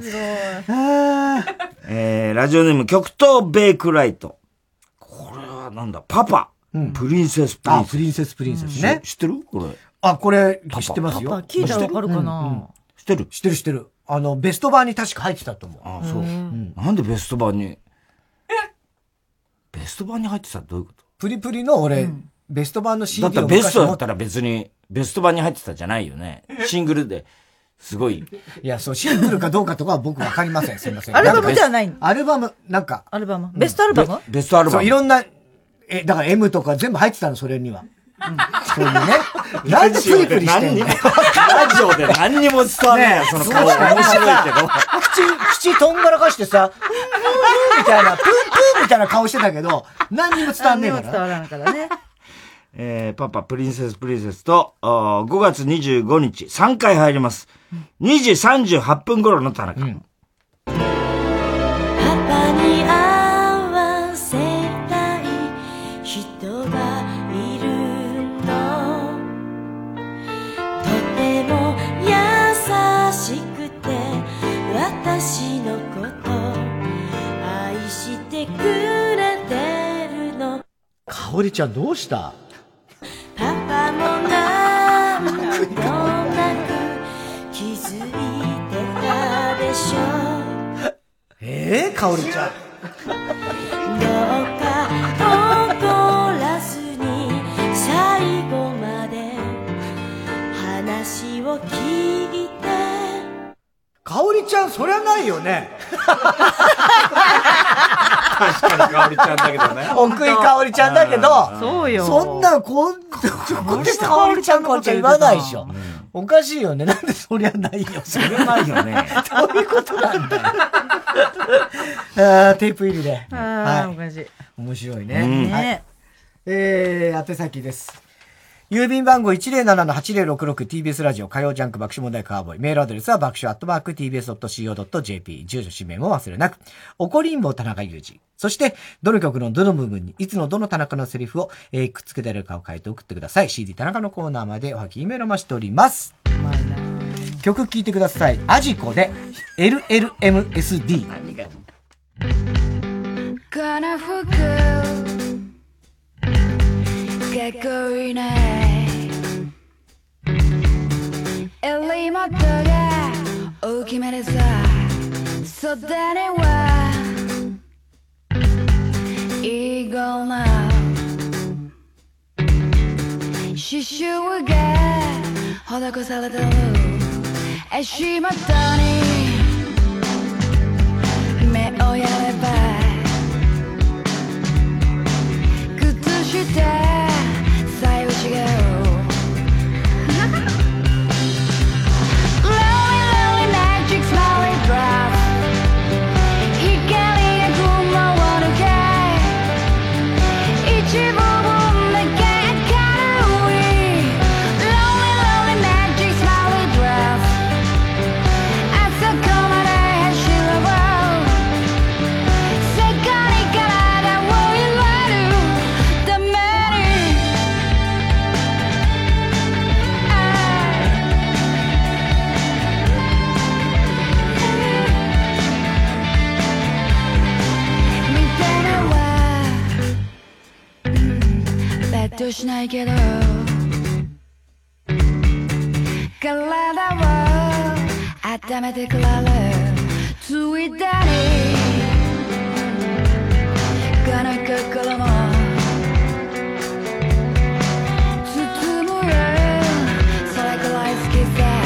えー、ラジオネーム、極東ベイクライト。これはなんだ、パパ。うん、プリンセスプリンセス。 あ、プリンセスプリンセスね。 知ってるこれ。 あ、これ、知ってますよ。 パパ聞いたらわかるかな、 知ってる知ってる知ってる。あの、ベスト版に確か入ってたと思う。 あ、そう。なんでベスト版に。ベスト版に入ってたってどういうこと？ プリプリの俺、ベスト版の シーディー をだったらベストだったら別に、ベスト版に入ってたじゃないよね。シングルで。すごい。 いや、そう、シングルかどうかとかは僕わかりません。すみません。 アルバムではないの？ アルバム、なんか。 アルバムベストアルバム？ ベストアルバム。 そう、いろんな、え、だから M とか全部入ってたの、それには。うん、そういうね。なんでプリプリしてんの？ ラジオで何にも伝わんないよ、その顔。面白いけど。 口、口とんがらかしてさ、プーみたいな、プープーみたいな顔してたけど、何にも伝わんねえから。 何にも伝わらないからね。 えー、パパ、プリンセスプリンセスと、ごがつにじゅうごにち、さんかい入ります。にじさんじゅうはっぷん頃の田中。うん、 パパに合わせたい人がいるの。とても優しくて、私のこと愛してくれてるの。 かおりちゃんどうした？ パパもなんとなく気づいてたでしょ。 ええー、かおりちゃん。 どうか怒らずに最後まで話を聞いて。 かおりちゃん、そりゃないよね。 確かにかおりちゃんだけどね。 奥井かおりちゃんだけど、 そうよ。 そんな、こん、ここでかおりちゃんかおりちゃん言わないでしょ。おかしいよね。なんでそりゃないよ。 そりゃないよね。 どういうことなんだよ。あー、テープ入りで。 あー、おかしい。 面白いね。はい。えー、宛先です。郵便番号 いちまるななのはちまるろくろく ティービーエス ラジオ火曜ジャンク爆笑問題カーボーイ。メールアドレスは爆笑アットマーク ティービーエスドットシーオードットジェーピー。住所氏名も忘れなく。怒りんぼ田中裕二。そして、どの曲のどの部分にいつのどの田中のセリフを、えー、くっつけてあるかを書いて送ってください。シーディー 田中のコーナーまでおはぎメールを待しております。曲聴いてください。アジコで エルエルエムエスディー。何がこの服かっこいいね。襟元が大きめでさ、袖にはイーゴルの刺繍が施されてる足元に目をやれば靴下さえ違うしないけど体を温めてくれるツイッターにこの心も包むよそれくらい好きさ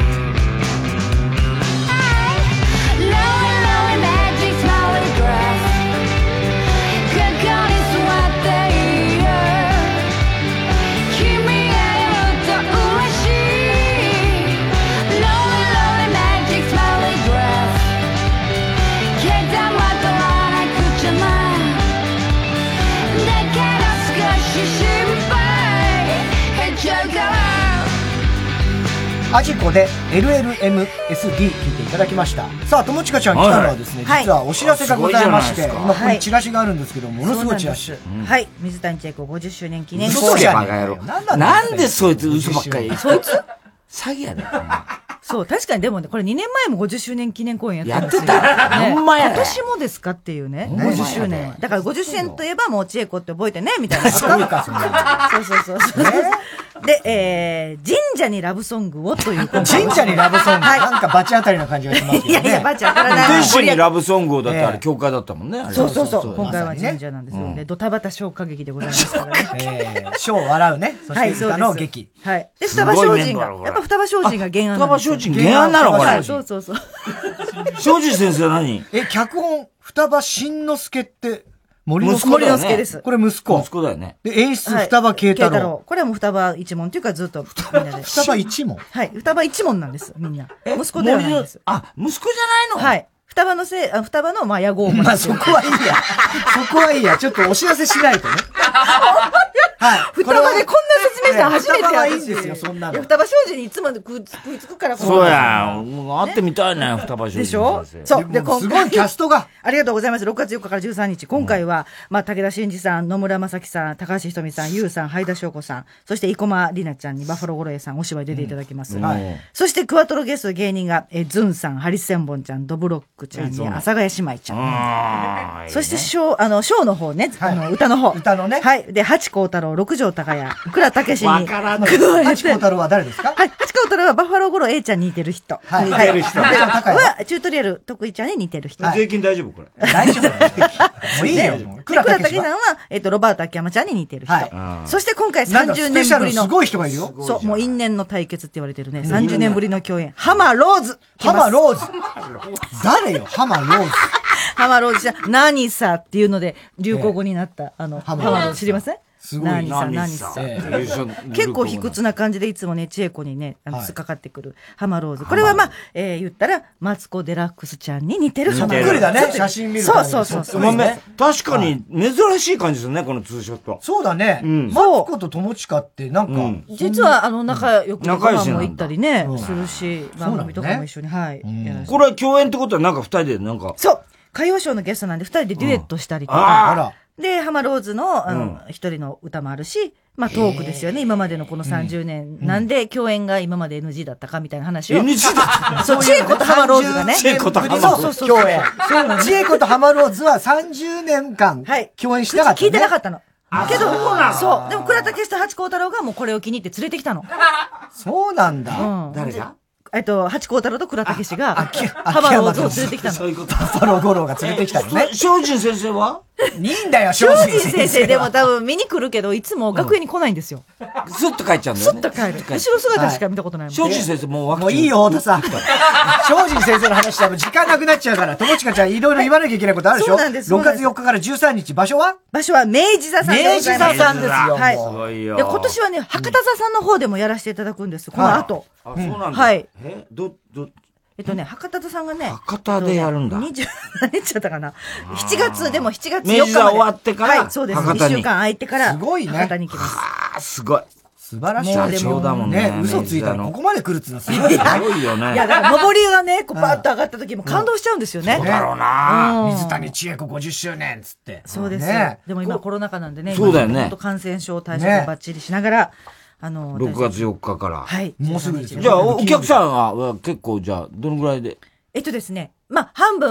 アジコで エルエルエムエスディー 聞いていただきました。さあ、友近ちゃん来たのはですね、はい、実はお知らせがございまして、今ここにチラシがあるんですけど、ものすごいチラシ。 はい、水谷千恵子ごじゅっしゅうねん記念公演。なんでそいつ嘘ばっかり。 そいつ詐欺やね。 そう、確かにでもね、これにねんまえもごじゅっしゅうねん記念公演やってたんですよ。やってた。ほんまや。 今年もですかっていうね。ごじゅっしゅうねん。だからごじゅっしゅうねんといえばもう千恵子って覚えてね、みたいな。そうそうそうそう。で、えー、神社にラブソングをという。 神社にラブソング、なんかバチ当たりな感じがしますけどね。 いやいや、バチ当たらない。 天使にラブソングをだってあれ、教会だったもんね。 そうそうそう。今回は神社なんですよ。で、ドタバタ小歌劇でございますからね。小笑うね。そして歌の劇。 はい。で、双葉精進が、やっぱ双葉精進が原案双葉精進原案なのこれ。 そうそうそう。 精進先生何え、脚本、双葉慎之介って、 森之助です。 これ息子。 息子だよね。 で、演出、双葉慶太郎。 これはもう双葉一門っていうかずっとみんなで。 双葉一門はい。双葉一門なんです、みんな。息子ではないです。 あ、息子じゃないのはい。双葉のせい、あ双葉の、まあ、野号も。 まあ、そこはいいや。そこはいいや。ちょっとお知らせしないとね。 はい。双葉でこんな説明した初めてや双葉はいいんですよ、そんなの。 双葉精進にいつも食いつくから、 そうや。会ってみたいね、双葉精進。 でしょそう。 で、今回。すごいキャストが。 ありがとうございます。ろくがつよっかからじゅうさんにち。今回は、まあ、武田真治さん、野村正樹さん、高橋ひとみさん、ゆうさん、はいだしょうこさん、そして生駒里奈ちゃんにバッファローゴロエさん、お芝居出ていただきます。そして、クワトロゲスト芸人が、え、ズンさん、ハリスセンボンちゃん、ドブロックちゃんに、阿佐ヶ谷姉妹ちゃん。そして、ショー、あの、ショーの方ね、あの、歌の方。 歌のね。 はい。で、八甲太郎、六条高谷、倉武史に。 わからない。八甲太郎は誰ですか？ はい。八甲太郎はバッファローゴロ A ちゃんに似てる人。 はい。似てる人。は、 チュートリアル得意ちゃんに似てる人。 税金大丈夫これ。 大丈夫。もういいよ。 倉武史さんは、えっと、ロバート秋山ちゃんに似てる人。そして今回さんじゅうねんぶりの。 すごい人がいるよ。 そう、もう因縁の対決って言われてるね。さんじゅうねんぶりの共演。ハマローズ。 ハマローズ。誰よ、ハマローズ。 ハマローズじゃ、何さっていうので流行語になった、あの、ハマローズ知りません？ すごい何さ、何さ。結構卑屈な感じでいつもね、千恵子にね、突っかかってくる、ハマローズ。これはまあ、えー、言ったら、マツコ・デラックスちゃんに似てるハマローズ。 そっくりだね、写真見ると。そうそうそう。 確かに、珍しい感じですね、このツーショット。 そうだね。マツコと友近って、なんか、 実は、あの、仲良く、仲良しも行ったりね、するし、番組とかも一緒に、はい。 これは共演ってことは、なんか二人で、なんか。 そう歌謡ショーのゲストなんで、二人でデュエットしたりとか。で、ハマローズの、あの、一、人の歌もあるし、まあトークですよね。今までのこのさんじゅうねん。なんで共演が今まで エヌジー だったかみたいな話を。 エヌジー だったそう、千恵子とハマローズがね。 千恵子とハマローズ。 そうそうそう。共演。千恵子とハマローズはさんじゅうねんかん共演してなかった。 聞いてなかったの。けど、そう。でも倉武と八甲太郎がもうこれを気に入って連れてきたの。 そうなんだ。 誰がえっと、八甲太郎と倉武史が、ハマローズを連れてきたの。 そういうこと。 バッファローゴローが連れてきたのね。 精進先生はいいんだよ、 精進先生。でも多分見に来るけど、いつも学園に来ないんですよ。 スッと帰っちゃうんだよね。 スッと帰る。後ろ姿しか見たことないもん。 精進先生もう分かもういいよ、太田さん。精進先生の話はもう時間なくなっちゃうから、友近ちゃんいろいろ言わなきゃいけないことあるでしょ？そうなんです。ろくがつよっかからじゅうさんにち、場所は場所は明治座さんでございます。明治座さんですよ。 はい。 すごいよ。 で、今年はね、博多座さんの方でもやらせていただくんです。この後。 あ、そうなんだ。 はい。 え、ど、ど、 えっとね、博多座さんがね、 博多でやるんだ。 にじゅう、何日だったかな。しちがつ、でもしちがつよっかまで。明治座終わってから、 はい、そうです。いっしゅうかん空いてから、 すごいね。 博多に行きます。 あすごい。 素晴らしい。 社長だもんね。 嘘ついたらここまで来るっつうのはすごい。すごいよね。 いや、だから上りがね、こうバーッと上がった時も感動しちゃうんですよね。 そうだろうな。 水谷千恵子ごじゅっしゅうねんつって。 そうです。でも今コロナ禍なんでね。 そうだよね。 本当感染症対策バッチリしながら、あの、 ろくがつよっかから。 はい。 もうすぐですよ。 じゃあ、お客さんは結構、じゃあ、どのぐらいでえっとですね、まあ、半分は、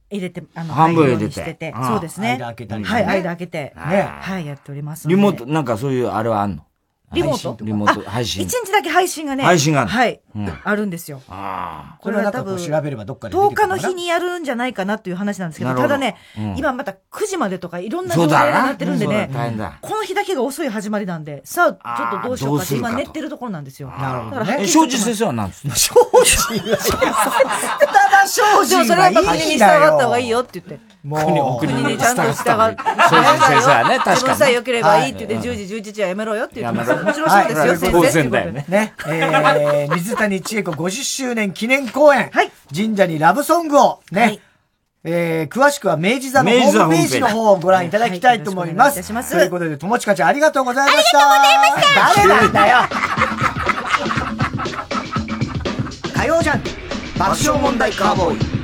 入れて、あの、 半分入れて入るようにしてて。そうですね。 間開けたりねはい、間開けて。 ねはい、やっておりますので。 リモート、なんかそういうあれはあんの？ リモートリモート、配信。 一日だけ配信がね。 配信がある。 はい。 うんあるんですよ。 ああ。これは多分調べればどっかでとおかの日にやるんじゃないかなっていう話なんですけど、ただね、今またくじまでとかいろんな情報がなってるんでね、この日だけが遅い始まりなんで、さあ、ちょっとどうしようかって今練ってるところなんですよ。 なるほどね。 え、庄司先生は何ですか？ 庄司ただ庄司でもそれは国に従った方がいいよって言って。 もう、 国にちゃんと従って。 庄司先生はね、確かに。 自分さえ良ければいいって言って、じゅうじ、じゅういちじはやめろよって言ってます。もちろんそうですよ、先生。 先生。 ね。えー、水谷千恵子ごじゅっしゅうねん記念公演。はい。神社にラブソングを、ね。はい、えー、詳しくは明治座のホームページの方をご覧いただきたいと思います。はい、ということで、友近ちゃんありがとうございました。 ありがとうございました誰なんだよ。火曜ジャンク爆笑問題カーボーイ。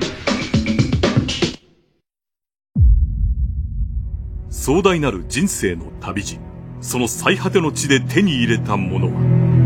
壮大なる人生の旅路、その最果ての地で手に入れたものは、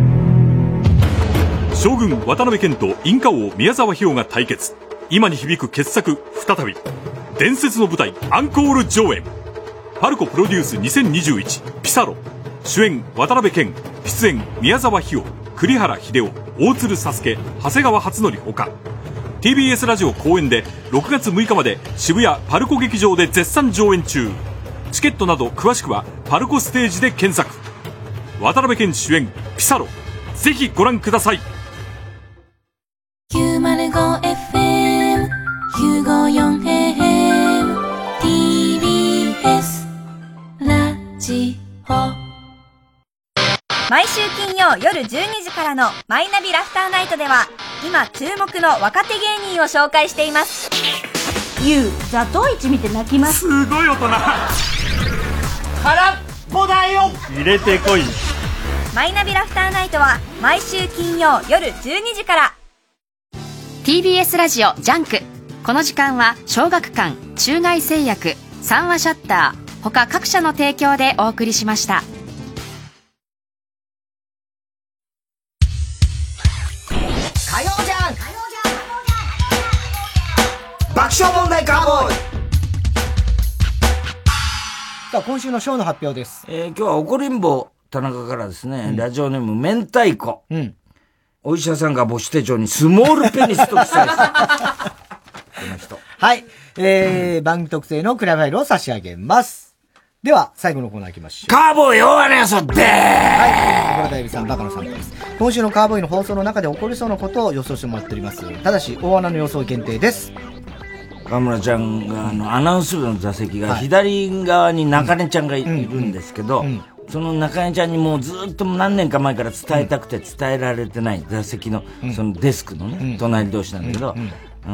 将軍渡辺謙とインカ王宮沢氷魚が対決。今に響く傑作再び伝説の舞台アンコール上演。パルコプロデュースにせんにじゅういちピサロ、主演渡辺謙、出演宮沢氷魚、栗原秀夫、大鶴佐助、長谷川初則ほか。 ティービーエス ラジオ公演でろくがつむいかまで渋谷パルコ劇場で絶賛上演中。チケットなど詳しくはパルコステージで検索。渡辺謙主演ピサロ、ぜひご覧ください。 きゅうまるごエフエム きゅうごよんエフエム ティービーエス ラジオ。 毎週金曜夜じゅうにじからのマイナビラフターナイトでは、今注目の若手芸人を紹介しています。 ゆう、ザトウイチ見て泣きます。 すごい大人。 空っぽだよ。 入れてこい。 マイナビラフターナイトは毎週金曜夜じゅうにじから。 ティービーエス ラジオジャンク。この時間は小学館、中外製薬、三話シャッター他各社の提供でお送りしました。 火曜ジャンク爆笑問題カーボーイ。さあ、今週のショーの発表です。 えー、今日は怒りんぼ田中からですね、うん、ラジオネーム明太子。うん。お医者さんが母子手帳にスモールペニスと記載した。この人。 はい。えー、番組特製のクラファイルを差し上げます。では、最後のコーナー行きましょう。 カーボーイ大金そでーはい。小倉大美さん、バカのさんです。今週のカーボーイの放送の中で起こりそうなことを予想してもらっております。ただし、大穴の予想限定です。 河村ちゃんが、あの、アナウンス部の座席が左側に中根ちゃんがいるんですけど、その中根ちゃんにもうずっと何年か前から伝えたくて伝えられてない座席の、そのデスクのね、隣同士なんだけど、うん、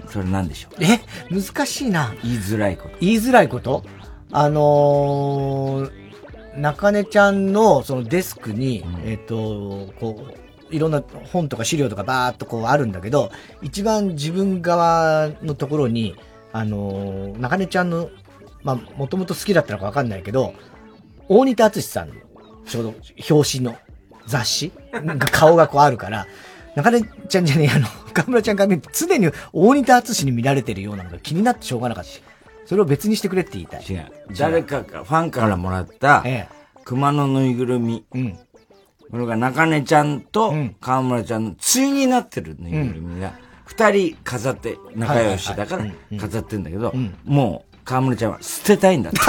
それなんでしょう。 え、難しいな。 言いづらいこと。 言いづらいことあのー、中根ちゃんのそのデスクに、うん、えっと、こう、いろんな本とか資料とかバーっとこうあるんだけど、一番自分側のところに、あのー、中根ちゃんの、まあ、もともと好きだったのかわかんないけど、大仁田敦さんの、ちょうど表紙の雑誌が顔がこうあるから、中根ちゃんじゃねえ、あの、河村ちゃんが常に大仁田敦に見られてるようなのが気になってしょうがなかった。それを別にしてくれって言いたい。 違う。誰かが、ファンからもらった、熊のぬいぐるみ。うん。これが中根ちゃんと河村ちゃんの対になってるぬいぐるみが、二人飾って、仲良しだから飾ってんだけど、もう河村ちゃんは捨てたいんだって。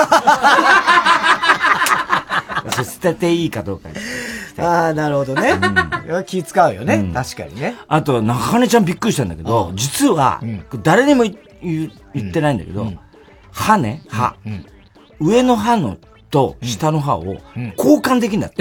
捨てていいかどうかに。 ああ、なるほどね。うん、気使うよね、うん。確かにね。 あと、中根ちゃんびっくりしたんだけど、実は、うん、誰にも言ってないんだけど、うん、歯ね、歯、うん。上の歯のと下の歯を交換できるんだって。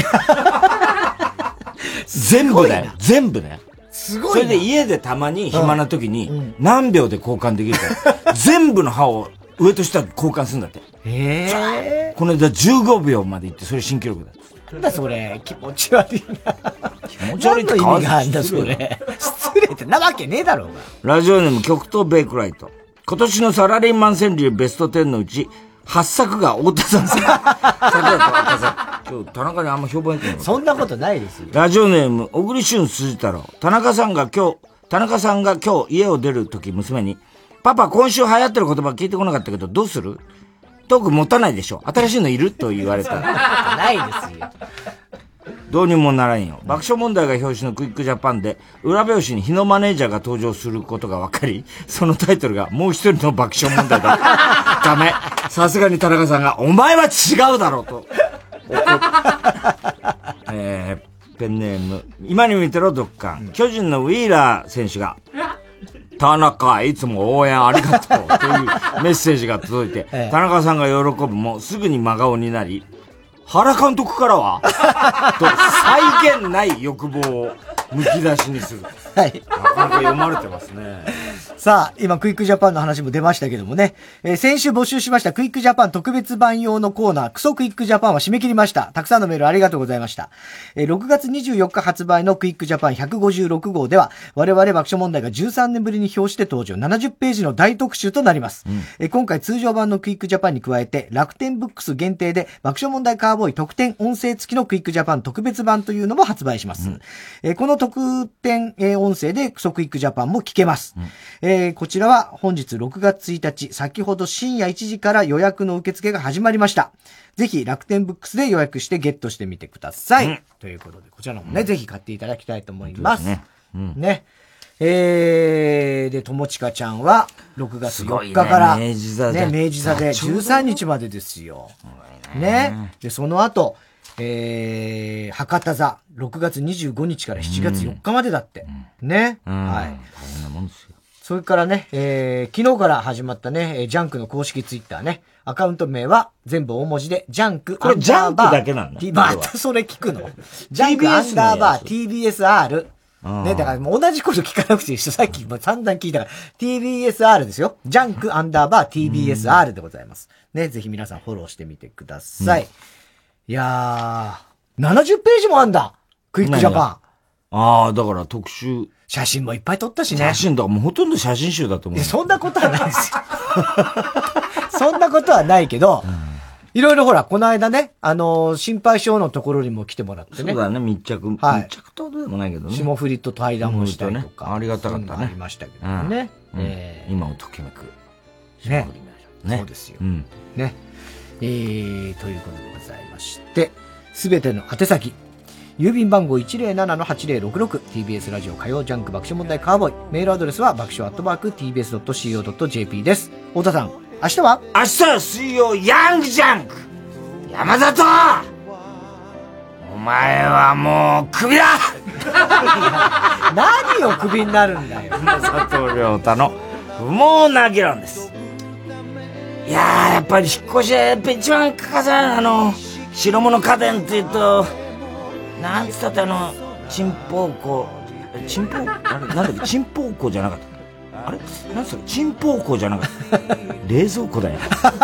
全部だよ。全部だよ。 すごい。 それで家でたまに暇な時に何秒で交換できるから、全部の歯を上と下交換するんだって。 へー。この間じゅうごびょうまで行って、それ新記録だ。 なんだそれ、気持ち悪いな。 気持ち悪いって何の意味があるんだそれ。失礼ってなわけねえだろうが。 ラジオネーム極東ベイクライト。今年のサラリーマン川柳ベストじゅうのうち、はっさくが太田さんさん。今日田中にあんま評判いってない。 そんなことないですよ。 ラジオネーム小栗旬辻太郎。田中さんが今日、田中さんが今日家を出るとき娘に、 パパ今週流行ってる言葉聞いてこなかったけど、どうする？トーク持たないでしょ。新しいのいると言われた。 ないですよ。 どうにもならんよ。爆笑問題が表紙のクイックジャパンで、裏表紙に日野マネージャーが登場することが分かり、そのタイトルがもう一人の爆笑問題だ。ダメ。さすがに田中さんが、お前は違うだろうと。えー、ペンネーム、今に見てろ、ドッカン。うん、巨人のウィーラー選手が、田中、いつも応援ありがとうというメッセージが届いて、ええ、田中さんが喜ぶも、すぐに真顔になり、原監督からはと再現ない欲望をむき出しにする。はい。なかなか読まれてますね。 さあ、今クイックジャパンの話も出ましたけどもね、えー、先週募集しましたクイックジャパン特別版用のコーナー、クソクイックジャパンは締め切りました。たくさんのメールありがとうございました。えー、ろくがつにじゅうよっか発売のクイックジャパンひゃくごじゅうろくごうでは、我々爆笑問題がじゅうさんねんぶりに表紙で登場、ななじゅっページの大特集となります。うん、えー、今回通常版のクイックジャパンに加えて、楽天ブックス限定で爆笑問題カーボーイ特典音声付きのクイックジャパン特別版というのも発売します。うん、えー、この特典、えー、音声でクソクイックジャパンも聞けます。うん、えー、こちらは本日ろくがつついたち、先ほど深夜いちじから予約の受付が始まりました。ぜひ楽天ブックスで予約してゲットしてみてください。うん、ということで、こちらのもね、うん、ぜひ買っていただきたいと思います。ね。うん、ね。えー、で、友近ちゃんはろくがつよっかから、ね、明治座で、ね、明治座でじゅうさんにちまでですよ。ね。ね。で、その後、えー、博多座、ろくがつにじゅうごにちからしちがつよっかまでだって。うん、ね。うん、はい。大変なもんですよ。それからね、えー、昨日から始まったね、ジャンクの公式ツイッターね、アカウント名は全部大文字で、ジャンク、 これジャンクだけなんだ。 またそれ聞くのジャンクアンダーバー ティービーエスアール。ね、だからもう同じこと聞かなくていいし、さっきも散々聞いたから、ティービーエスアール ですよ。ジャンクアンダーバー ティービーエスアール でございます。ね、ぜひ皆さんフォローしてみてください。うん、いやー、ななじゅっページもあんだ。クイックジャパン。 ああ、だから特集。 写真もいっぱい撮ったしね。 写真だからもうほとんど写真集だと思う。 そんなことはないですよ。そんなことはないけど、いろいろほら、この間ね、あのー、心配性のところにも来てもらってね。 そうだね、密着。はい、密着とでもないけどね。 霜降りと対談もしたりとか。 ね、ありがたかったね。 ありましたけどね。 うんえー、今をときめく。 ね。ね。そうですよ。うん、ね。えー、ということでございまして、すべての宛先。郵便番号 いちまるななのはちまるろくろく ティービーエス ラジオ火曜ジャンク爆笑問題カーボーイ。メールアドレスは爆笑アットマーク ティービーエスドットシーオードットジェーピー です。太田さん、明日は明日は水曜ヤングジャンク山里お前はもうクビだ何をクビになるんだよ。 佐藤亮太の不毛な議論です。いやー、やっぱり引っ越しはやっぱ一番欠かせないあの白物家電って言うとなんつったってあの、チンポウコ、チンポウ、あれ、なんだっけ、チンポウコじゃなかった。あれなんつったチンポウコじゃなかった。冷蔵庫だよ。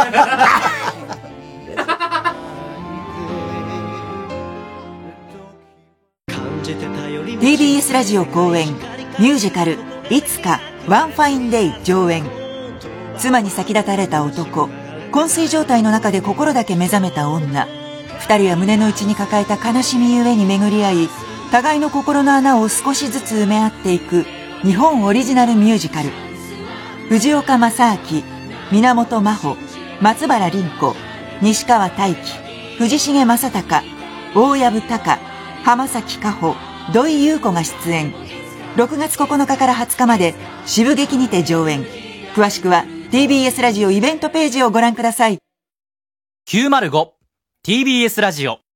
ティービーエス ラジオ公演、ミュージカル、いつか、ワンファインデイ上演。妻に先立たれた男、昏睡状態の中で心だけ目覚めた女。二人は胸の内に抱えた悲しみゆえに巡り合い、互いの心の穴を少しずつ埋め合っていく日本オリジナルミュージカル。藤岡正明、源真帆、松原凛子、西川大輝、藤重正隆、大藪隆、浜崎加穂、土井優子が出演。ろくがつここのかからはつかまで渋劇にて上演。詳しくは ティービーエス ラジオイベントページをご覧ください。 きゅうまるごティービーエス ラジオ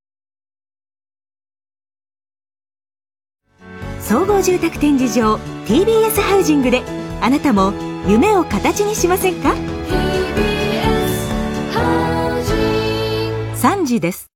総合住宅展示場 ティービーエス ハウジングであなたも夢を形にしませんか？さんじです。